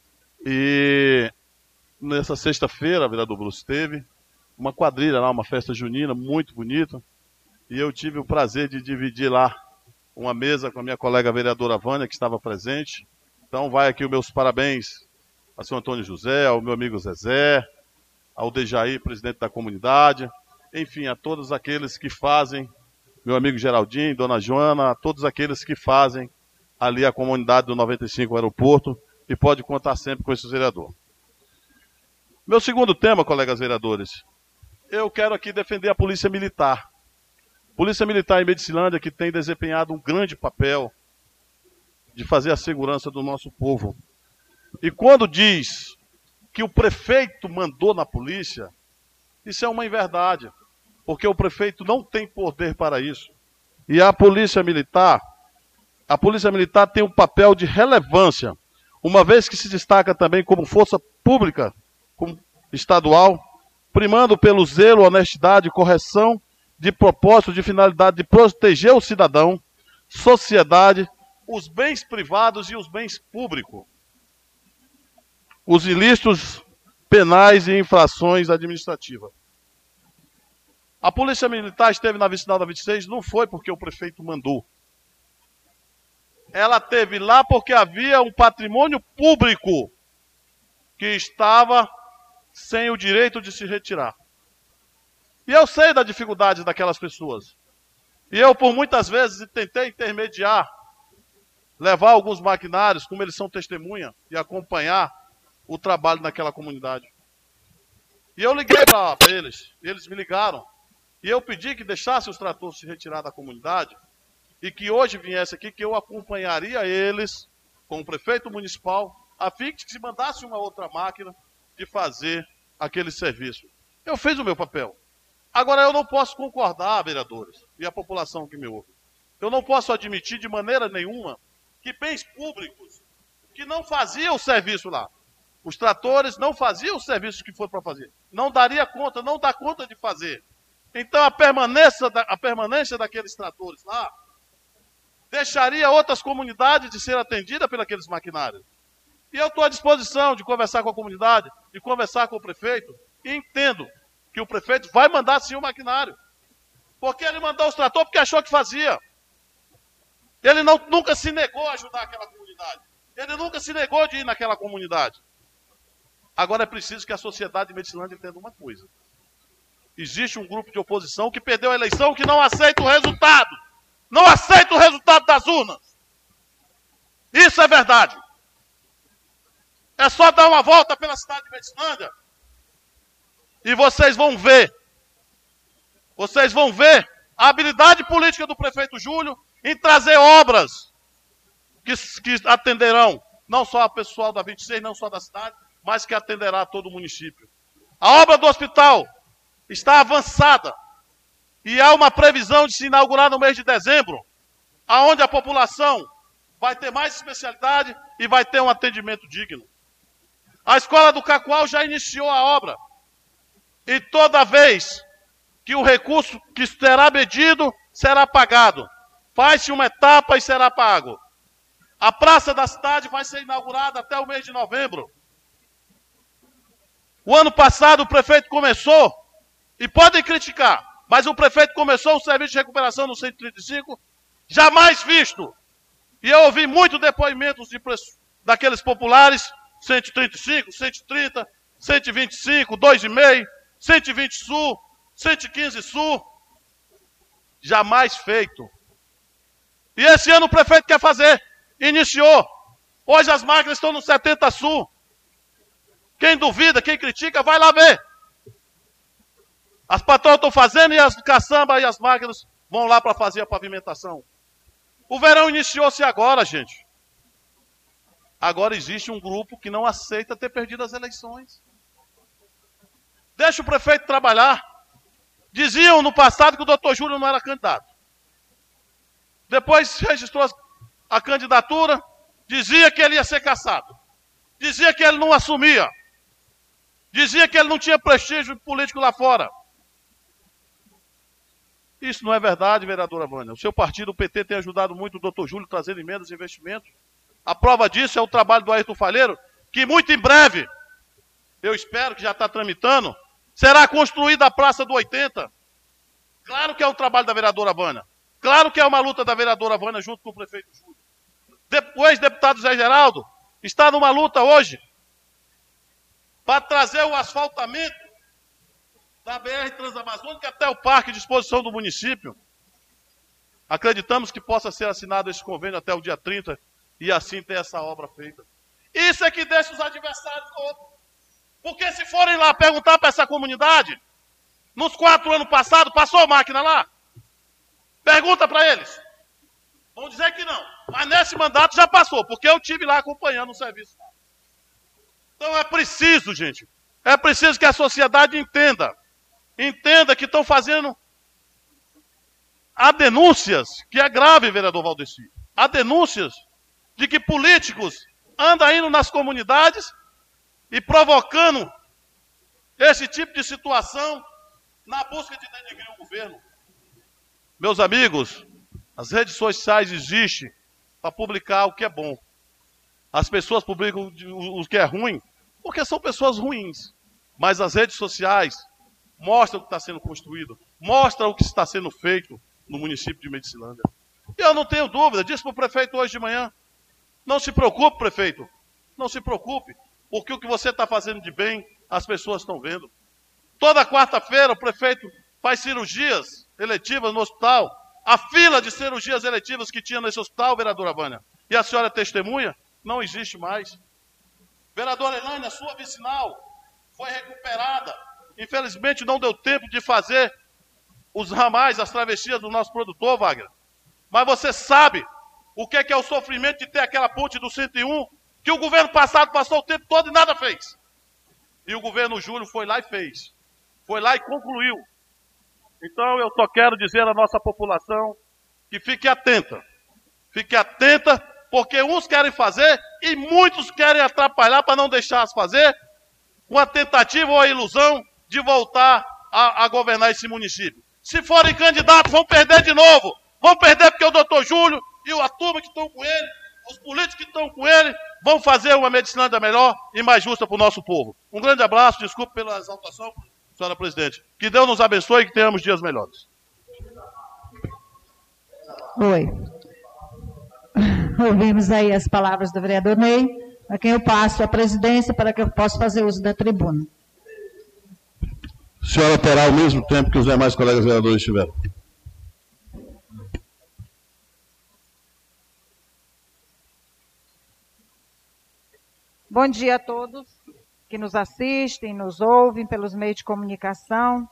e nessa sexta-feira, a vereador Bruce teve uma quadrilha lá, uma festa junina muito bonita, e eu tive o prazer de dividir lá uma mesa com a minha colega vereadora Vânia, que estava presente. Então vai aqui os meus parabéns ao senhor Antônio José, ao meu amigo Zezé, ao Dejaí, presidente da comunidade, enfim, a todos aqueles que fazem, meu amigo Geraldinho, dona Joana, a todos aqueles que fazem ali a comunidade do noventa e cinco Aeroporto, e pode contar sempre com esse vereador. Meu segundo tema, colegas vereadores, eu quero aqui defender a Polícia Militar. Polícia Militar em Medicilândia, que tem desempenhado um grande papel de fazer a segurança do nosso povo. E quando diz que o prefeito mandou na polícia, isso é uma inverdade, porque o prefeito não tem poder para isso. E a Polícia Militar, a Polícia Militar tem um papel de relevância, uma vez que se destaca também como força pública como estadual, primando pelo zelo, honestidade, correção de propósito, de finalidade de proteger o cidadão, sociedade, os bens privados e os bens públicos, os ilícitos penais e infrações administrativas. A Polícia Militar esteve na vicinal da vinte e seis, não foi porque o prefeito mandou. Ela esteve lá porque havia um patrimônio público que estava sem o direito de se retirar. E eu sei da dificuldade daquelas pessoas. E eu, por muitas vezes, tentei intermediar, levar alguns maquinários, como eles são testemunha, e acompanhar o trabalho naquela comunidade. E eu liguei para eles, eles me ligaram. E eu pedi que deixassem os tratores se retirar da comunidade e que hoje viesse aqui, que eu acompanharia eles com o prefeito municipal, a fim de que se mandasse uma outra máquina de fazer aquele serviço. Eu fiz o meu papel. Agora, eu não posso concordar, vereadores, e a população que me ouve. Eu não posso admitir de maneira nenhuma que bens públicos que não faziam o serviço lá, os tratores não faziam o serviço que foram para fazer, não daria conta, não dá conta de fazer. Então, a permanência, da, a permanência daqueles tratores lá deixaria outras comunidades de ser atendidas por aqueles maquinários. E eu estou à disposição de conversar com a comunidade, de conversar com o prefeito, e entendo que o prefeito vai mandar sim o maquinário. Porque ele mandou os tratores porque achou que fazia. Ele não, nunca se negou a ajudar aquela comunidade. Ele nunca se negou de ir naquela comunidade. Agora é preciso que a sociedade de Medicilândia entenda uma coisa. Existe um grupo de oposição que perdeu a eleição, que não aceita o resultado. Não aceita o resultado das urnas. Isso é verdade. É só dar uma volta pela cidade de Medicilândia e vocês vão ver. Vocês vão ver a habilidade política do prefeito Júlio em trazer obras que, que atenderão não só o pessoal da vinte e seis, não só da cidade, mas que atenderá todo o município. A obra do hospital está avançada e há uma previsão de se inaugurar no mês de dezembro, aonde a população vai ter mais especialidade e vai ter um atendimento digno. A escola do Cacoal já iniciou a obra e toda vez que o recurso que será medido será pagado. Faz-se uma etapa e será pago. A Praça da Cidade vai ser inaugurada até o mês de novembro. O ano passado o prefeito começou, e podem criticar, mas o prefeito começou o serviço de recuperação no cento e trinta e cinco, jamais visto. E eu ouvi muitos depoimentos de preço, daqueles populares, cento e trinta e cinco, cento e trinta, cento e vinte e cinco, dois e meio, cento e vinte Sul, cento e quinze Sul. Jamais feito. E esse ano o prefeito quer fazer. Iniciou. Hoje as máquinas estão no setenta Sul. Quem duvida, quem critica, vai lá ver. As patroas estão fazendo e as caçambas e as máquinas vão lá para fazer a pavimentação. O verão iniciou-se agora, gente. Agora existe um grupo que não aceita ter perdido as eleições. Deixa o prefeito trabalhar. Diziam no passado que o doutor Júlio não era candidato. Depois registrou a candidatura, dizia que ele ia ser cassado. Dizia que ele não assumia. Dizia que ele não tinha prestígio político lá fora. Isso não é verdade, vereadora Vânia. O seu partido, o P T, tem ajudado muito o doutor Júlio trazendo emendas e investimentos. A prova disso é o trabalho do Ayrton Falheiro, que muito em breve, eu espero que já está tramitando, será construída a Praça do oitenta. Claro que é um trabalho da vereadora Vânia. Claro que é uma luta da vereadora Vânia junto com o prefeito Júlio. O ex-deputado Zé Geraldo está numa luta hoje para trazer o asfaltamento da B R Transamazônica até o parque de exposição do município. Acreditamos que possa ser assinado esse convênio até o dia trinta e assim ter essa obra feita. Isso é que deixa os adversários loucos. Porque se forem lá perguntar para essa comunidade, nos quatro anos passados, passou a máquina lá? Pergunta para eles. Vão dizer que não. Mas nesse mandato já passou, porque eu estive lá acompanhando o serviço. Então é preciso, gente, é preciso que a sociedade entenda. Entenda que estão fazendo... Há denúncias, que é grave, vereador Valdeci. Há denúncias de que políticos andam indo nas comunidades e provocando esse tipo de situação na busca de denegrir o governo. Meus amigos, as redes sociais existem para publicar o que é bom. As pessoas publicam o que é ruim porque são pessoas ruins. Mas as redes sociais mostram o que está sendo construído, mostram o que está sendo feito no município de Medicilândia. E eu não tenho dúvida, disse para o prefeito hoje de manhã, não se preocupe, prefeito, não se preocupe, porque o que você está fazendo de bem, as pessoas estão vendo. Toda quarta-feira o prefeito faz cirurgias eletivas no hospital, a fila de cirurgias eletivas que tinha nesse hospital, vereadora Vânia, e a senhora testemunha, não existe mais. Vereadora Elaine, a sua vicinal foi recuperada. Infelizmente não deu tempo de fazer os ramais, as travessias do nosso produtor, Wagner. Mas você sabe o que é, que é o sofrimento de ter aquela ponte do cento e um, que o governo passado passou o tempo todo e nada fez. E o governo Júlio foi lá e fez. Foi lá e concluiu. Então eu só quero dizer à nossa população que fique atenta. Fique atenta, porque uns querem fazer e muitos querem atrapalhar para não deixar-as fazer, com a tentativa ou a ilusão de voltar a, a governar esse município. Se forem candidatos, vão perder de novo. Vão perder porque o doutor Júlio e a turma que estão com ele, os políticos que estão com ele, vão fazer uma Medicilândia melhor e mais justa para o nosso povo. Um grande abraço, desculpe pela exaltação, senhora presidente. Que Deus nos abençoe e que tenhamos dias melhores. Oi. Ouvimos aí as palavras do vereador Ney, a quem eu passo a presidência para que eu possa fazer uso da tribuna. A senhora terá o mesmo tempo que os demais colegas vereadores tiveram. Bom dia a todos que nos assistem, nos ouvem pelos meios de comunicação,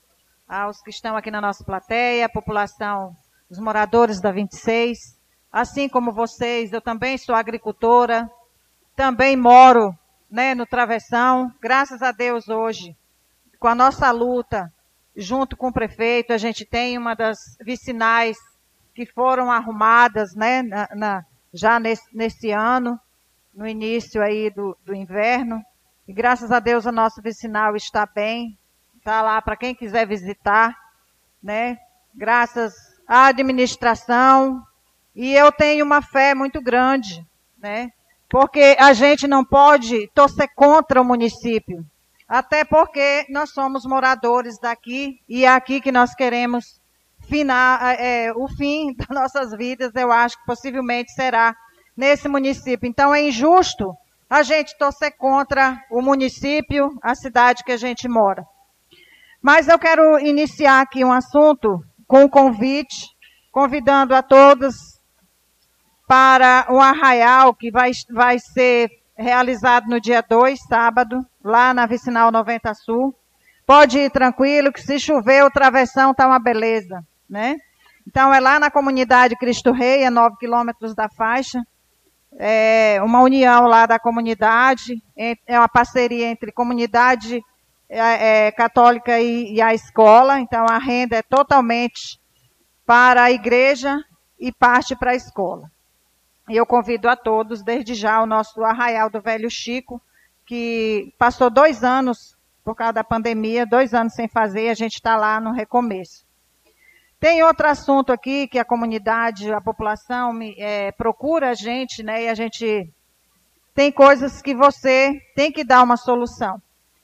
aos que estão aqui na nossa plateia, a população, os moradores da vinte e seis. Assim como vocês, eu também sou agricultora, também moro, né, no Travessão. Graças a Deus hoje, com a nossa luta, junto com o prefeito, a gente tem uma das vicinais que foram arrumadas, né, na, na, já nesse, nesse ano, no início aí do, do inverno. E graças a Deus a nossa vicinal está bem, está lá para quem quiser visitar, né, graças à administração. E eu tenho uma fé muito grande, né? Porque a gente não pode torcer contra o município. Até porque nós somos moradores daqui e é aqui que nós queremos finar, é, o fim das nossas vidas, eu acho que possivelmente será nesse município. Então é injusto a gente torcer contra o município, a cidade que a gente mora. Mas eu quero iniciar aqui um assunto com um convite, convidando a todos para um arraial que vai, vai ser realizado no dia dois, sábado, lá na Vicinal noventa Sul. Pode ir tranquilo, que se chover o travessão está uma beleza, né? Então é lá na comunidade Cristo Rei, a nove quilômetros da faixa. É uma união lá da comunidade, é uma parceria entre comunidade é, é, católica e, e a escola. Então a renda é totalmente para a igreja e parte para a escola. E eu convido a todos, desde já, o nosso Arraial do Velho Chico, que passou dois anos, por causa da pandemia, dois anos sem fazer, e a gente está lá no recomeço. Tem outro assunto aqui que a comunidade, a população me, é, procura a gente, né? E a gente tem coisas que você tem que dar uma solução.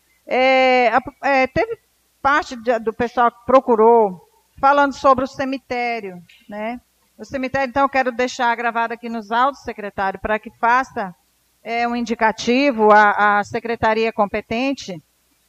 É, é, teve parte de, do pessoal que procurou falando sobre o cemitério, né? O cemitério, então, eu quero deixar gravado aqui nos autos, secretário, para que faça é, um indicativo à, à secretaria competente,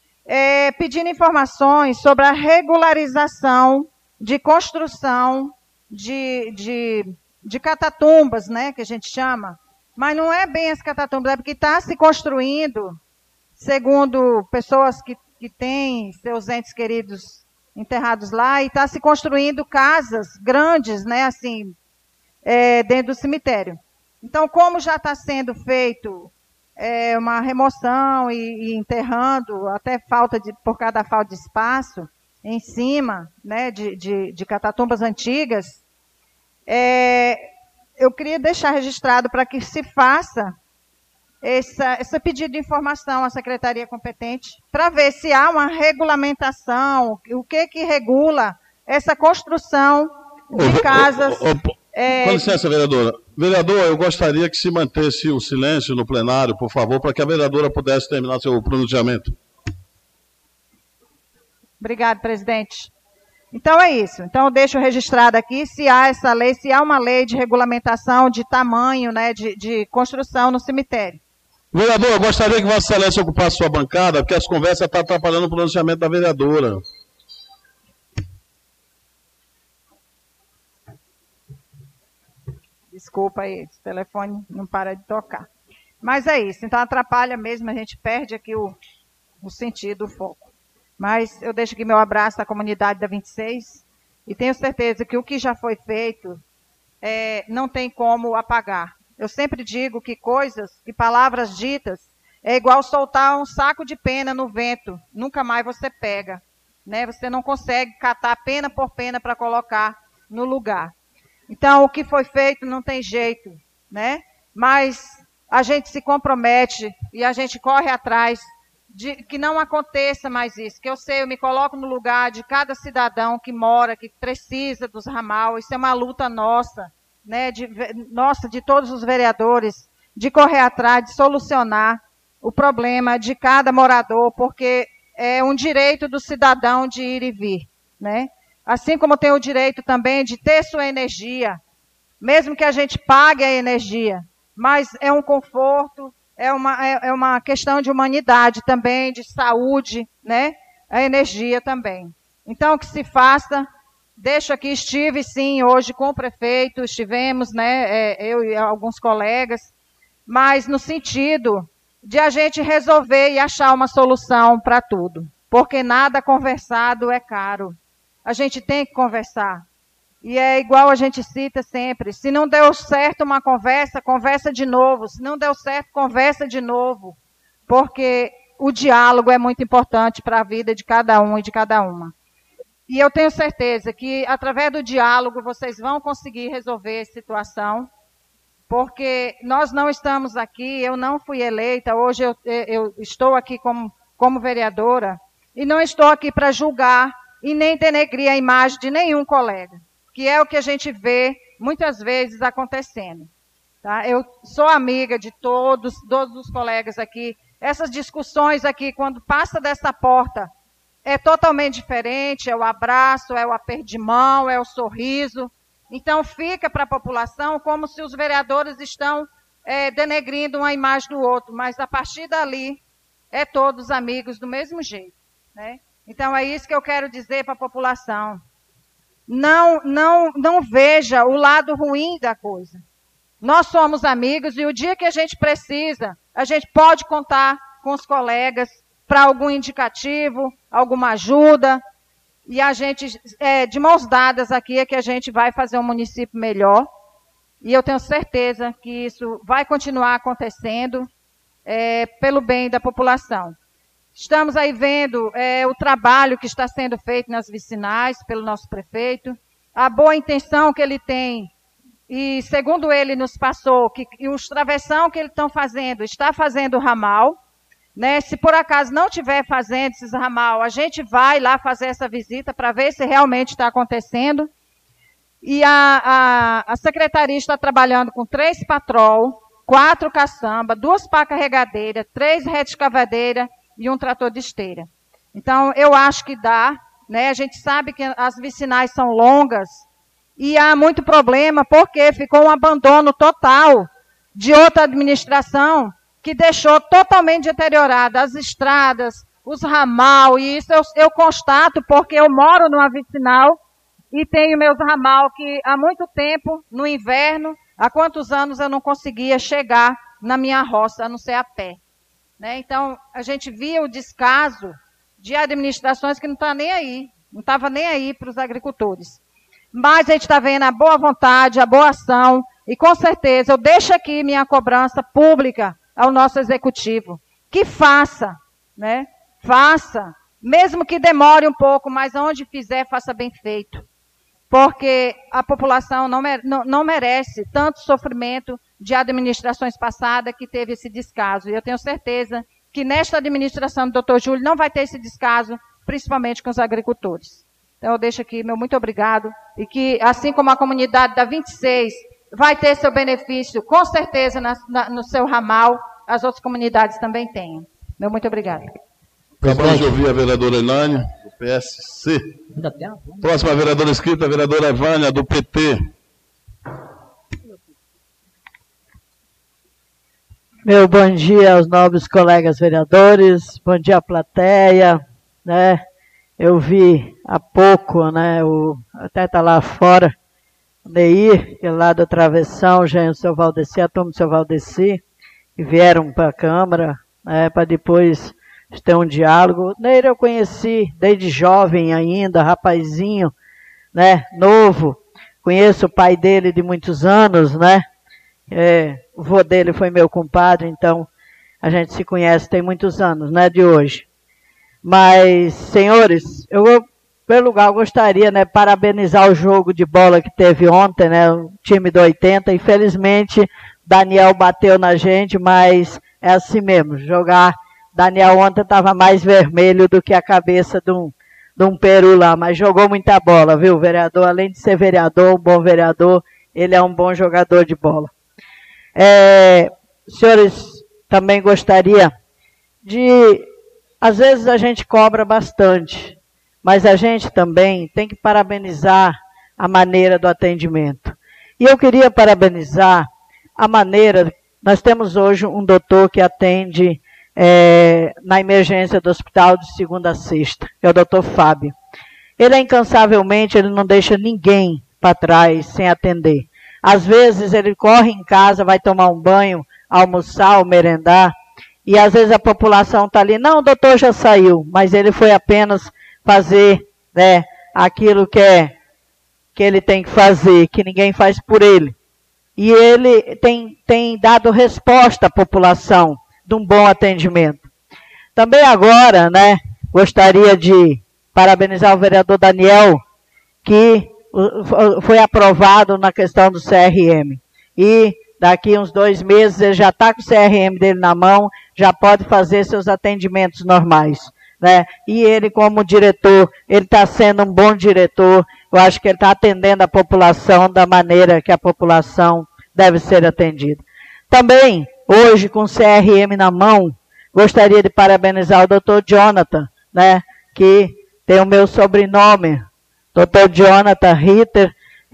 é, pedindo informações sobre a regularização de construção de, de, de catatumbas, né, que a gente chama. Mas não é bem as catatumbas, é porque está se construindo, segundo pessoas que, que têm seus entes queridos enterrados lá, e está se construindo casas grandes, né, assim, é, dentro do cemitério. Então, como já está sendo feito é, uma remoção e, e enterrando, até falta de, por causa da falta de espaço, em cima, né, de, de, de catatumbas antigas, é, eu queria deixar registrado para que se faça essa, esse pedido de informação à secretaria competente para ver se há uma regulamentação, o que que regula essa construção de casas. Ô, ô, ô, é... Com licença, vereadora. Vereador, eu gostaria que se mantesse o silêncio no plenário, por favor, para que a vereadora pudesse terminar seu pronunciamento. Obrigado, presidente. Então é isso. Então eu deixo registrado aqui se há essa lei, se há uma lei de regulamentação de tamanho, né, de, de construção no cemitério. Vereador, eu gostaria que Vossa Excelência ocupasse sua bancada, porque as conversas estão atrapalhando o pronunciamento da vereadora. Desculpa aí, esse telefone não para de tocar. Mas é isso, então atrapalha mesmo, a gente perde aqui o, o sentido, o foco. Mas eu deixo aqui meu abraço à comunidade da vinte e seis e tenho certeza que o que já foi feito é, não tem como apagar. Eu sempre digo que coisas e palavras ditas é igual soltar um saco de pena no vento, nunca mais você pega, né? Você não consegue catar pena por pena para colocar no lugar. Então, o que foi feito não tem jeito, né? Mas a gente se compromete e a gente corre atrás de que não aconteça mais isso, que eu sei, eu me coloco no lugar de cada cidadão que mora, que precisa dos ramal, isso é uma luta nossa, né, de, nossa, de todos os vereadores, de correr atrás, de solucionar o problema de cada morador, porque é um direito do cidadão de ir e vir, né? Assim como tem o direito também de ter sua energia, mesmo que a gente pague a energia, mas é um conforto, É uma, é, é uma questão de humanidade também, de saúde, né? A energia também. Então, que se faça, deixo aqui, estive sim hoje com o prefeito, estivemos, né, é, eu e alguns colegas, mas no sentido de a gente resolver e achar uma solução para tudo, porque nada conversado é caro. A gente tem que conversar. E é igual a gente cita sempre, se não deu certo uma conversa, conversa de novo. Se não deu certo, conversa de novo. Porque o diálogo é muito importante para a vida de cada um e de cada uma. E eu tenho certeza que, através do diálogo, vocês vão conseguir resolver a situação. Porque nós não estamos aqui, eu não fui eleita, hoje eu, eu estou aqui como, como vereadora, e não estou aqui para julgar e nem denegrir a imagem de nenhum colega, que é o que a gente vê muitas vezes acontecendo. Tá? Eu sou amiga de todos, todos os colegas aqui. Essas discussões aqui, quando passa dessa porta, é totalmente diferente, é o abraço, é o aperto de mão, é o sorriso. Então, fica para a população como se os vereadores estão é, denegrindo uma imagem do outro, mas a partir dali, é todos amigos do mesmo jeito. Né? Então, é isso que eu quero dizer para a população. Não, não, não veja o lado ruim da coisa. Nós somos amigos e o dia que a gente precisa, a gente pode contar com os colegas para algum indicativo, alguma ajuda. E a gente, é, de mãos dadas aqui, é que a gente vai fazer um município melhor. E eu tenho certeza que isso vai continuar acontecendo é, pelo bem da população. Estamos aí vendo é, o trabalho que está sendo feito nas vicinais pelo nosso prefeito, a boa intenção que ele tem, e segundo ele nos passou, que e os travessão que eles estão fazendo, está fazendo ramal, né? Se por acaso não estiver fazendo esses ramal, a gente vai lá fazer essa visita para ver se realmente está acontecendo. E a, a, a secretaria está trabalhando com três patrol, quatro caçamba, duas pá carregadeiras, três retroescavadeira e um trator de esteira. Então, eu acho que dá, né? A gente sabe que as vicinais são longas e há muito problema porque ficou um abandono total de outra administração que deixou totalmente deterioradas as estradas, os ramal, e isso eu, eu constato porque eu moro numa vicinal e tenho meus ramal que há muito tempo, no inverno, há quantos anos eu não conseguia chegar na minha roça, a não ser a pé. Né? Então, a gente via o descaso de administrações que não estão nem aí, não estava nem aí para os agricultores. Mas a gente está vendo a boa vontade, a boa ação, e com certeza eu deixo aqui minha cobrança pública ao nosso executivo, que faça, né? Faça, mesmo que demore um pouco, mas onde fizer, faça bem feito. porque a população não, não, não merece tanto sofrimento de administrações passadas que teve esse descaso. E eu tenho certeza que nesta administração do doutor Júlio não vai ter esse descaso, principalmente com os agricultores. Então eu deixo aqui meu muito obrigado, e que assim como a comunidade da vinte e seis vai ter seu benefício, com certeza na, na, no seu ramal, as outras comunidades também tenham. Meu muito obrigado. Acabamos de ouvir a vereadora Elaine, do P S C. Próxima vereadora inscrita, a vereadora Vânia, do P T. Meu bom dia aos nobres colegas vereadores, bom dia à plateia, né? Eu vi há pouco, né, o, até está lá fora, o Neir, que é lá da Travessão, já é o seu Valdeci, a turma do seu Valdeci, que vieram para a Câmara, né, para depois ter um diálogo. Neir eu conheci desde jovem ainda, rapazinho, né, novo, conheço o pai dele de muitos anos, né, é, o vô dele foi meu compadre, então a gente se conhece tem muitos anos, né, de hoje. Mas, senhores, eu, pelo lugar, eu gostaria, né, parabenizar o jogo de bola que teve ontem, né, o time do oitenta. Infelizmente, Daniel bateu na gente, mas é assim mesmo, jogar. Daniel ontem estava mais vermelho do que a cabeça de um, de um peru lá, mas jogou muita bola, viu, vereador? Além de ser vereador, um bom vereador, ele é um bom jogador de bola. É, senhores, também gostaria de... Às vezes a gente cobra bastante, mas a gente também tem que parabenizar a maneira do atendimento. E eu queria parabenizar a maneira... Nós temos hoje um doutor que atende é, na emergência do hospital de segunda a sexta, que é o doutor Fábio. Ele é incansavelmente, ele não deixa ninguém para trás sem atender. Às vezes ele corre em casa, vai tomar um banho, almoçar ou merendar, e às vezes a população está ali, não, o doutor já saiu, mas ele foi apenas fazer, né, aquilo que, é, que ele tem que fazer, que ninguém faz por ele. E ele tem, tem dado resposta à população de um bom atendimento. Também agora, né, gostaria de parabenizar o vereador Daniel, que foi aprovado na questão do C R M. E daqui uns dois meses ele já está com o C R M dele na mão, já pode fazer seus atendimentos normais, né? E ele, como diretor, ele está sendo um bom diretor. Eu acho que ele está atendendo a população da maneira que a população deve ser atendida. Também, hoje, com o C R M na mão, gostaria de parabenizar o doutor Jonathan, né? Que tem o meu sobrenome, doutor Jonathan Ritter.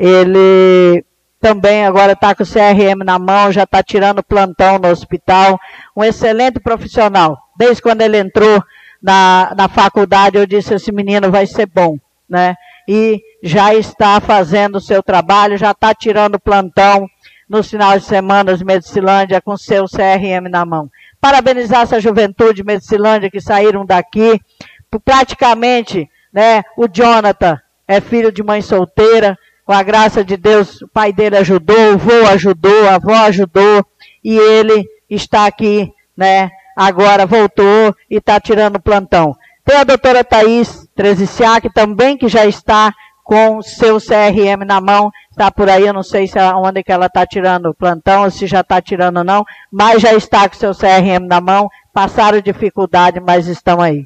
Ele também agora está com o C R M na mão, já está tirando plantão no hospital. Um excelente profissional. Desde quando ele entrou na, na faculdade, eu disse, esse menino vai ser bom, né? E já está fazendo o seu trabalho, já está tirando plantão nos finais de semana de Medicilândia com seu C R M na mão. Parabenizar essa juventude de Medicilândia que saíram daqui. Praticamente, né, o Jonathan é filho de mãe solteira. Com a graça de Deus, o pai dele ajudou, o vô ajudou, a avó ajudou, e ele está aqui, né, agora voltou e está tirando plantão. Tem a doutora Thaís Treziciac também, que já está com o seu C R M na mão, está por aí, eu não sei se é onde que ela está tirando plantão, ou se já está tirando ou não, mas já está com o seu C R M na mão, passaram dificuldade, mas estão aí.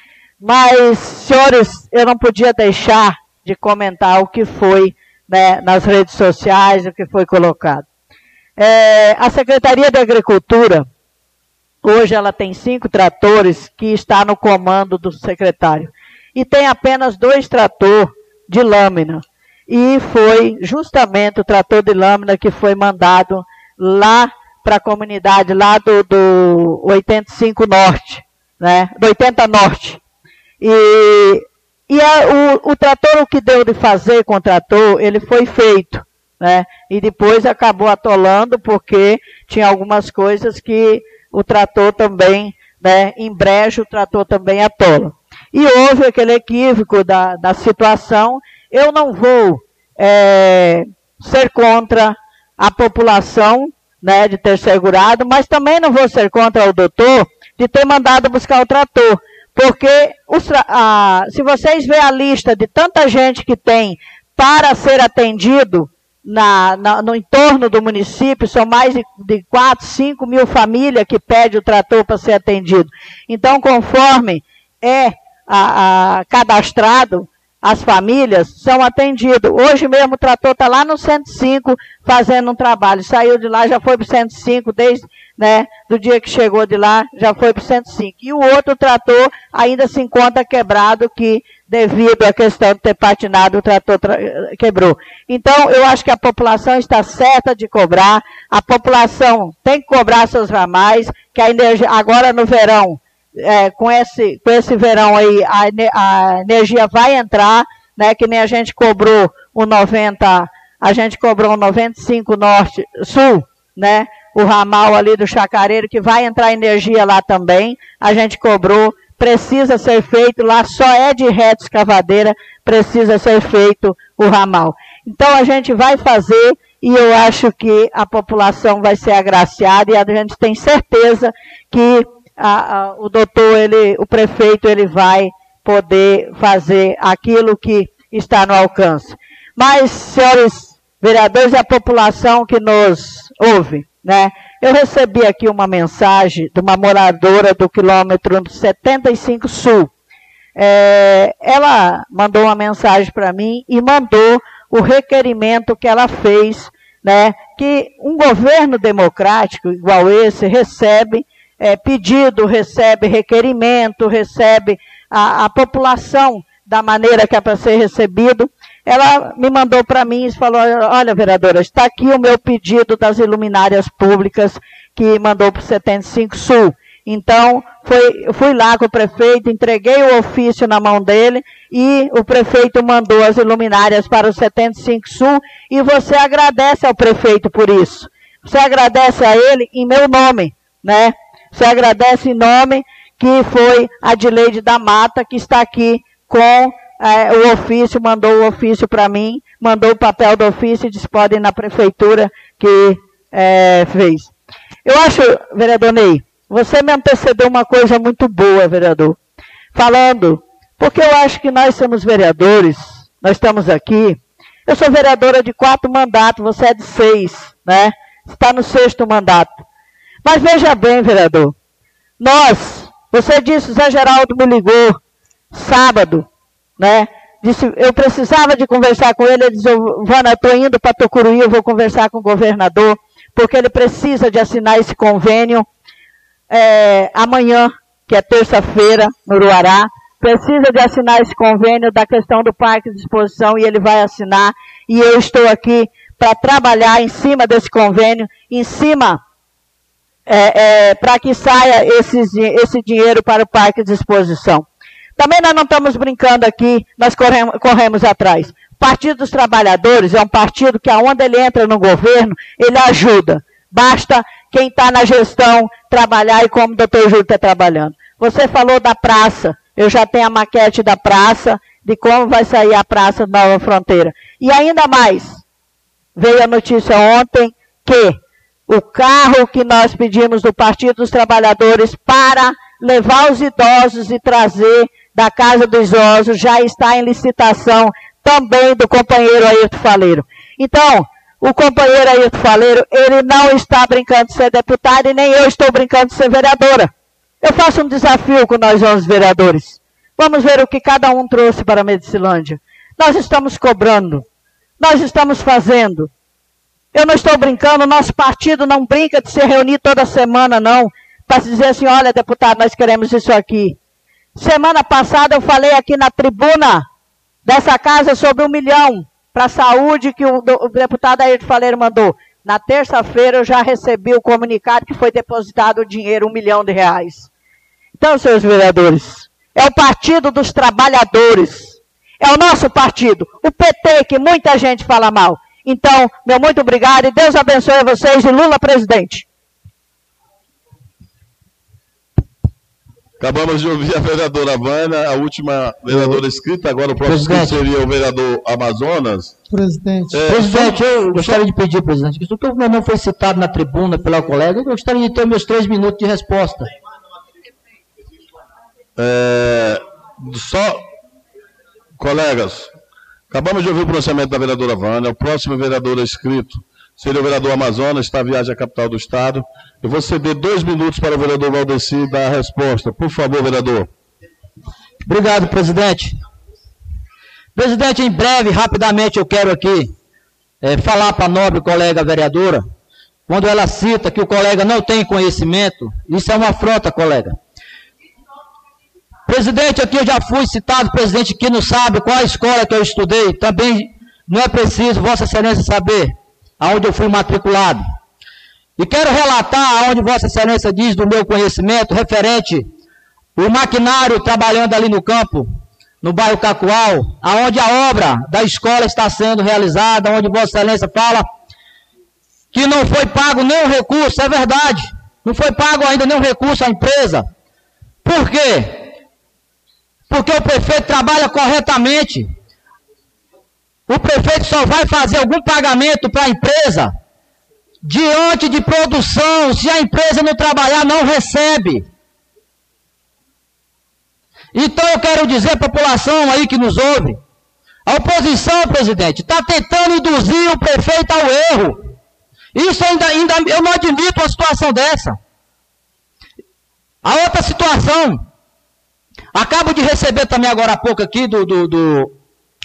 Mas, senhores, eu não podia deixar de comentar o que foi, né, nas redes sociais, o que foi colocado. É, a Secretaria de Agricultura, hoje ela tem cinco tratores que está no comando do secretário. E tem apenas dois tratores de lâmina. E foi justamente o trator de lâmina que foi mandado lá para a comunidade, lá do, do oitenta e cinco Norte, né, do oitenta Norte. E... E a, o, o trator, o que deu de fazer com o trator, ele foi feito, né? E depois acabou atolando, porque tinha algumas coisas que o trator também, né, em brejo, o trator também atola. E houve aquele equívoco da, da situação. Eu não vou é, ser contra a população, né, de ter segurado, mas também não vou ser contra o doutor de ter mandado buscar o trator. Porque os, a, se vocês verem a lista de tanta gente que tem para ser atendido na, na, no entorno do município, são mais de, de quatro, cinco mil famílias que pedem o trator para ser atendido. Então, conforme é a, a, cadastrado, as famílias são atendidas. Hoje mesmo o trator está lá no cento e cinco fazendo um trabalho. Saiu de lá, já foi para o cento e cinco, desde né, do dia que chegou de lá, já foi para o cento e cinco. E o outro trator ainda se encontra quebrado, que devido à questão de ter patinado, o trator tra quebrou. Então, eu acho que a população está certa de cobrar. A população tem que cobrar seus ramais, que a energia, agora no verão, É, com, esse, com esse verão aí, a, a energia vai entrar, né, que nem a gente cobrou o noventa, a gente cobrou o noventa e cinco Norte, Sul, né, o ramal ali do Chacareiro, que vai entrar energia lá também, a gente cobrou, precisa ser feito, lá só é de reta escavadeira, precisa ser feito o ramal. Então a gente vai fazer, e eu acho que a população vai ser agraciada, e a gente tem certeza que A, a, o doutor, ele, o prefeito, ele vai poder fazer aquilo que está no alcance. Mas, senhores vereadores e a população que nos ouve, né? Eu recebi aqui uma mensagem de uma moradora do quilômetro setenta e cinco Sul. É, ela mandou uma mensagem para mim e mandou o requerimento que ela fez, né? Que um governo democrático igual esse recebe É, pedido, recebe requerimento, recebe a, a população da maneira que é para ser recebido. Ela me mandou para mim e falou, olha, vereadora, está aqui o meu pedido das iluminárias públicas que mandou para o setenta e cinco Sul. Então, foi, fui lá com o prefeito, entreguei o ofício na mão dele e o prefeito mandou as iluminárias para o setenta e cinco Sul e você agradece ao prefeito por isso. Você agradece a ele em meu nome, né? Você agradece em nome que foi a Adileide da Mata, que está aqui com é, o ofício, mandou o ofício para mim, mandou o papel do ofício e disse, pode ir na prefeitura que é, fez. Eu acho, vereador Ney, você me antecedeu uma coisa muito boa, vereador, falando, porque eu acho que nós somos vereadores, nós estamos aqui, eu sou vereadora de quatro mandatos, você é de seis, né? Você está no sexto mandato. Mas veja bem, vereador, nós, você disse, o Zé Geraldo me ligou sábado, né? Disse, eu precisava de conversar com ele, ele disse, Vana, eu estou indo para Tucuruí, eu vou conversar com o governador, porque ele precisa de assinar esse convênio é, amanhã, que é terça-feira, no Uruará, precisa de assinar esse convênio da questão do parque de exposição e ele vai assinar, e eu estou aqui para trabalhar em cima desse convênio, em cima... É, é, para que saia esse, esse dinheiro para o parque de exposição. Também nós não estamos brincando aqui, nós corremos, corremos atrás. O Partido dos Trabalhadores é um partido que, aonde ele entra no governo, ele ajuda. Basta quem está na gestão trabalhar e como o doutor Júlio está trabalhando. Você falou da praça, eu já tenho a maquete da praça, de como vai sair a praça da Nova Fronteira. E ainda mais, veio a notícia ontem que o carro que nós pedimos do Partido dos Trabalhadores para levar os idosos e trazer da Casa dos Idosos já está em licitação também do companheiro Ayrton Faleiro. Então, o companheiro Ayrton Faleiro, ele não está brincando de ser deputado e nem eu estou brincando de ser vereadora. Eu faço um desafio com nós onze vereadores. Vamos ver o que cada um trouxe para a Medicilândia. Nós estamos cobrando, nós estamos fazendo. Eu não estou brincando, nosso partido não brinca de se reunir toda semana, não, para dizer assim, olha, deputado, nós queremos isso aqui. Semana passada eu falei aqui na tribuna dessa casa sobre um milhão para a saúde que o, o deputado Ayrton Faleiro mandou. Na terça-feira eu já recebi o comunicado que foi depositado o dinheiro, um milhão de reais. Então, senhores vereadores, é o Partido dos Trabalhadores, é o nosso partido, o P T, que muita gente fala mal. Então, meu muito obrigado e Deus abençoe vocês e Lula presidente. Acabamos de ouvir a vereadora Vana, a última vereadora escrita, agora o próximo Presidente. seria o vereador Amazonas. Presidente. É, Presidente, eu gostaria de pedir, presidente, que o meu nome foi citado na tribuna pela colega, eu gostaria de ter meus três minutos de resposta. É, só, colegas, Acabamos de ouvir o pronunciamento da vereadora Vânia. O próximo vereador inscrito seria o vereador Amazonas, está à viagem à capital do Estado. Eu vou ceder dois minutos para o vereador Valdeci dar a resposta. Por favor, vereador. Obrigado, presidente. Presidente, em breve, rapidamente, eu quero aqui é, falar para a nobre colega vereadora, quando ela cita que o colega não tem conhecimento, isso é uma afronta, colega. Presidente, aqui eu já fui citado, presidente, que não sabe qual a escola que eu estudei, também não é preciso, Vossa Excelência, saber aonde eu fui matriculado. E quero relatar aonde Vossa Excelência diz do meu conhecimento, referente o maquinário trabalhando ali no campo, no bairro Cacoal, aonde a obra da escola está sendo realizada, onde Vossa Excelência fala que não foi pago nenhum recurso, é verdade, não foi pago ainda nenhum recurso à empresa. Por quê? Porque o prefeito trabalha corretamente. O prefeito só vai fazer algum pagamento para a empresa diante de produção. Se a empresa não trabalhar, não recebe. Então eu quero dizer à população aí que nos ouve, a oposição, presidente, está tentando induzir o prefeito ao erro. Isso ainda, ainda eu não admito uma situação dessa. A outra situação, acabo de receber também agora há pouco aqui do, do, do,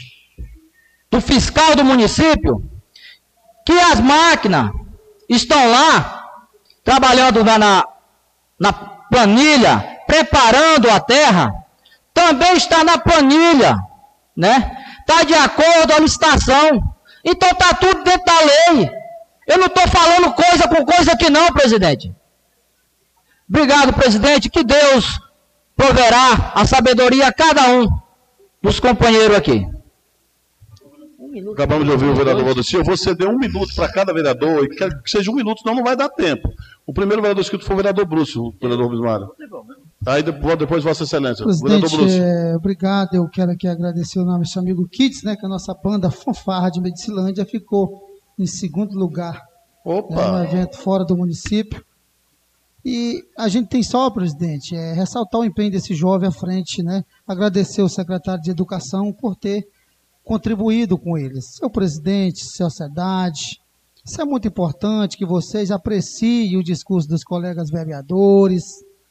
do fiscal do município, que as máquinas estão lá, trabalhando na, na, na planilha, preparando a terra, também está na planilha, né? Está de acordo a licitação. Então está tudo dentro da lei. Eu não estou falando coisa com coisa aqui não, presidente. Obrigado, presidente. Que Deus proverá a sabedoria a cada um dos companheiros aqui. Acabamos de ouvir o vereador Valdeci. Eu vou ceder um minuto para cada vereador, e que seja um minuto, senão não vai dar tempo. O primeiro vereador inscrito foi o vereador Brúcio, o vereador Rubens Mário. Aí depois, depois Vossa Excelência. Presidente, é, obrigado. Eu quero aqui agradecer o nosso amigo Kits, né, que a nossa banda Fanfarra de Medicilândia ficou em segundo lugar. Opa! Né, no evento fora do município. E a gente tem só, presidente, é, ressaltar o empenho desse jovem à frente, né? Agradecer ao secretário de Educação por ter contribuído com eles. Seu presidente, sociedade, isso é muito importante, que vocês apreciem o discurso dos colegas vereadores,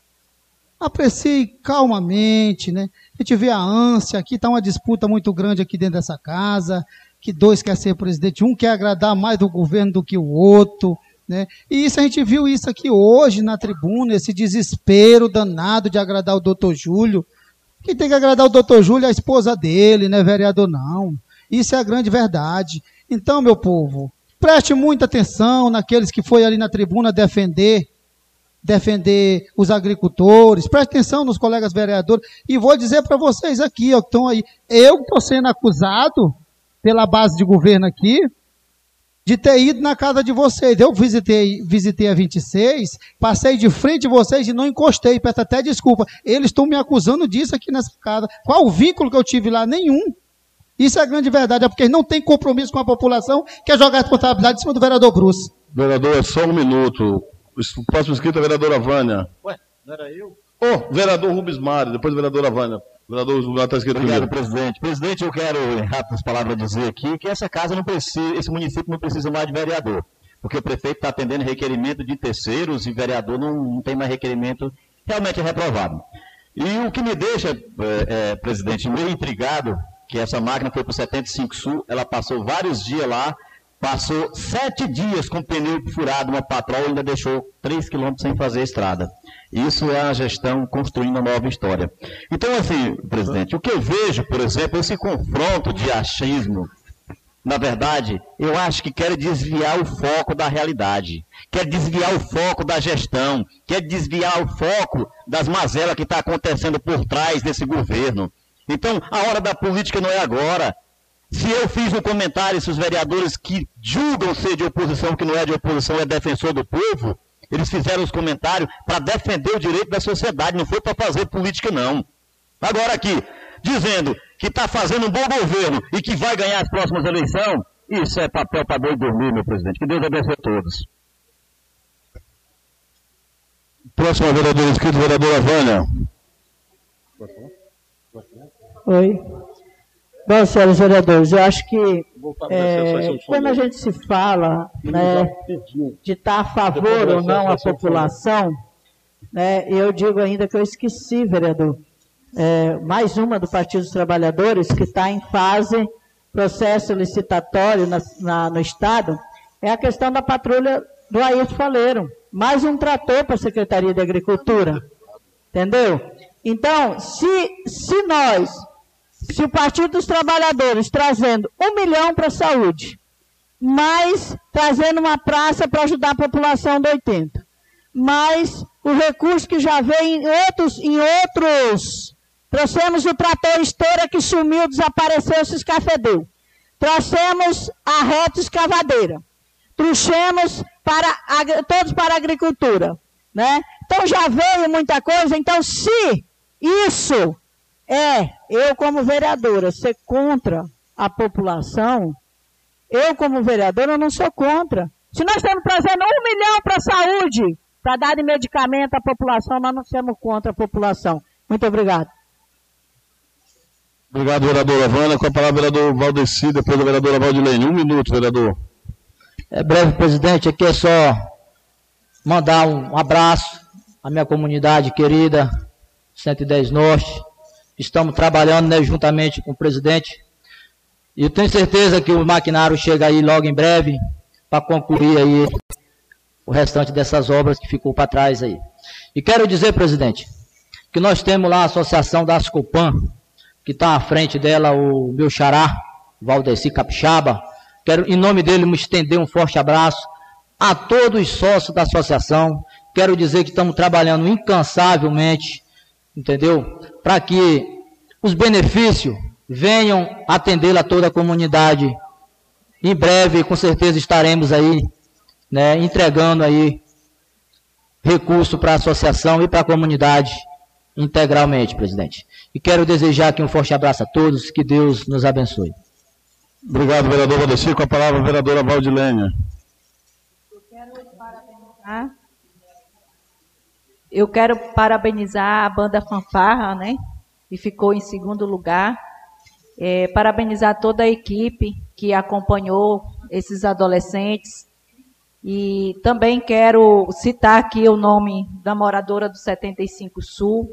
apreciem calmamente, né? A gente vê a ânsia, aqui está uma disputa muito grande aqui dentro dessa casa, que dois querem ser presidente, um quer agradar mais do governo do que o outro, né? E isso a gente viu isso aqui hoje na tribuna, esse desespero danado de agradar o doutor Júlio. Quem tem que agradar o doutor Júlio é a esposa dele, não é vereador não. Isso é a grande verdade. Então, meu povo, preste muita atenção naqueles que foi ali na tribuna defender, defender os agricultores, preste atenção nos colegas vereadores, e vou dizer para vocês aqui, ó, que estão aí, eu estou sendo acusado pela base de governo aqui, de ter ido na casa de vocês. Eu visitei, visitei a vinte e seis, passei de frente de vocês e não encostei, peço até desculpa. Eles estão me acusando disso aqui nessa casa. Qual o vínculo que eu tive lá? Nenhum. Isso é a grande verdade, é porque não tem compromisso com a população, quer jogar a responsabilidade em cima do vereador Bruce. Vereador, é só um minuto. O próximo inscrito é a vereadora Vânia. Ué, não era eu? Ô, oh, vereador Rubens Mário, depois a vereadora Vânia. Vereador Rubens Mário está escrito Obrigado, primeiro. presidente. Presidente, eu quero, em rápidas palavras, dizer aqui que essa casa não precisa, esse município não precisa mais de vereador, porque o prefeito está atendendo requerimento de terceiros e vereador não, não tem mais requerimento, realmente é reprovado. E o que me deixa, é, é, presidente, meio intrigado, que essa máquina foi para o setenta e cinco Sul, ela passou vários dias lá, passou sete dias com pneu furado, uma patroa ainda deixou três quilômetros sem fazer a estrada. Isso é a gestão construindo uma nova história. Então, assim, presidente, o que eu vejo, por exemplo, esse confronto de achismo, na verdade, eu acho que quer desviar o foco da realidade, quer desviar o foco da gestão, quer desviar o foco das mazelas que está acontecendo por trás desse governo. Então, a hora da política não é agora. Se eu fiz um comentário, se os vereadores que julgam ser de oposição, que não é de oposição, é defensor do povo, eles fizeram os comentários para defender o direito da sociedade, não foi para fazer política, não. Agora aqui, dizendo que está fazendo um bom governo e que vai ganhar as próximas eleições, isso é papel para boi dormir, meu presidente. Que Deus abençoe a todos. Próximo vereador inscrito, vereadora Vânia. Oi. Bom, senhores vereadores, eu acho que é, quando a gente se fala, né, de estar a favor ou não a população, né, eu digo ainda que eu esqueci, vereador, é, mais uma do Partido dos Trabalhadores que está em fase processo licitatório na, na, no Estado, é a questão da patrulha do Ayrton Faleiro. Mais um trator para a Secretaria de Agricultura. Entendeu? Então, se, se nós, se o Partido dos Trabalhadores trazendo um milhão para a saúde, mais trazendo uma praça para ajudar a população do oitenta, mais o recurso que já veio em outros, em outros, trouxemos o trator esteira que sumiu, desapareceu, se escafedeu. Trouxemos a reta escavadeira. Trouxemos para, todos para a agricultura, né? Então já veio muita coisa. Então, se isso é, eu como vereadora, ser contra a população, eu como vereadora não sou contra. Se nós estamos trazendo um milhão para a saúde, para dar de medicamento à população, nós não somos contra a população. Muito obrigado. Obrigado, vereadora Vânia. Com a palavra, vereador Valdeci, depois da vereadora Valdilene. Um minuto, vereador. É breve, presidente. Aqui é só mandar um abraço à minha comunidade querida, cento e dez Norte. Estamos trabalhando, né, juntamente com o presidente. E eu tenho certeza que o maquinário chega aí logo em breve para concluir aí o restante dessas obras que ficou para trás aí. E quero dizer, presidente, que nós temos lá a associação da Ascopan, que está à frente dela o meu xará, Valdeci Capixaba. Quero, em nome dele, me estender um forte abraço a todos os sócios da associação. Quero dizer que estamos trabalhando incansavelmente, entendeu? Para que os benefícios venham atender a toda a comunidade. Em breve, com certeza, estaremos aí, né, entregando aí recurso para a associação e para a comunidade integralmente, presidente. E quero desejar aqui um forte abraço a todos, que Deus nos abençoe. Obrigado, vereador Valdeci. Com a palavra, a vereadora Valdilene. Eu quero parabenizar, eu quero parabenizar a banda Fanfarra, né, que ficou em segundo lugar. É, parabenizar toda a equipe que acompanhou esses adolescentes. E também quero citar aqui o nome da moradora do setenta e cinco Sul,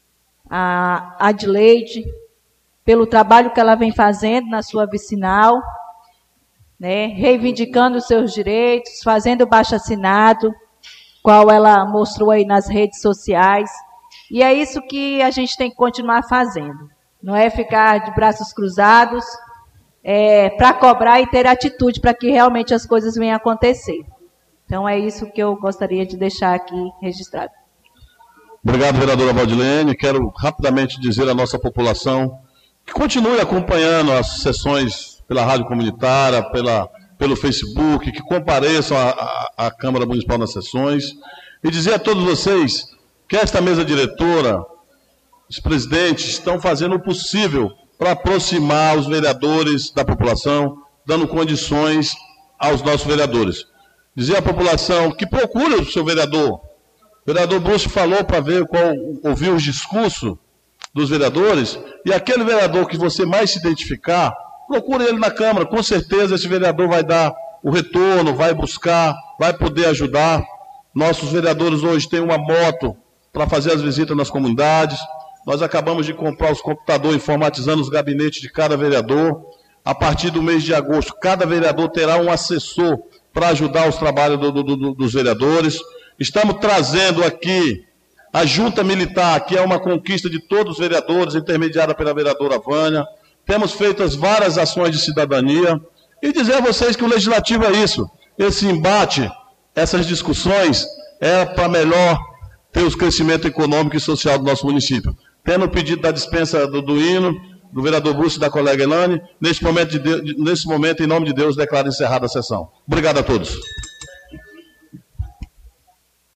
a Adleide, pelo trabalho que ela vem fazendo na sua vicinal, né, reivindicando os seus direitos, fazendo baixo-assinado, qual ela mostrou aí nas redes sociais. E é isso que a gente tem que continuar fazendo. Não é ficar de braços cruzados, é, para cobrar e ter atitude para que realmente as coisas venham a acontecer. Então é isso que eu gostaria de deixar aqui registrado. Obrigado, vereadora Valdilene. Quero rapidamente dizer à nossa população que continue acompanhando as sessões pela rádio comunitária, pela, pelo Facebook, que compareçam à, à, à Câmara Municipal nas sessões, e dizer a todos vocês que esta mesa diretora, os presidentes, estão fazendo o possível para aproximar os vereadores da população, dando condições aos nossos vereadores. Dizer à população que procure o seu vereador. O vereador Brusco falou para ver qual, ouvir os discursos dos vereadores, e aquele vereador que você mais se identificar, procure ele na Câmara. Com certeza esse vereador vai dar o retorno, vai buscar, vai poder ajudar. Nossos vereadores hoje têm uma moto para fazer as visitas nas comunidades. Nós acabamos de comprar os computadores informatizando os gabinetes de cada vereador. A partir do mês de agosto, cada vereador terá um assessor para ajudar os trabalhos do, do, do, dos vereadores. Estamos trazendo aqui a junta militar, que é uma conquista de todos os vereadores, intermediada pela vereadora Vânia. Temos feito as várias ações de cidadania. E dizer a vocês que o legislativo é isso. Esse embate, essas discussões, é para melhor ter o crescimento econômico e social do nosso município. Tendo o pedido da dispensa do, do hino, do vereador Brusco e da colega Elane, neste momento, de Deus, nesse momento, em nome de Deus, declaro encerrada a sessão. Obrigado a todos.